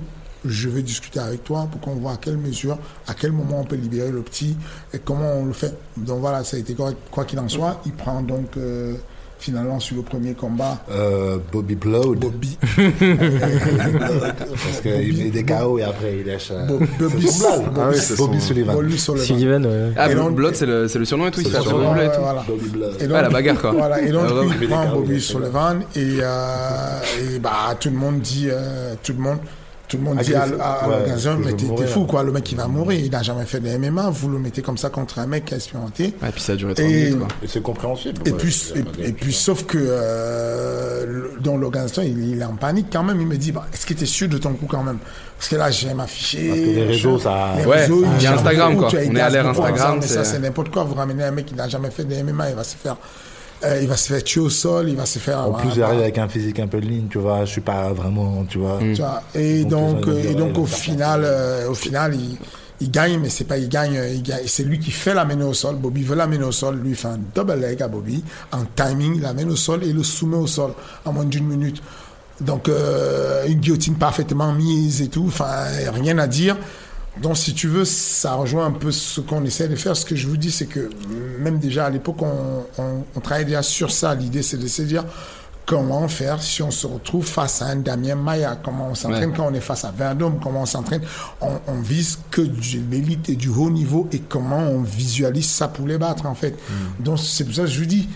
je veux discuter avec toi pour qu'on voit à quelle mesure, à quel moment on peut libérer le petit et comment on le fait. Donc voilà, ça a été correct. Quoi qu'il en soit, il prend donc finalement sur le premier combat Bobby Blood. Bobby. Parce qu'il met des KO et après il lâche Bobby Sullivan. Blood, c'est le surnom et tout. Il fait surnom, et tout. voilà. Bobby Blood. Et donc, la bagarre quoi. Voilà. Et donc il prend Bobby Sullivan et tout le monde dit dit à l'organisation, mais t'es fou quoi, le mec il va mourir, il n'a jamais fait de MMA, vous le mettez comme ça contre un mec qui a expérimenté. Et puis ça a duré 30 minutes quoi. Et c'est compréhensible. Et puis sauf que dans l'organisation il est en panique quand même, il me dit est-ce que t'es sûr de ton coup quand même, parce que là j'aime afficher. Parce que les réseaux ça. Il y a Instagram quoi, on est à l'ère Instagram. Mais ça c'est n'importe quoi, vous ramenez un mec qui n'a jamais fait de MMA, il va se faire tuer au sol, il va se faire. En plus, il arrive avec un physique un peu de ligne, tu vois. Je suis pas vraiment, tu vois. Et donc au final, il gagne, mais c'est pas il gagne. C'est lui qui fait l'amener au sol. Bobby veut l'amener au sol. Lui fait un double leg à Bobby en timing, il l'amène au sol et le soumet au sol en moins d'1 minute. Donc une guillotine parfaitement mise et tout. Enfin, rien à dire. Donc, si tu veux, ça rejoint un peu ce qu'on essaie de faire. Ce que je vous dis, c'est que même déjà à l'époque, on travaillait déjà sur ça. L'idée, c'est de se dire comment faire si on se retrouve face à un Damien Maia, comment on s'entraîne quand on est face à Verdum, comment on s'entraîne. On vise que de l'élite et du haut niveau et comment on visualise ça pour les battre, en fait. Donc, c'est pour ça que je vous dis,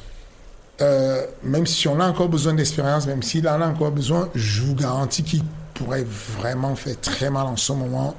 même si on a encore besoin d'expérience, même s'il en a encore besoin, je vous garantis qu'il pourrait vraiment faire très mal en ce moment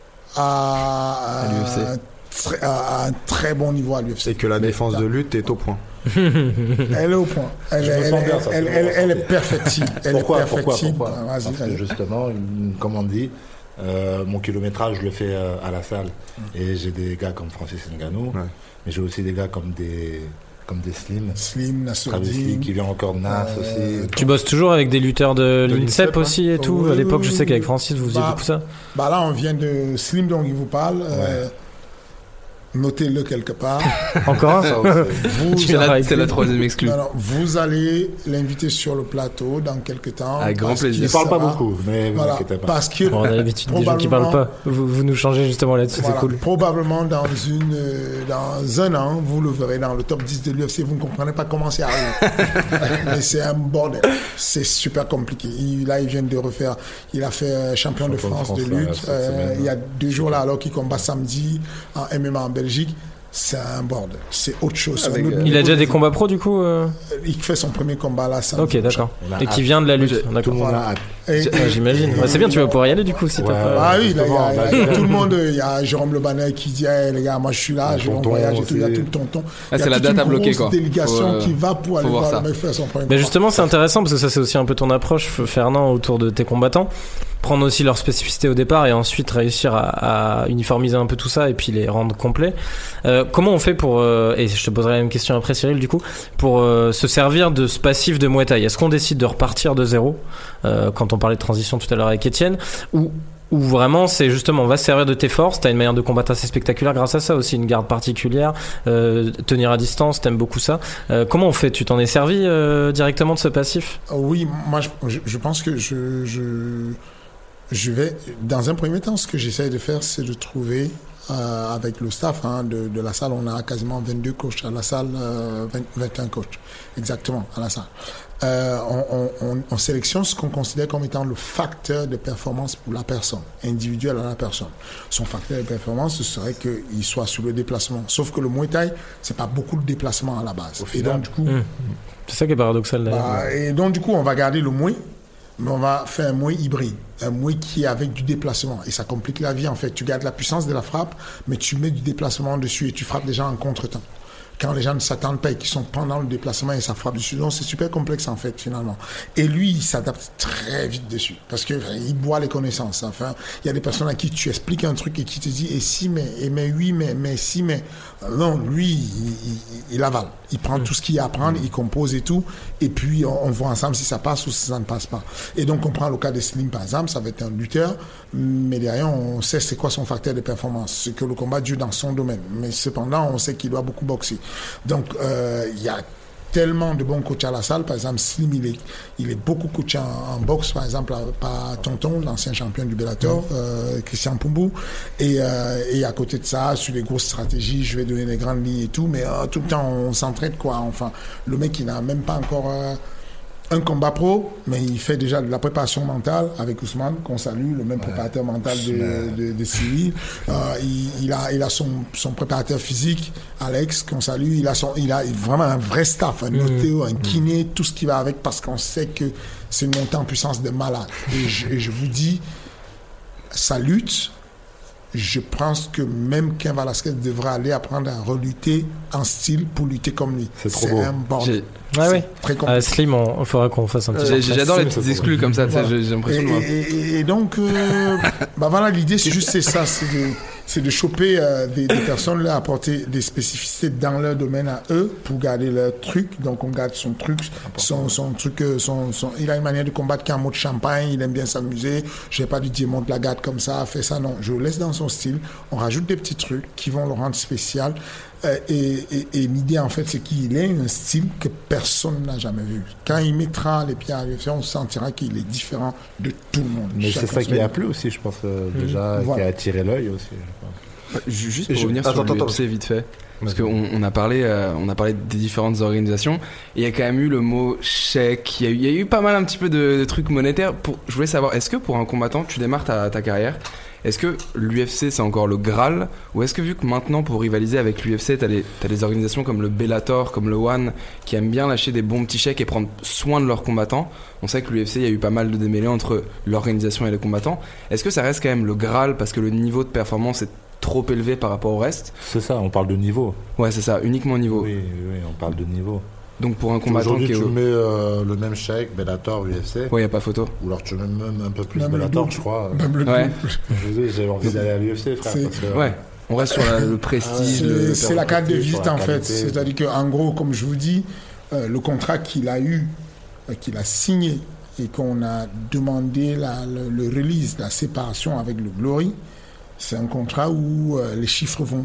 à un très bon niveau à l'UFC. Et que la défense de lutte est au point. Elle est au point. Elle est perfectible. Pourquoi Parce que justement, comme on dit, mon kilométrage, je le fais à la salle. Et j'ai des gars comme Francis Ngannou, mais j'ai aussi des gars comme des Slim, Nassourdine, qui vient encore de Nas aussi. Tu bosses toujours avec des lutteurs de l'INSEP aussi et tout. À l'époque, je sais qu'avec Francis, vous faisiez beaucoup ça. Là, on vient de Slim, dont il vous parle. Notez-le quelque part. Encore un C'est la troisième exclue. Vous allez l'inviter sur le plateau dans quelques temps. Avec grand plaisir. Il ne parle pas beaucoup, mais vous inquiétez pas. Parce que on a l'habitude des gens qui ne parlent pas. Vous nous changez justement là-dessus, c'est cool. Probablement dans un an, vous le verrez dans le top 10 de l'UFC, vous ne comprenez pas comment c'est arrivé. Mais c'est un bordel. C'est super compliqué. Il vient de refaire. Il a fait champion de France de lutte. Il y a 2 jours là, alors qu'il combat samedi en MMA en Belgique. C'est un bordel, c'est autre chose. Il a déjà des combats pro du coup Il fait son premier combat là. Ok, d'accord. Et qui vient de la lutte. Tout le monde a hâte. J'imagine. C'est bien, tu vas pouvoir y aller du coup si t'as pas. Ah oui, il y a tout le monde. Il y a Jérôme Le Bannet qui dit les gars, moi je suis là, je vais en voyage et tout. Il y a tout le tonton. C'est la date à bloquer quoi. Il y a une délégation qui va pour aller voir le mec faire son premier combat. Mais justement, c'est intéressant parce que ça, c'est aussi un peu ton approche, Fernand, autour de tes combattants. Prendre aussi leurs spécificités au départ et ensuite réussir à uniformiser un peu tout ça et puis les rendre complets. Comment on fait pour, et je te poserai la même question après Cyril du coup, pour se servir de ce passif de Muay Thai? Est-ce qu'on décide de repartir de zéro quand on parlait de transition tout à l'heure avec Étienne, ou vraiment c'est justement on va se servir de tes forces, t'as une manière de combattre assez spectaculaire grâce à ça aussi, une garde particulière, tenir à distance, t'aimes beaucoup ça. Comment on fait? Tu t'en es servi directement de ce passif? Oui, moi je pense que je vais, dans un premier temps, ce que j'essaie de faire, c'est de trouver, avec le staff de la salle, on a quasiment 22 coachs à la salle, 21 coachs, exactement, à la salle. On sélectionne ce qu'on considère comme étant le facteur de performance pour la personne, individuel à la personne. Son facteur de performance, ce serait qu'il soit sur le déplacement. Sauf que le Muay Thai, c'est pas beaucoup de déplacement à la base. Et donc, du coup... C'est ça qui est paradoxal d'ailleurs. Et donc, du coup, on va garder le Muay, mais on va faire un Muay hybride, un Muay qui est avec du déplacement. Et ça complique la vie, en fait. Tu gardes la puissance de la frappe, mais tu mets du déplacement dessus et tu frappes les gens en contre-temps. Quand les gens ne s'attendent pas et qu'ils sont pendant le déplacement et ça frappe dessus. Donc, c'est super complexe, en fait, finalement. Et lui, il s'adapte très vite dessus. Parce que il boit les connaissances. Enfin, il y a des personnes à qui tu expliques un truc et qui te dit, et si, mais oui, mais si, mais. Non, lui, il avale. Il prend tout ce qu'il y a à prendre, il compose et tout. Et puis, on voit ensemble si ça passe ou si ça ne passe pas. Et donc, on prend le cas de Slim, par exemple. Ça va être un lutteur. Mais derrière, on sait c'est quoi son facteur de performance. C'est que le combat dure dans son domaine. Mais cependant, on sait qu'il doit beaucoup boxer. Donc, il y a tellement de bons coachs à la salle. Par exemple, Slim, il est beaucoup coaché en boxe, par exemple, par Tonton, l'ancien champion du Bellator, Christian Pumbou. Et à côté de ça, sur les grosses stratégies, je vais donner les grandes lignes et tout, mais tout le temps, on s'entraide, quoi. Enfin, le mec, il n'a même pas encore un combat pro, mais il fait déjà de la préparation mentale avec Ousmane, qu'on salue, le même préparateur mental de Cyril. Il a son préparateur physique, Alex, qu'on salue. Il a vraiment un vrai staff, un ostéo, un kiné, tout ce qui va avec, parce qu'on sait que c'est une montée en puissance de malade. Et je vous dis, sa lutte, je pense que même Cain Velasquez devrait aller apprendre à relutter en style pour lutter comme lui. C'est trop beau. Un bordel. Très compliqué. Slim, il faudra qu'on fasse un petit j'adore les petites exclus comme ça, voilà. J'ai l'impression. Et donc, voilà, l'idée, c'est ça, c'est de choper des personnes, là, apporter des spécificités dans leur domaine à eux pour garder leur truc. Donc, on garde son truc, son truc, il a une manière de combattre qui est en mode champagne, il aime bien s'amuser. Je n'ai pas dit, monte la garde comme ça, fais ça, non. Je le laisse dans son style. On rajoute des petits trucs qui vont le rendre spécial. Et l'idée, en fait, c'est qu'il ait un style que personne n'a jamais vu. Quand il mettra les pieds à l'UFC, on sentira qu'il est différent de tout le monde. Mais c'est ça qui a plu aussi, je pense, déjà, qui a attiré l'œil aussi. Juste pour revenir sur l'UFC vite fait, parce qu'on a parlé des différentes organisations, et il y a quand même eu le mot chèque, il y a eu pas mal un petit peu de trucs monétaires. Je voulais savoir, est-ce que pour un combattant, tu démarres ta carrière, est-ce que l'UFC c'est encore le Graal, ou est-ce que vu que maintenant pour rivaliser avec l'UFC t'as des organisations comme le Bellator, comme le One, qui aiment bien lâcher des bons petits chèques et prendre soin de leurs combattants? On sait que l'UFC, il y a eu pas mal de démêlés entre l'organisation et les combattants. Est-ce que ça reste quand même le Graal parce que le niveau de performance est trop élevé par rapport au reste? C'est ça, on parle de niveau. Ouais, c'est ça, uniquement niveau. Oui, on parle de niveau. Donc pour un combattant aujourd'hui, tu mets le même chèque, Bellator, UFC. Ouais, y a pas photo. Ou alors tu mets même un peu plus Bellator, je crois. Même le ouais. J'ai envie d'aller à l'UFC, frère. Parce que, ouais. On reste sur le prestige. C'est la carte de visite en fait. C'est-à-dire qu'en gros, comme je vous dis, le contrat qu'il a eu, qu'il a signé et qu'on a demandé le release, la séparation avec le Glory, c'est un contrat où les chiffres vont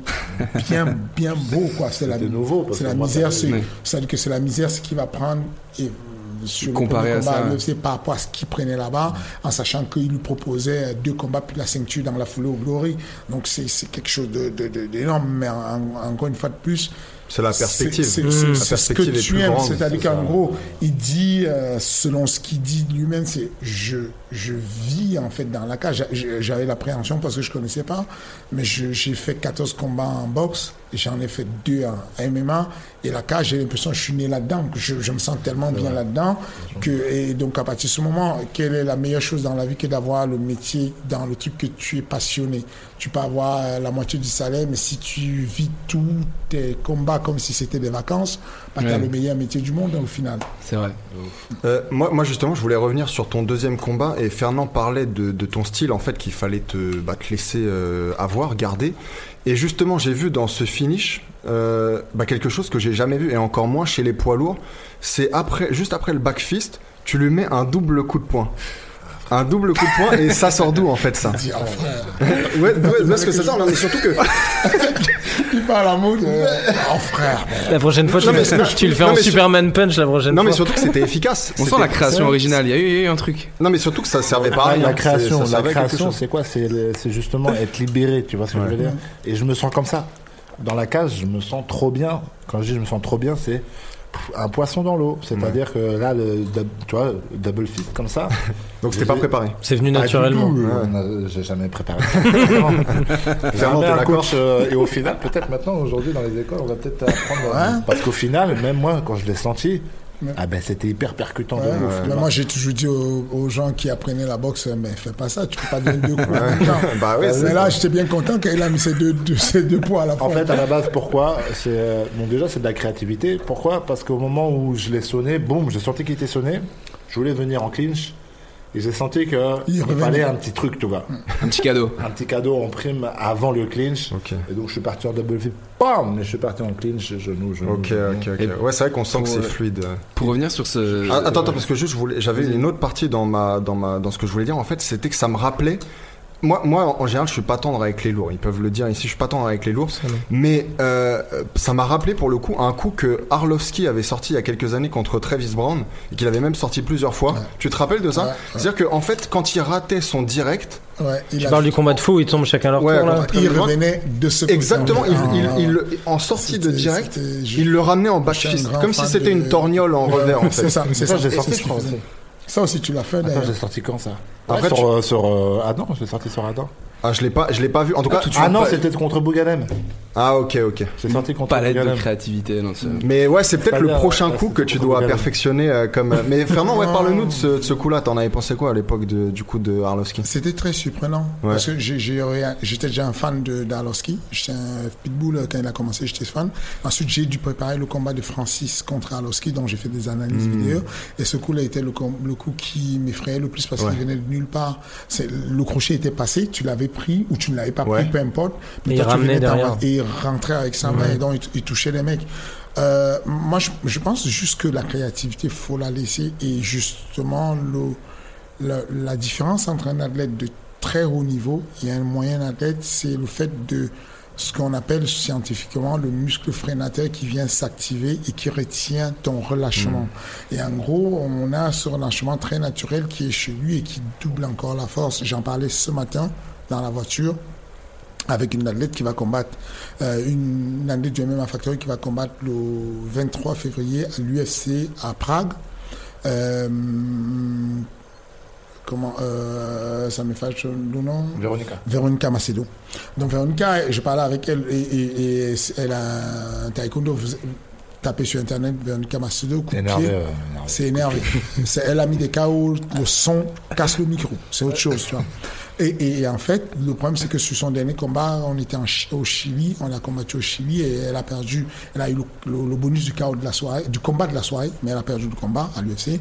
bien beau, quoi. C'est la misère, c'est-à-dire que c'est la misère, ce qui va prendre et sur comparé le combat à l'UFC par rapport à ce qu'il prenait là-bas, en sachant qu'il lui proposait 2 combats puis la ceinture dans la foulée au Glory. Donc c'est quelque chose d'énorme, mais encore une fois de plus, c'est la perspective. C'est ce que tu aimes. C'est-à-dire qu'en gros, il dit, selon ce qu'il dit lui-même, c'est je vis en fait dans la cage. J'avais l'appréhension parce que je connaissais pas, mais j'ai fait 14 combats en boxe et j'en ai fait 2 en MMA. Et la cage, j'ai l'impression que je suis né là-dedans. Je me sens tellement bien là-dedans et donc à partir de ce moment, quelle est la meilleure chose dans la vie que d'avoir le métier dans le truc que tu es passionné. Tu peux avoir la moitié du salaire, mais si tu vis tous tes combats comme si c'était des vacances, tu as le meilleur métier du monde au final. C'est vrai. Moi justement, je voulais revenir sur ton deuxième combat et Fernand parlait de ton style en fait qu'il fallait te laisser garder. Et justement, j'ai vu dans ce finish quelque chose que j'ai jamais vu et encore moins chez les poids lourds. C'est juste après le back fist, tu lui mets un double coup de poing. Un double coup de poing et ça sort d'où en fait ça? Ouais, parce que c'est ça, mais surtout que il parle en mode frère. La prochaine fois tu le fais en Superman Punch la prochaine fois. Non mais surtout que c'était efficace. On sent la création originale, il y a eu un truc. Non mais surtout que ça servait pas à rien. La création c'est quoi? C'est justement être libéré, tu vois ce que je veux dire? Et je me sens comme ça. Dans la cage, je me sens trop bien. Quand je dis je me sens trop bien, c'est un poisson dans l'eau, c'est-à-dire que là, tu vois, double fist comme ça. Donc c'était pas préparé. C'est venu naturellement. J'ai jamais préparé. Fermement un coach et au final, peut-être maintenant, aujourd'hui dans les écoles, on va peut-être apprendre. Parce qu'au final, même moi, quand je l'ai senti. C'était hyper percutant. Moi, j'ai toujours dit aux gens qui apprenaient la boxe, mais fais pas ça, tu peux pas donner 2 coups en même temps. Mais là, j'étais bien content qu'il a mis ces deux poids à la fin. En fait, à la base, pourquoi déjà, c'est de la créativité. Pourquoi? Parce qu'au moment où je l'ai sonné, boum, j'ai senti qu'il était sonné. Je voulais venir en clinch. Et j'ai senti qu'il fallait un petit truc, tu vois. Un petit cadeau. Un petit cadeau en prime avant le clinch. Okay. Et donc, je suis parti en double flip. Bam! Mais je suis parti en clinch, genou. Ok. Ouais, c'est vrai qu'on sent que c'est fluide. Pour revenir sur ce... Attends, parce que juste, j'avais une autre partie dans ce que je voulais dire. En fait, c'était que ça me rappelait Moi, en général, je suis pas tendre avec les lourds. Ils peuvent le dire ici, je suis pas tendre avec les lourds. Mais ça m'a rappelé pour le coup un coup que Arlovski avait sorti il y a quelques années contre Travis Brown et qu'il avait même sorti plusieurs fois. Ouais. Tu te rappelles de ça? Ouais. C'est-à-dire qu'en fait, quand il ratait son direct, tu parles du combat de fou où ils tombent chacun leur tour là. Il revenait de ce côté. Exactement. En sortie de direct, il le ramenait en back fist, comme si c'était une torgnole en revers. En fait. C'est ça. J'ai sorti, je crois. Ça aussi, tu l'as fait d'ailleurs. J'ai sorti quand ça? Après, sur Adam, j'ai sorti sur Adam. Ah, je l'ai pas vu. En tout cas, non, c'était contre Bouganem. Ah, ok. C'est sorti contre palette Bouganem. de créativité. Non, mais ouais, c'est peut-être le prochain coup que tu dois perfectionner comme. Mais Fernand, parle-nous de ce coup-là. T'en avais pensé quoi à l'époque du coup de Arlovski? C'était très surprenant parce que j'étais déjà un fan d'Arlovski. J'étais un pitbull quand il a commencé, j'étais fan. Ensuite, j'ai dû préparer le combat de Francis contre Arlovski, dont j'ai fait des analyses vidéo. Et ce coup-là était le coup qui m'effrayait le plus parce qu'il venait de nulle part. Le crochet était passé, tu l'avais pris ou tu ne l'avais pas pris, peu importe. Mais il ramenait derrière. Et il rentrait avec sa main et donc il touchait les mecs. Moi, je pense juste que la créativité, il faut la laisser. Et justement, la différence entre un athlète de très haut niveau et un moyen athlète, c'est le fait de ce qu'on appelle scientifiquement le muscle freinateur qui vient s'activer et qui retient ton relâchement. Et en gros, on a ce relâchement très naturel qui est chez lui et qui double encore la force. J'en parlais ce matin dans la voiture avec une athlète qui va combattre, une athlète du MMA Factory qui va combattre le 23 février à l'UFC à Prague. Ça me fâche le nom. Véronica Macedo. Donc Véronica, je parlais avec elle et elle a un taekwondo. Tapez sur internet Véronica Macedo, coup de pied. C'est énervé. Elle a mis des KO, le son casse le micro. C'est autre chose, tu vois. Et en fait, le problème, c'est que sur son dernier combat, on était au Chili, on a combattu au Chili et elle a perdu. Elle a eu le bonus du KO de la soirée, du combat de la soirée, mais elle a perdu le combat à l'UFC.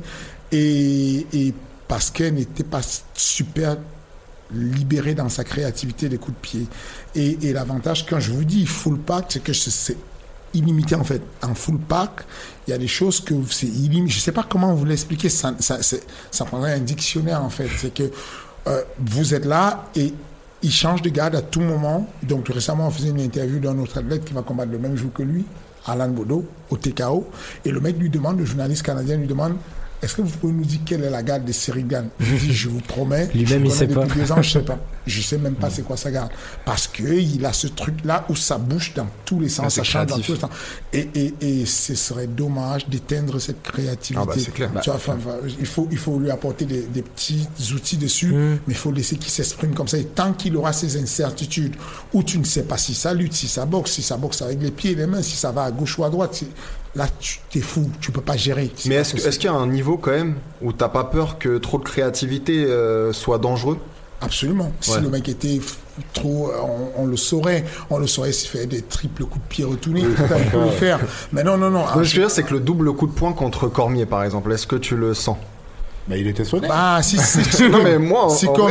Et parce qu'elle n'était pas super libérée dans sa créativité des coups de pied. Et l'avantage, quand je vous dis full pack, c'est que c'est illimité en fait. En full pack, il y a des choses que c'est illimité. Je ne sais pas comment vous l'expliquer, ça prendrait un dictionnaire en fait. C'est que vous êtes là et il change de garde à tout moment. Donc récemment, on faisait une interview d'un autre athlète qui va combattre le même jour que lui, Alan Bodo, au TKO. Et le mec lui demande, le journaliste canadien lui demande: est-ce que vous pouvez nous dire quelle est la garde de Serigan? Je dis, je vous promets, lui-même il sait pas. Depuis 2 ans, je sais pas. Je sais même pas c'est quoi sa garde. Parce que il a ce truc-là où ça bouge dans tous les sens, ça change dans tous les sens. Et ce serait dommage d'éteindre cette créativité. Ah bah c'est clair. Tu vois, il faut lui apporter des petits outils dessus, mais il faut laisser qu'il s'exprime comme ça. Et tant qu'il aura ces incertitudes où tu ne sais pas si ça lutte, si ça boxe avec les pieds et les mains, si ça va à gauche ou à droite, là, t'es fou, tu peux pas gérer. Mais est-ce qu'il y a un niveau quand même où t'as pas peur que trop de créativité soit dangereux? Absolument. Si le mec était trop, on le saurait s'il fait des triples coups de pied retournés, on peut le faire. Mais non. Ce que je veux dire, c'est que le double coup de poing contre Cormier, par exemple, est-ce que tu le sens? Mais il était sonné. Non, mais moi,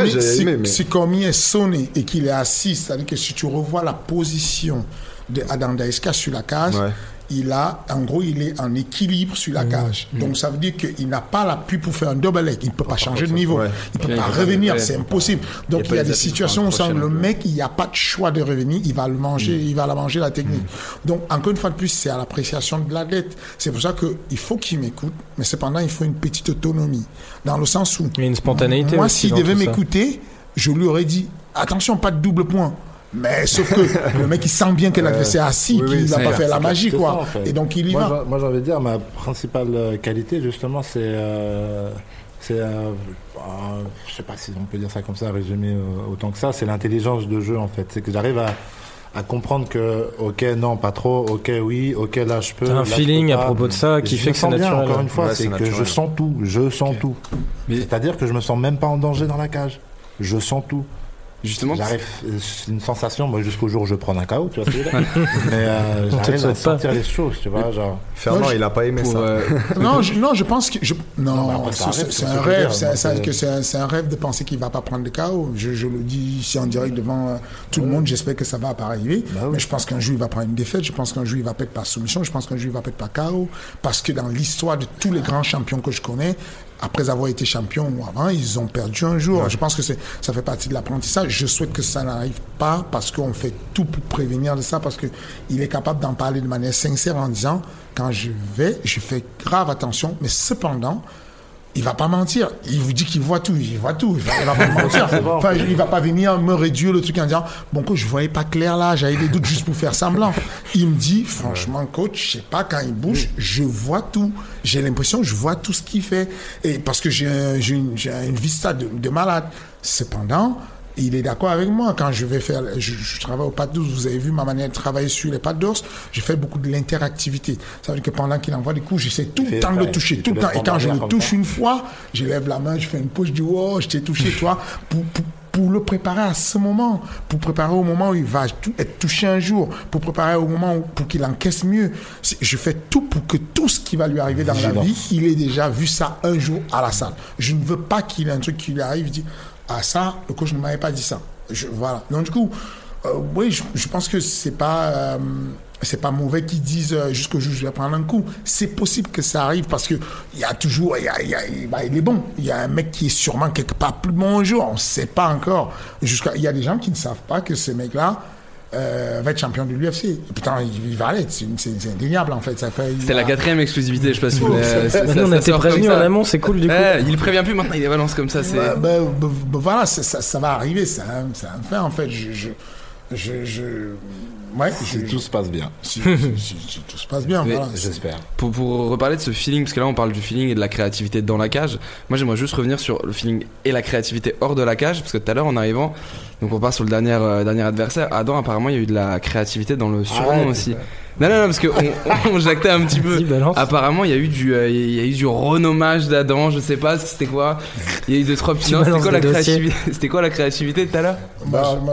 si Cormier est sonné et qu'il est assis, c'est-à-dire que si tu revois la position d'Adam Daeska sur la cage, il est en équilibre sur la cage. Donc ça veut dire qu'il n'a pas l'appui pour faire un double leg. Il ne peut pas changer de niveau. Il ne peut pas revenir, c'est impossible. Donc il y a des situations où le mec, il n'y a pas de choix de revenir, il va le manger, il va la manger la technique. Donc encore une fois de plus, c'est à l'appréciation de l'athlète. C'est pour ça qu'il faut qu'il m'écoute, mais cependant il faut une petite autonomie. Dans le sens où... Il y a une spontanéité. Moi, s'il devait m'écouter, je lui aurais dit, attention, pas de double point. Mais sauf que le mec il sent bien que l'adversaire est assis, qu'il ne va pas faire la magie quoi. Ça, en fait. Et donc il y va. Moi j'ai envie de dire, ma principale qualité justement c'est je sais pas si on peut dire ça comme ça, résumer autant que ça, c'est l'intelligence de jeu en fait. C'est que j'arrive à comprendre que ok non pas trop, ok oui, ok là je peux. T'as un feeling à propos de ça qui fait que c'est naturel. Encore une fois, c'est que je sens tout. C'est-à-dire que je me sens même pas en danger dans la cage. Je sens tout. Justement, c'est une sensation, moi jusqu'au jour où je prends un KO, tu vois ce que je veux dire. Mais j'arrive à sentir les choses, tu vois, genre. Fernand, il a pas aimé ça. Non, je pense que c'est un rêve, c'est un rêve de penser qu'il va pas prendre de KO. Je le dis ici en direct devant tout le monde, j'espère que ça va pas arriver. Mais je pense qu'un jour il va prendre une défaite, je pense qu'un jour il va perdre par soumission, je pense qu'un jour il va perdre par KO, parce que dans l'histoire de tous les grands champions que je connais, après avoir été champion ou avant, ils ont perdu un jour. Je pense que ça fait partie de l'apprentissage. Je souhaite que ça n'arrive pas parce qu'on fait tout pour prévenir de ça, parce qu'il est capable d'en parler de manière sincère en disant, quand je fais grave attention, mais cependant, il va pas mentir. Il vous dit qu'il voit tout. Il va pas mentir. Enfin, il va pas venir me réduire le truc en disant, bon, coach, je voyais pas clair là, j'avais des doutes juste pour faire semblant. Il me dit, franchement, coach, je sais pas, quand il bouge, je vois tout. J'ai l'impression que je vois tout ce qu'il fait. Et parce que j'ai une vista de malade. Cependant, il est d'accord avec moi. Quand je travaille au Pas-de-d'Ours, vous avez vu ma manière de travailler sur les Pas-de-d'Ours, je fais beaucoup de l'interactivité. Ça veut dire que pendant qu'il envoie des coups, j'essaie tout le temps de le toucher, tout le temps. Et quand je le touche une fois, je lève la main, je fais une pause, je dis, oh, je t'ai touché, toi, pour le préparer à ce moment, pour préparer au moment où il va être touché un jour, pour préparer au moment pour qu'il encaisse mieux. Je fais tout pour que tout ce qui va lui arriver dans la vie, il ait déjà vu ça un jour à la salle. Je ne veux pas qu'il ait un truc qui lui arrive, il dit, ah ça, le coach ne m'avait pas dit ça. Voilà. Donc du coup, oui, je pense que c'est pas mauvais qu'ils disent jusqu'au jour où je vais prendre un coup. C'est possible que ça arrive parce que il y a toujours, il est bon. Il y a un mec qui est sûrement quelque part plus bon un jour. On ne sait pas encore. Il y a des gens qui ne savent pas que ce mec-là va être champion de l'UFC. Putain, il va l'être. C'est indéniable en fait. C'est la 4e exclusivité, je sais pas si vous voulez. On a été prévenu en amont, c'est cool du coup. Il prévient plus maintenant, il les balance comme ça. Voilà, ça va arriver. Ça va me faire en fait. Ouais, si tout se passe bien. Si tout se passe bien, voilà. J'espère. Pour reparler de ce feeling, parce que là on parle du feeling et de la créativité dans la cage, moi j'aimerais juste revenir sur le feeling et la créativité hors de la cage, parce que tout à l'heure en arrivant, donc on part sur le dernier adversaire, Adam, apparemment il y a eu de la créativité dans le surnom aussi. Non, parce que on jactait un petit peu. Apparemment, il y a eu du renommage d'Adam, je sais pas c'était quoi. Il y a eu 2-3 petits. Non, c'était quoi la créativité? C'était quoi la créativité tout à l'heure? Moi,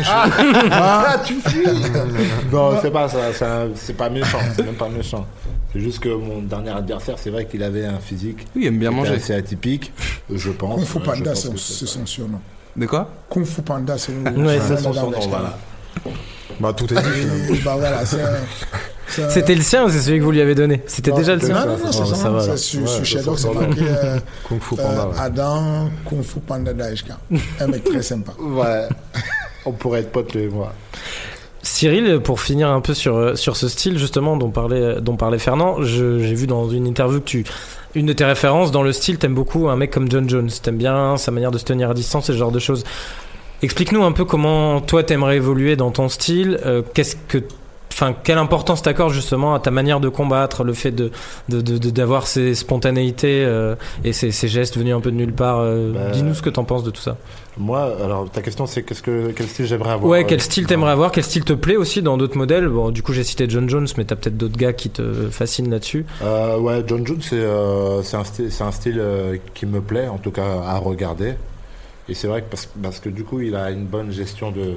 tu fuis. Non, c'est pas ça, c'est pas méchant, c'est même pas méchant. C'est juste que mon dernier adversaire, c'est vrai qu'il avait un physique. Oui, il aime bien manger. C'est atypique, je pense. Kung Fu Panda, c'est son surnom. De quoi? Kung Fu Panda, c'est son surnom, voilà. Bah tout est dit. Bah voilà, c'était le sien ou c'est celui que vous lui avez donné? C'était déjà le sien? Non, c'est ça va. Sur Shadow, c'est marqué Kung Fu Panda. Adam, Kung Fu Panda Daishka. Un mec très sympa. Ouais, on pourrait être potes, lui et moi. Cyril, pour finir un peu sur ce style justement dont parlait Fernand, j'ai vu dans une interview que une de tes références dans le style, t'aimes beaucoup un mec comme John Jones. T'aimes bien sa manière de se tenir à distance et ce genre de choses. Explique-nous un peu comment toi t'aimerais évoluer dans ton style. Quelle importance t'accordes justement à ta manière de combattre, le fait d'avoir ces spontanéités et ces gestes venus un peu de nulle part. Dis-nous ce que t'en penses de tout ça. Moi, alors ta question c'est quel style j'aimerais avoir. Ouais, quel style t'aimerais avoir, quel style te plaît aussi dans d'autres modèles. Bon, du coup j'ai cité John Jones, mais t'as peut-être d'autres gars qui te fascinent là-dessus. Ouais, John Jones c'est un style qui me plaît, en tout cas à regarder. Et c'est vrai que parce que du coup il a une bonne gestion de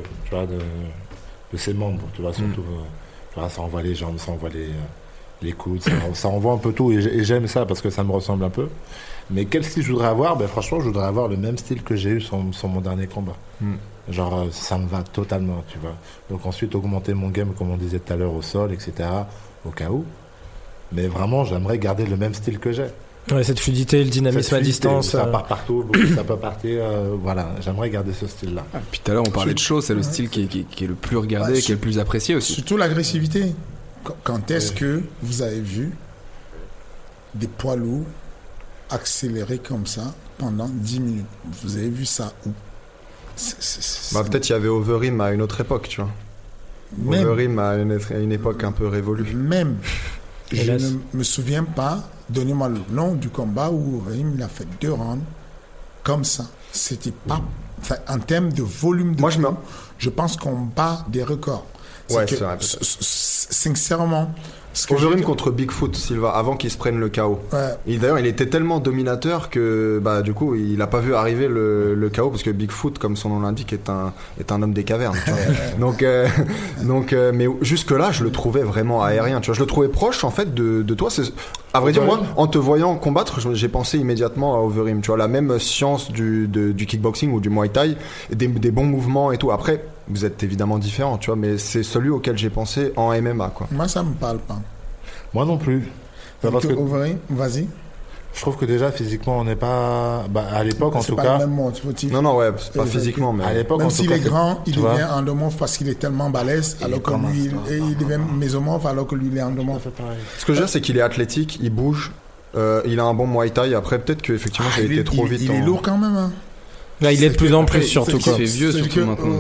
ses membres, tu vois, surtout ça envoie les jambes, ça envoie les coudes, ça envoie un peu tout et j'aime ça parce que ça me ressemble un peu. Mais quel style je voudrais avoir? Franchement je voudrais avoir le même style que j'ai eu sur mon dernier combat. Genre ça me va totalement, tu vois. Donc ensuite augmenter mon game comme on disait tout à l'heure au sol, etc. au cas où. Mais vraiment j'aimerais garder le même style que j'ai. Ouais, cette fluidité, le dynamisme à distance. Ça part partout, ça peut partir. Voilà, j'aimerais garder ce style-là. Puis tout à l'heure, on parlait de show, c'est le style qui est le plus regardé, qui est le plus apprécié aussi. Surtout l'agressivité. Quand est-ce que vous avez vu des poids lourds accélérer comme ça pendant 10 minutes? Vous avez vu ça où? Peut-être il y avait Overeem à une autre époque, tu vois. Overeem à une époque un peu révolue. Même. Je ne me souviens pas, donnez-moi le nom du combat où Overeem il a fait 2 rounds comme ça. C'était pas... en termes de volume de coup, je pense qu'on bat des records. Ouais, c'est vrai. Sincèrement... Overeem contre Bigfoot Silva avant qu'il se prenne le KO. Ouais. Et d'ailleurs, il était tellement dominateur que du coup, il a pas vu arriver le KO parce que Bigfoot, comme son nom l'indique, est un homme des cavernes. Tu vois. Mais jusque là, je le trouvais vraiment aérien. Tu vois, je le trouvais proche en fait de toi. À vrai dire, moi, en te voyant combattre, j'ai pensé immédiatement à Overeem. Tu vois, la même science du kickboxing ou du Muay Thai, des bons mouvements et tout. Après, vous êtes évidemment différents, tu vois, mais c'est celui auquel j'ai pensé en MMA, quoi. Moi, ça me parle pas. Moi non plus. Parce que Overeem, vas-y. Je trouve que déjà physiquement on n'est pas à l'époque en tout cas. C'est pas le même monde sportif. Non ouais, c'est pas physiquement mais à l'époque même en tout s'il cas, est grand, il devient endomorphe parce qu'il est tellement balèze alors que lui il devient mésomorphe alors que lui il est endomorphe. Ce que je veux dire c'est qu'il est athlétique, il bouge, il a un bon Muay Thai. Après peut-être qu'effectivement j'ai été trop vite. Il est lourd quand même. Hein. Là, il est de plus en plus surtout quoi. Il fait vieux surtout maintenant.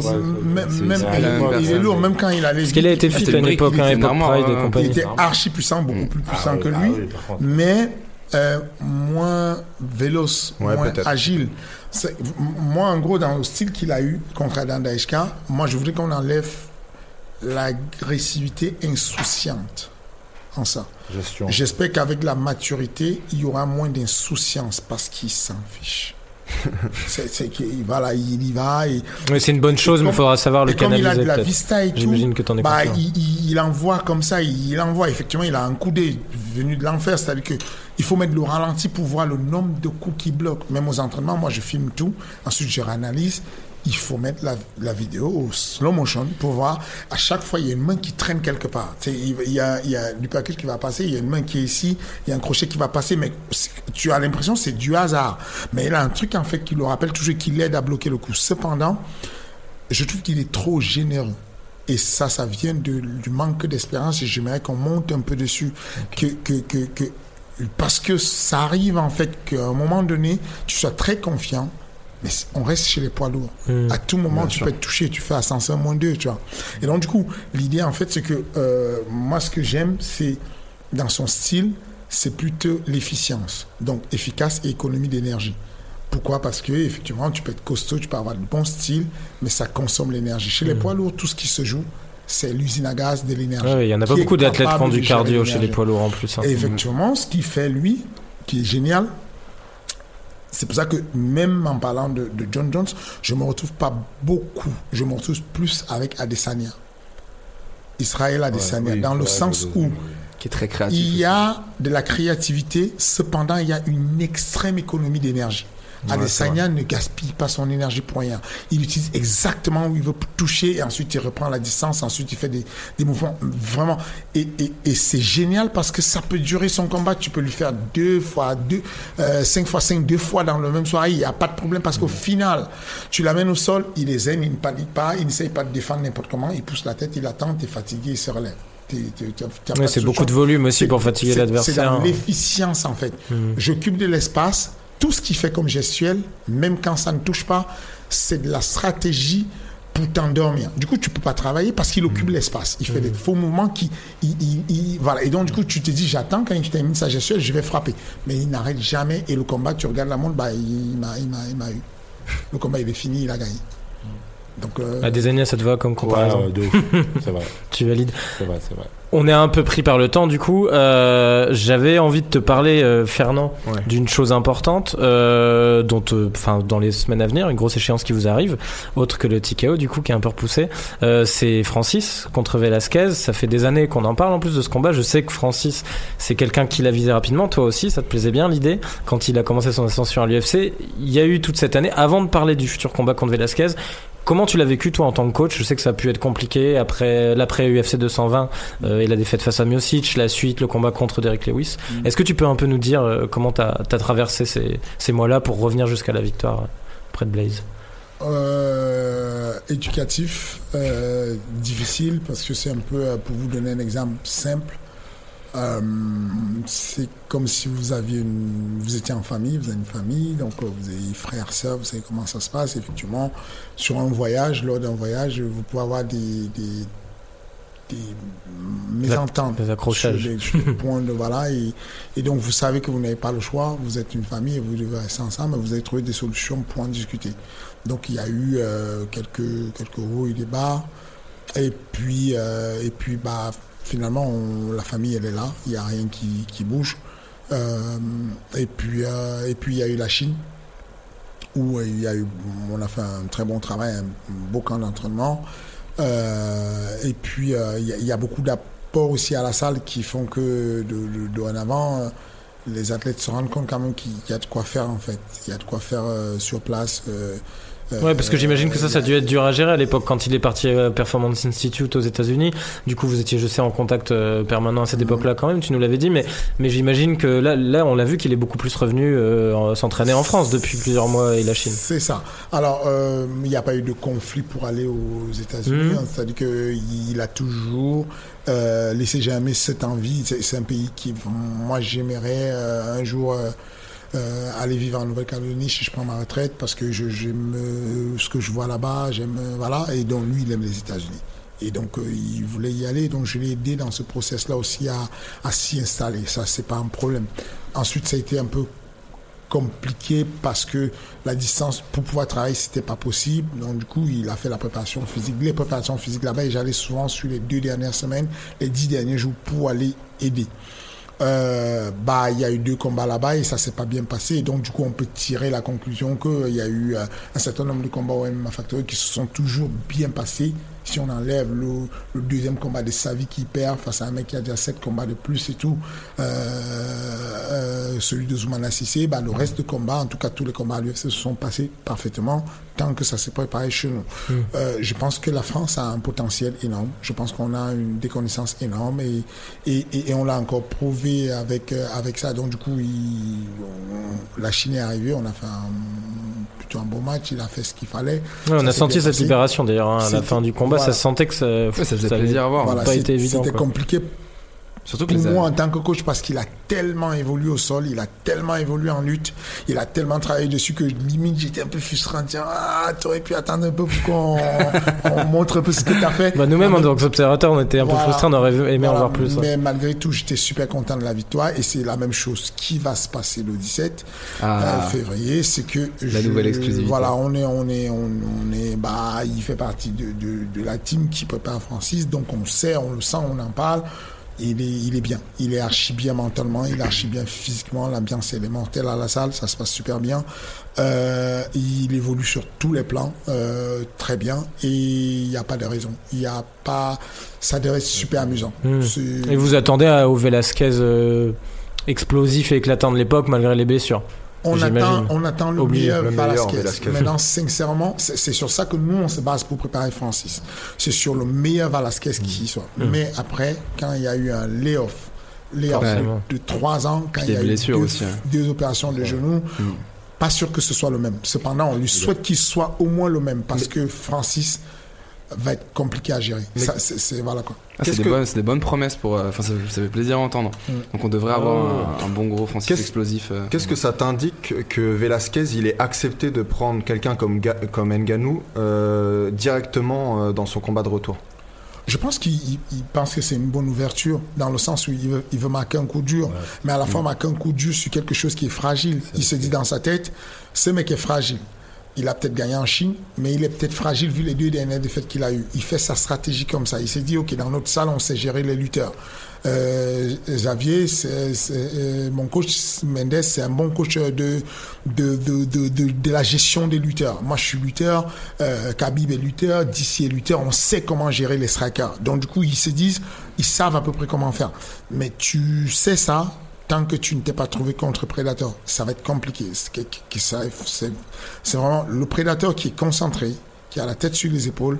Il est lourd même quand il a les. Parce qu'il a été fit à une époque, époque Pride et compagnie. Il était archi puissant, beaucoup plus puissant que lui, mais moins véloce, moins agile. Moi, en gros, dans le style qu'il a eu contre Adam Daishka, moi, je voudrais qu'on enlève l'agressivité insouciante en ça. J'espère qu'avec la maturité, il y aura moins d'insouciance parce qu'il s'en fiche. Voilà, il y va. Mais c'est une bonne chose, mais il faudra savoir le canaliser. Comme il a de la vista et tout, j'imagine que t'en es conscient. Il envoie comme ça, effectivement, il a un coup d'œil venu de l'enfer, c'est-à-dire qu'il faut mettre le ralenti pour voir le nombre de coups qu'il bloque. Même aux entraînements, moi je filme tout, ensuite je réanalyse. Il faut mettre la vidéo au slow motion pour voir. À chaque fois, il y a une main qui traîne quelque part. Il y a du package qui va passer, il y a une main qui est ici, il y a un crochet qui va passer, mais tu as l'impression que c'est du hasard. Mais il a un truc, en fait, qui le rappelle toujours, qui l'aide à bloquer le coup. Cependant, je trouve qu'il est trop généreux. Et ça vient du manque d'expérience et j'aimerais qu'on monte un peu dessus. Parce que ça arrive, en fait, qu'à un moment donné, tu sois très confiant. Mais on reste chez les poids lourds. À tout moment, tu peux être touché, tu fais ascenseur -2, tu vois. Et donc, du coup, l'idée, en fait, c'est que moi, ce que j'aime, c'est, dans son style, c'est plutôt l'efficience. Donc, efficace et économie d'énergie. Pourquoi ? Parce que, effectivement, tu peux être costaud, tu peux avoir le bon style, mais ça consomme l'énergie. Chez les poids lourds, tout ce qui se joue, c'est l'usine à gaz de l'énergie. Il n'y en a pas beaucoup d'athlètes qui font du cardio chez les poids lourds en plus. Et effectivement, ce qui fait, lui, qui est génial, c'est pour ça que même en parlant de John Jones, je ne me retrouve pas beaucoup. Je me retrouve plus avec Adesanya. Israël Adesanya, dans le sens où qui est très créatif il y a de la créativité, cependant il y a une extrême économie d'énergie. Adesanya ne gaspille pas son énergie pour rien. Il utilise exactement où il veut toucher et ensuite il reprend la distance, ensuite il fait des mouvements vraiment. Et c'est génial parce que ça peut durer son combat. Tu peux lui faire 2 fois 2, 5 fois 5, 2 fois dans le même soirée. Il n'y a pas de problème parce qu'au final, tu l'amènes au sol, il est zen, il ne panique pas, il n'essaye pas de défendre n'importe comment, il pousse la tête, il attend, tu es fatigué, il se relève. C'est beaucoup de volume aussi pour fatiguer l'adversaire. C'est dans l'efficience en fait. J'occupe de l'espace. Tout ce qu'il fait comme gestuel, même quand ça ne touche pas, c'est de la stratégie pour t'endormir. Du coup, tu ne peux pas travailler parce qu'il occupe l'espace. Il fait des faux mouvements qui... voilà. Et donc, du coup, tu te dis, j'attends quand il termine sa gestuelle, je vais frapper. Mais il n'arrête jamais. Et le combat, tu regardes la montre, il m'a eu. Le combat, il est fini, il a gagné. Donc, Adesanya, ça te va comme comparaison? Ouais, de ouf. C'est vrai. Tu valides? C'est vrai. On est un peu pris par le temps, du coup. J'avais envie de te parler, Fernand, d'une chose importante, dont, dans les semaines à venir, une grosse échéance qui vous arrive, autre que le TKO, du coup, qui est un peu repoussé. C'est Francis contre Velasquez. Ça fait des années qu'on en parle en plus de ce combat. Je sais que Francis, c'est quelqu'un qui l'a visé rapidement. Toi aussi, ça te plaisait bien l'idée quand il a commencé son ascension à l'UFC. Il y a eu toute cette année, avant de parler du futur combat contre Velasquez. Comment tu l'as vécu toi en tant que coach? Je sais que ça a pu être compliqué après UFC 220 et la défaite face à Miocic, la suite, le combat contre Derrick Lewis. Est-ce que tu peux un peu nous dire comment t'as traversé ces mois-là pour revenir jusqu'à la victoire près de Blaze? Éducatif, difficile parce que c'est un peu, pour vous donner un exemple simple, c'est comme si vous étiez en famille, vous avez une famille, donc vous avez frères, sœurs, vous savez comment ça se passe. Effectivement, sur un voyage, lors d'un voyage, vous pouvez avoir des mésententes, des accrochages, sur des points de voilà, et donc vous savez que vous n'avez pas le choix, vous êtes une famille et vous devez rester ensemble, mais vous avez trouvé des solutions pour en discuter. Donc il y a eu quelques hauts et des bas, et puis finalement, la famille, elle est là. Il n'y a rien qui bouge. Et puis, il y a eu la Chine, où on a fait un très bon travail, un beau camp d'entraînement. Et puis, il y a beaucoup d'apports aussi à la salle qui font que, dorénavant, les athlètes se rendent compte quand même qu'il y a de quoi faire, en fait. Il y a de quoi faire sur place. Ouais, parce que j'imagine que ça a dû être dur à gérer à l'époque quand il est parti à Performance Institute aux États-Unis. Du coup, vous étiez, je sais, en contact permanent à cette époque-là quand même. Tu nous l'avais dit, mais j'imagine que là, on l'a vu qu'il est beaucoup plus revenu s'entraîner en France depuis plusieurs mois et la Chine. C'est ça. Alors, il n'y a pas eu de conflit pour aller aux États-Unis. C'est-à-dire qu'il a toujours laissé jamais cette envie. C'est un pays qui, moi, j'aimerais un jour. Aller vivre en Nouvelle-Calédonie si je prends ma retraite parce que j'aime ce que je vois là-bas, voilà, et donc lui il aime les États-Unis et donc il voulait y aller, donc je l'ai aidé dans ce process-là aussi à s'y installer. Ça c'est pas un problème. Ensuite ça a été un peu compliqué parce que la distance pour pouvoir travailler c'était pas possible, donc du coup il a fait la préparation physique, les préparations physiques là-bas et j'allais souvent sur les 2 dernières semaines, les 10 derniers jours pour aller aider. Il y a eu 2 combats là-bas et ça s'est pas bien passé. Et donc, du coup, on peut tirer la conclusion qu'il y a eu un certain nombre de combats au MMA Factory qui se sont toujours bien passés. Si on enlève le deuxième combat de Savi qui perd face à un mec qui a déjà 7 combats de plus et tout, celui de Zoumana Sissé, le reste de combats, en tout cas tous les combats à l'UFC se sont passés parfaitement tant que ça s'est préparé chez nous. Je pense que la France a un potentiel énorme. Je pense qu'on a une déconnaissance énorme et on l'a encore prouvé avec ça. Donc du coup, la Chine est arrivée, on a fait plutôt un bon match, il a fait ce qu'il fallait. Ouais, on a senti cette libération d'ailleurs à la fin du combat, ça se sentait que ça faisait plaisir à voir. Voilà, pas été évident. C'était compliqué. Surtout pour moi en tant que coach parce qu'il a tellement évolué au sol, il a tellement évolué en lutte, il a tellement travaillé dessus que limite j'étais un peu frustré en disant t'aurais pu attendre un peu pour qu'on montre un peu ce que t'as fait. Nous-mêmes en tant qu'observateurs on était un peu frustrés, on aurait aimé en voir plus. Mais malgré tout j'étais super content de la victoire et c'est la même chose qui va se passer le 17 février, c'est que nouvelle exclusivité. Voilà, on est il fait partie de la team qui prépare Francis, donc on sait, on le sent, on en parle. Il est bien, il est archi bien mentalement, il est archi bien physiquement, l'ambiance est mortelle à la salle, ça se passe super bien. Il évolue sur tous les plans, très bien, et il n'y a pas de raison. Ça devrait être super amusant. Et vous attendez au Velasquez explosif et éclatant de l'époque malgré les blessures? On attend le meilleur Velasquez. Maintenant, sincèrement, c'est sur ça que nous, on se base pour préparer Francis. C'est sur le meilleur Velasquez qui soit. Mais après, quand il y a eu un layoff de 3 ans, quand il y a eu 2 opérations de genoux, pas sûr que ce soit le même. Cependant, on lui souhaite qu'il soit au moins le même parce que Francis va être compliqué à gérer. Voilà quoi. C'est des bonnes promesses ça fait plaisir à entendre. Donc on devrait avoir un bon gros Francis explosif. Qu'est-ce que ça t'indique que Velasquez il ait accepté de prendre quelqu'un comme Ngannou directement dans son combat de retour? Je pense qu'il pense que c'est une bonne ouverture dans le sens où il veut marquer un coup dur, mais à la fois marquer un coup dur sur quelque chose qui est fragile. Il se dit dans sa tête, ce mec est fragile. Il a peut-être gagné en Chine, mais il est peut-être fragile vu les 2 dernières défaites qu'il a eues. Il fait sa stratégie comme ça. Il s'est dit, OK, dans notre salle, on sait gérer les lutteurs. Xavier, mon coach Mendes, c'est un bon coach de la gestion des lutteurs. Moi, je suis lutteur, Khabib est lutteur, DC est lutteur. On sait comment gérer les strikers. Donc, du coup, ils se disent, ils savent à peu près comment faire. Mais tu sais ça, tant que tu ne t'es pas trouvé contre Predator, ça va être compliqué. C'est vraiment le Predator qui est concentré, qui a la tête sur les épaules.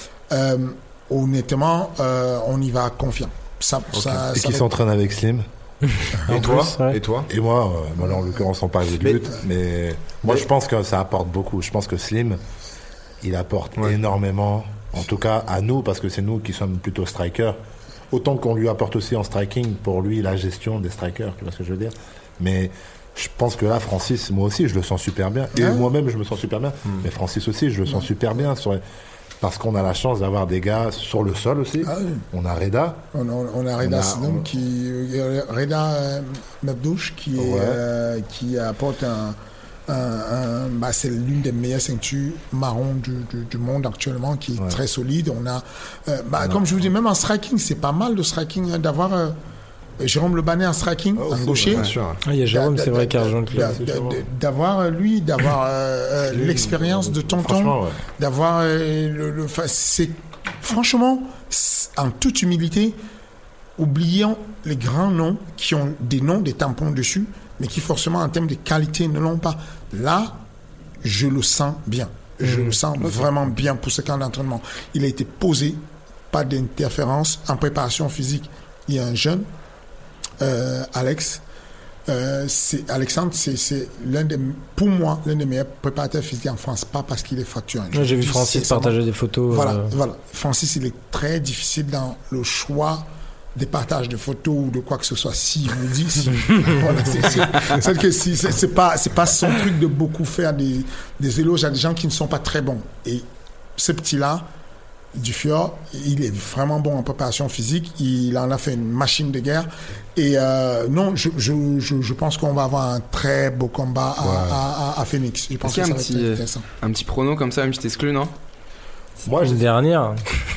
Honnêtement, on y va confiant. Et qui s'entraîne avec Slim. Et toi? Et moi, là, en l'occurrence, on parle de lutte, mais moi, je pense que ça apporte beaucoup. Je pense que Slim, il apporte énormément, en tout cas à nous, parce que c'est nous qui sommes plutôt strikers. Autant qu'on lui apporte aussi en striking, pour lui, la gestion des strikers, tu vois ce que je veux dire. Mais je pense que là, Francis, moi aussi, je le sens super bien. Et moi-même, je me sens super bien. Mais Francis aussi, je le sens super bien. Parce qu'on a la chance d'avoir des gars sur le sol aussi. On a Reda. On a Reda Sinem Reda Mebdouche qui apporte c'est l'une des meilleures ceintures marron du monde actuellement, qui est très solide. On a, comme je vous dis, même en striking, c'est pas mal de striking d'avoir Jérôme Le Bannet en striking, en gaucher. Il y a Jérôme, c'est vrai, qu'Argent d'avoir l'expérience de Tonton, d'avoir c'est franchement, en toute humilité, oublions les grands noms qui ont des noms, des tampons dessus, mais qui forcément en termes de qualité ne l'ont pas. Là, je le sens bien. Je le sens vraiment bien pour ce camp d'entraînement. Il a été posé, pas d'interférence en préparation physique. Il y a un jeune, Alexandre, c'est pour moi l'un des meilleurs préparateurs physiques en France, pas parce qu'il est factuel. J'ai vu Francis partager des photos. Voilà. Francis, il est très difficile dans le choix des partages de photos ou de quoi que ce soit. Si vous dit, c'est pas son truc de beaucoup faire des éloges à des gens qui ne sont pas très bons. Et ce petit-là, Duffior, il est vraiment bon en préparation physique. Il en a fait une machine de guerre. Et non, je pense qu'on va avoir un très beau combat à Phoenix. Je pense qu'il y a un petit prono comme ça, une petite exclue, non? Moi, une dernière.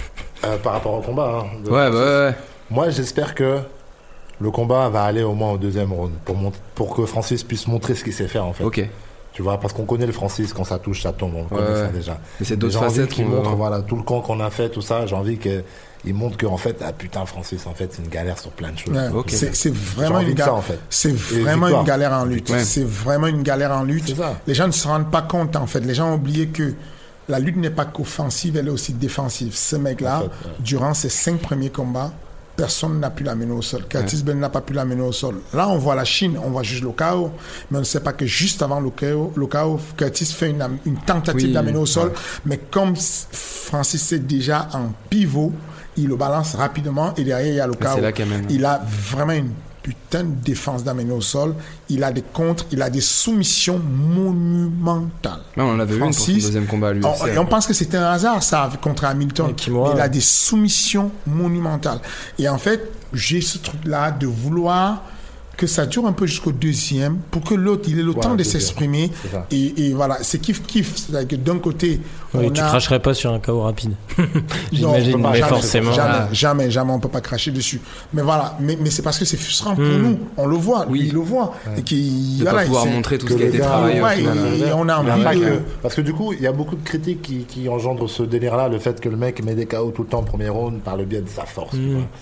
Par rapport au combat. Ouais. Moi, j'espère que le combat va aller au moins au deuxième round pour que Francis puisse montrer ce qu'il sait faire en fait. Ok. Tu vois, parce qu'on connaît le Francis, quand ça touche, ça tombe, on le connaît ça déjà. Mais c'est d'autres facettes qui montrent, tout le camp qu'on a fait, tout ça, j'ai envie qu'il montre qu'en fait, Francis, en fait, c'est une galère sur plein de choses. Ouais, okay. C'est vraiment une galère. En fait. C'est vraiment une galère en lutte. Ouais. C'est vraiment une galère en lutte. Les gens ne se rendent pas compte, en fait. Les gens ont oublié que la lutte n'est pas qu'offensive, elle est aussi défensive. Ce mec-là, durant ses 5 premiers combats, personne n'a pu l'amener au sol. Curtis Ben n'a pas pu l'amener au sol. Là, on voit la Chine, on voit juste le KO, mais on ne sait pas que juste avant le KO, Curtis fait une tentative d'amener au sol, mais comme Francis est déjà en pivot, il le balance rapidement et derrière, il y a le KO. Il a vraiment une putain de défense d'amener au sol. Il a des contres, il a des soumissions monumentales. Non, on l'avait vu pour son deuxième combat à l'UFC. On pense que c'était un hasard, ça, contre Hamilton. Il a des soumissions monumentales. Et en fait, j'ai ce truc-là de vouloir que ça dure un peu jusqu'au deuxième pour que l'autre, il ait le temps de s'exprimer. Et voilà, c'est kiff-kiff. C'est-à-dire que d'un côté... tu cracherais pas sur un KO rapide. J'imagine, mais jamais, forcément. Jamais, on peut pas cracher dessus. Mais voilà, mais c'est parce que c'est frustrant pour nous. On le voit, lui, il le voit. Et qu'il de pas pouvoir montrer tout ce qui a été travaillé. Et on a envie de... Parce que du coup, il y a beaucoup de critiques qui engendrent ce délire-là, le fait que le mec met des KO tout le temps en premier round par le biais de sa force.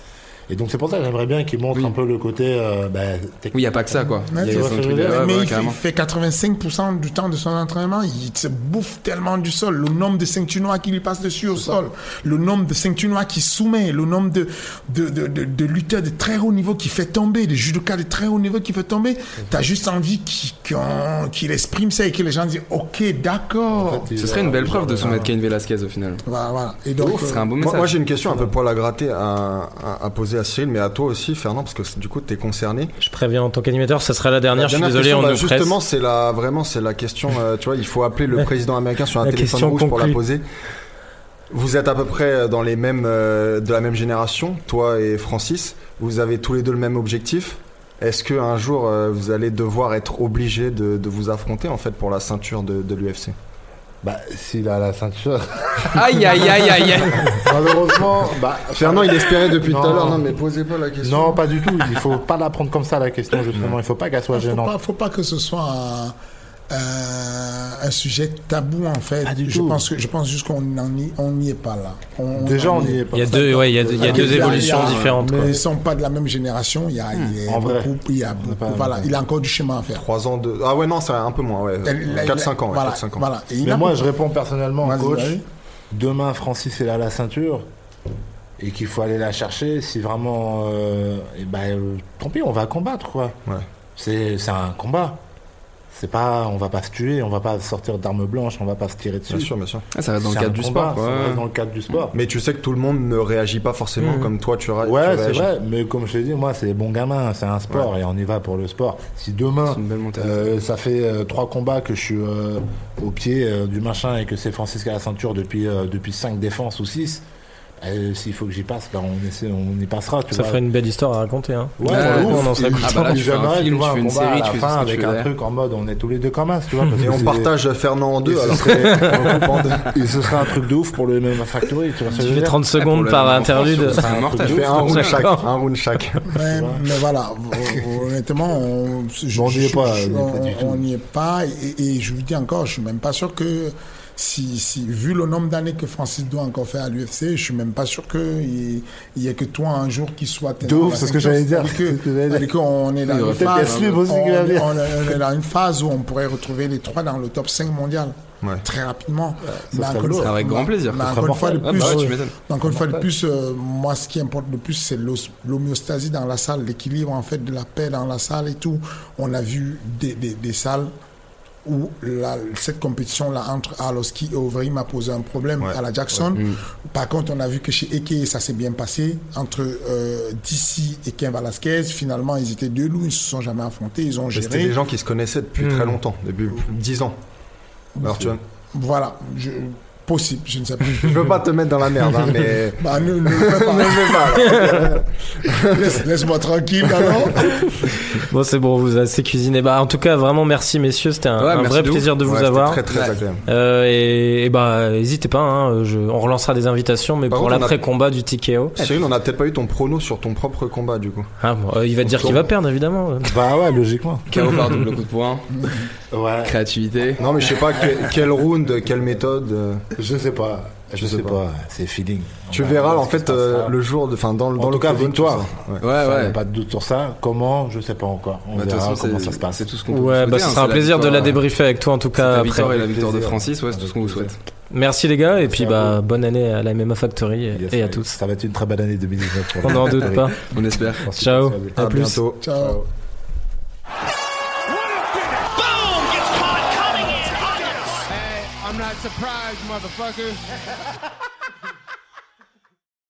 Et donc c'est pour ça que j'aimerais bien qu'il montre un peu le côté technique. Oui, il n'y a pas que ça, quoi. Mais il fait 85% du temps de son entraînement, il se bouffe tellement du sol. Le nombre de ceintures noires qui lui passent dessus au sol, le nombre de ceintures noires qui soumet, le nombre de lutteurs de très haut niveau qui fait tomber, de judokas de très haut niveau qui fait tomber. T'as juste envie qu'il exprime ça et que les gens disent ok, d'accord. En fait, ce serait une belle preuve de soumettre Cain Velasquez au final. Voilà. Et donc, ce serait un beau message. Moi j'ai une question un peu pour la gratter à poser à Cyril, mais à toi aussi Fernand, parce que du coup t'es concerné. Je préviens en tant qu'animateur, ça sera la dernière. Je suis désolé, on nous presse. Justement, c'est la question. Tu vois, il faut appeler le président américain sur un téléphone rouge pour la poser. Vous êtes à peu près dans les mêmes de la même génération, toi et Francis. Vous avez tous les deux le même objectif. Est-ce que un jour vous allez devoir être obligé de vous affronter en fait pour la ceinture de l'UFC? S'il a la ceinture. Aïe. Malheureusement, Fernand, il espérait depuis tout à l'heure. Non, mais posez pas la question. Non, pas du tout. Il faut pas la prendre comme ça, la question, justement. Il faut pas qu'elle soit gênante. Faut pas que ce soit un sujet tabou, en fait. Je pense juste qu'on n'y est pas là. Déjà, on n'y est pas. Il y a deux évolutions différentes. Mais ils ne sont pas de la même génération. Il y a beaucoup. Voilà, il a encore du chemin à faire. 3 ans de. Ah ouais, non, c'est un peu moins. 4-5 ans. Voilà. Mais moi, je réponds personnellement au coach. Demain, Francis est là à la ceinture et qu'il faut aller la chercher. Si vraiment. Tant pis, on va combattre, quoi. Ouais. C'est un combat. C'est pas, on va pas se tuer, on va pas sortir d'armes blanches, on va pas se tirer dessus. Bien sûr. Ça reste dans le cadre du sport. Ça reste dans le cadre du sport. Mais tu sais que tout le monde ne réagit pas forcément comme toi tu réagis. Ouais, c'est vrai, mais comme je t'ai dit, moi c'est des bons gamins, c'est un sport et on y va pour le sport. Si demain, ça fait 3 combats que je suis au pied du machin et que c'est Francis qui a la ceinture depuis 5 défenses ou 6, s'il faut que j'y passe, on y passera. Ça ferait une belle histoire à raconter. Hein. Ouais, on en serait plus. J'aimerais tu fais une série, tu fais avec un truc en mode on est tous les deux comme as, tu vois. Et on partage Fernand en deux. Et ce serait un truc de ouf pour le MMA Factory. Tu fais 30 secondes par interlude. Tu fais un round chaque. Mais voilà, honnêtement, on n'y est pas. Et je vous dis encore, je suis même pas sûr que. Si vu le nombre d'années que Francis doit encore faire à l'UFC, je suis même pas sûr qu'il y ait que toi un jour qui soit de ouf, c'est ce que j'allais dire. On est dans une phase où on pourrait retrouver les 3 dans le top 5 mondial. très rapidement. Avec grand plaisir. Mais encore une fois de plus, encore une fois de plus, moi, ce qui importe le plus, c'est l'homéostasie dans la salle, l'équilibre en fait de la paix dans la salle et tout. On a vu des salles où cette compétition-là entre Arlovski et Overeem a posé un problème à la Jackson. Par contre, on a vu que chez Eke, ça s'est bien passé. Entre DC et Cain Velasquez, finalement, ils étaient deux loups, ils ne se sont jamais affrontés, ils ont géré. C'était des gens qui se connaissaient depuis très longtemps, depuis 10 ans. Alors, tu vois. Voilà, possible, je ne sais pas. Je veux pas te mettre dans la merde, hein, mais... ne le fais pas. Laisse-moi tranquille, alors. Bon, c'est bon, vous assez cuisiné. En tout cas, vraiment, merci, messieurs. C'était un vrai plaisir de vous avoir. Très, très agréable. N'hésitez pas, hein, on relancera des invitations, mais pour l'après-combat du TKO. Cyril, on n'a peut-être pas eu ton prono sur ton propre combat, du coup. Il va te dire qu'il va perdre, évidemment. Bah ouais, logiquement. KO par double coup de poing. Ouais. Créativité. Non, mais je sais pas quel round, quelle méthode. Je sais pas. C'est feeling. Tu verras en fait le jour dans le cas victoire. Ouais. Pas de doute sur ça. Comment, je sais pas encore. On verra comment ça se passe. C'est tout ce qu'on peut vous souhaiter. Ce sera un plaisir de la débriefer avec toi en tout cas. La victoire et la victoire de Francis, c'est tout ce qu'on vous souhaite. Merci les gars et puis bonne année à la MMA Factory et à tous. Ça va être une très belle année 2019. On n'en doute pas. On espère. Ciao. À plus. Bientôt. Ciao. I'm not surprised, motherfuckers.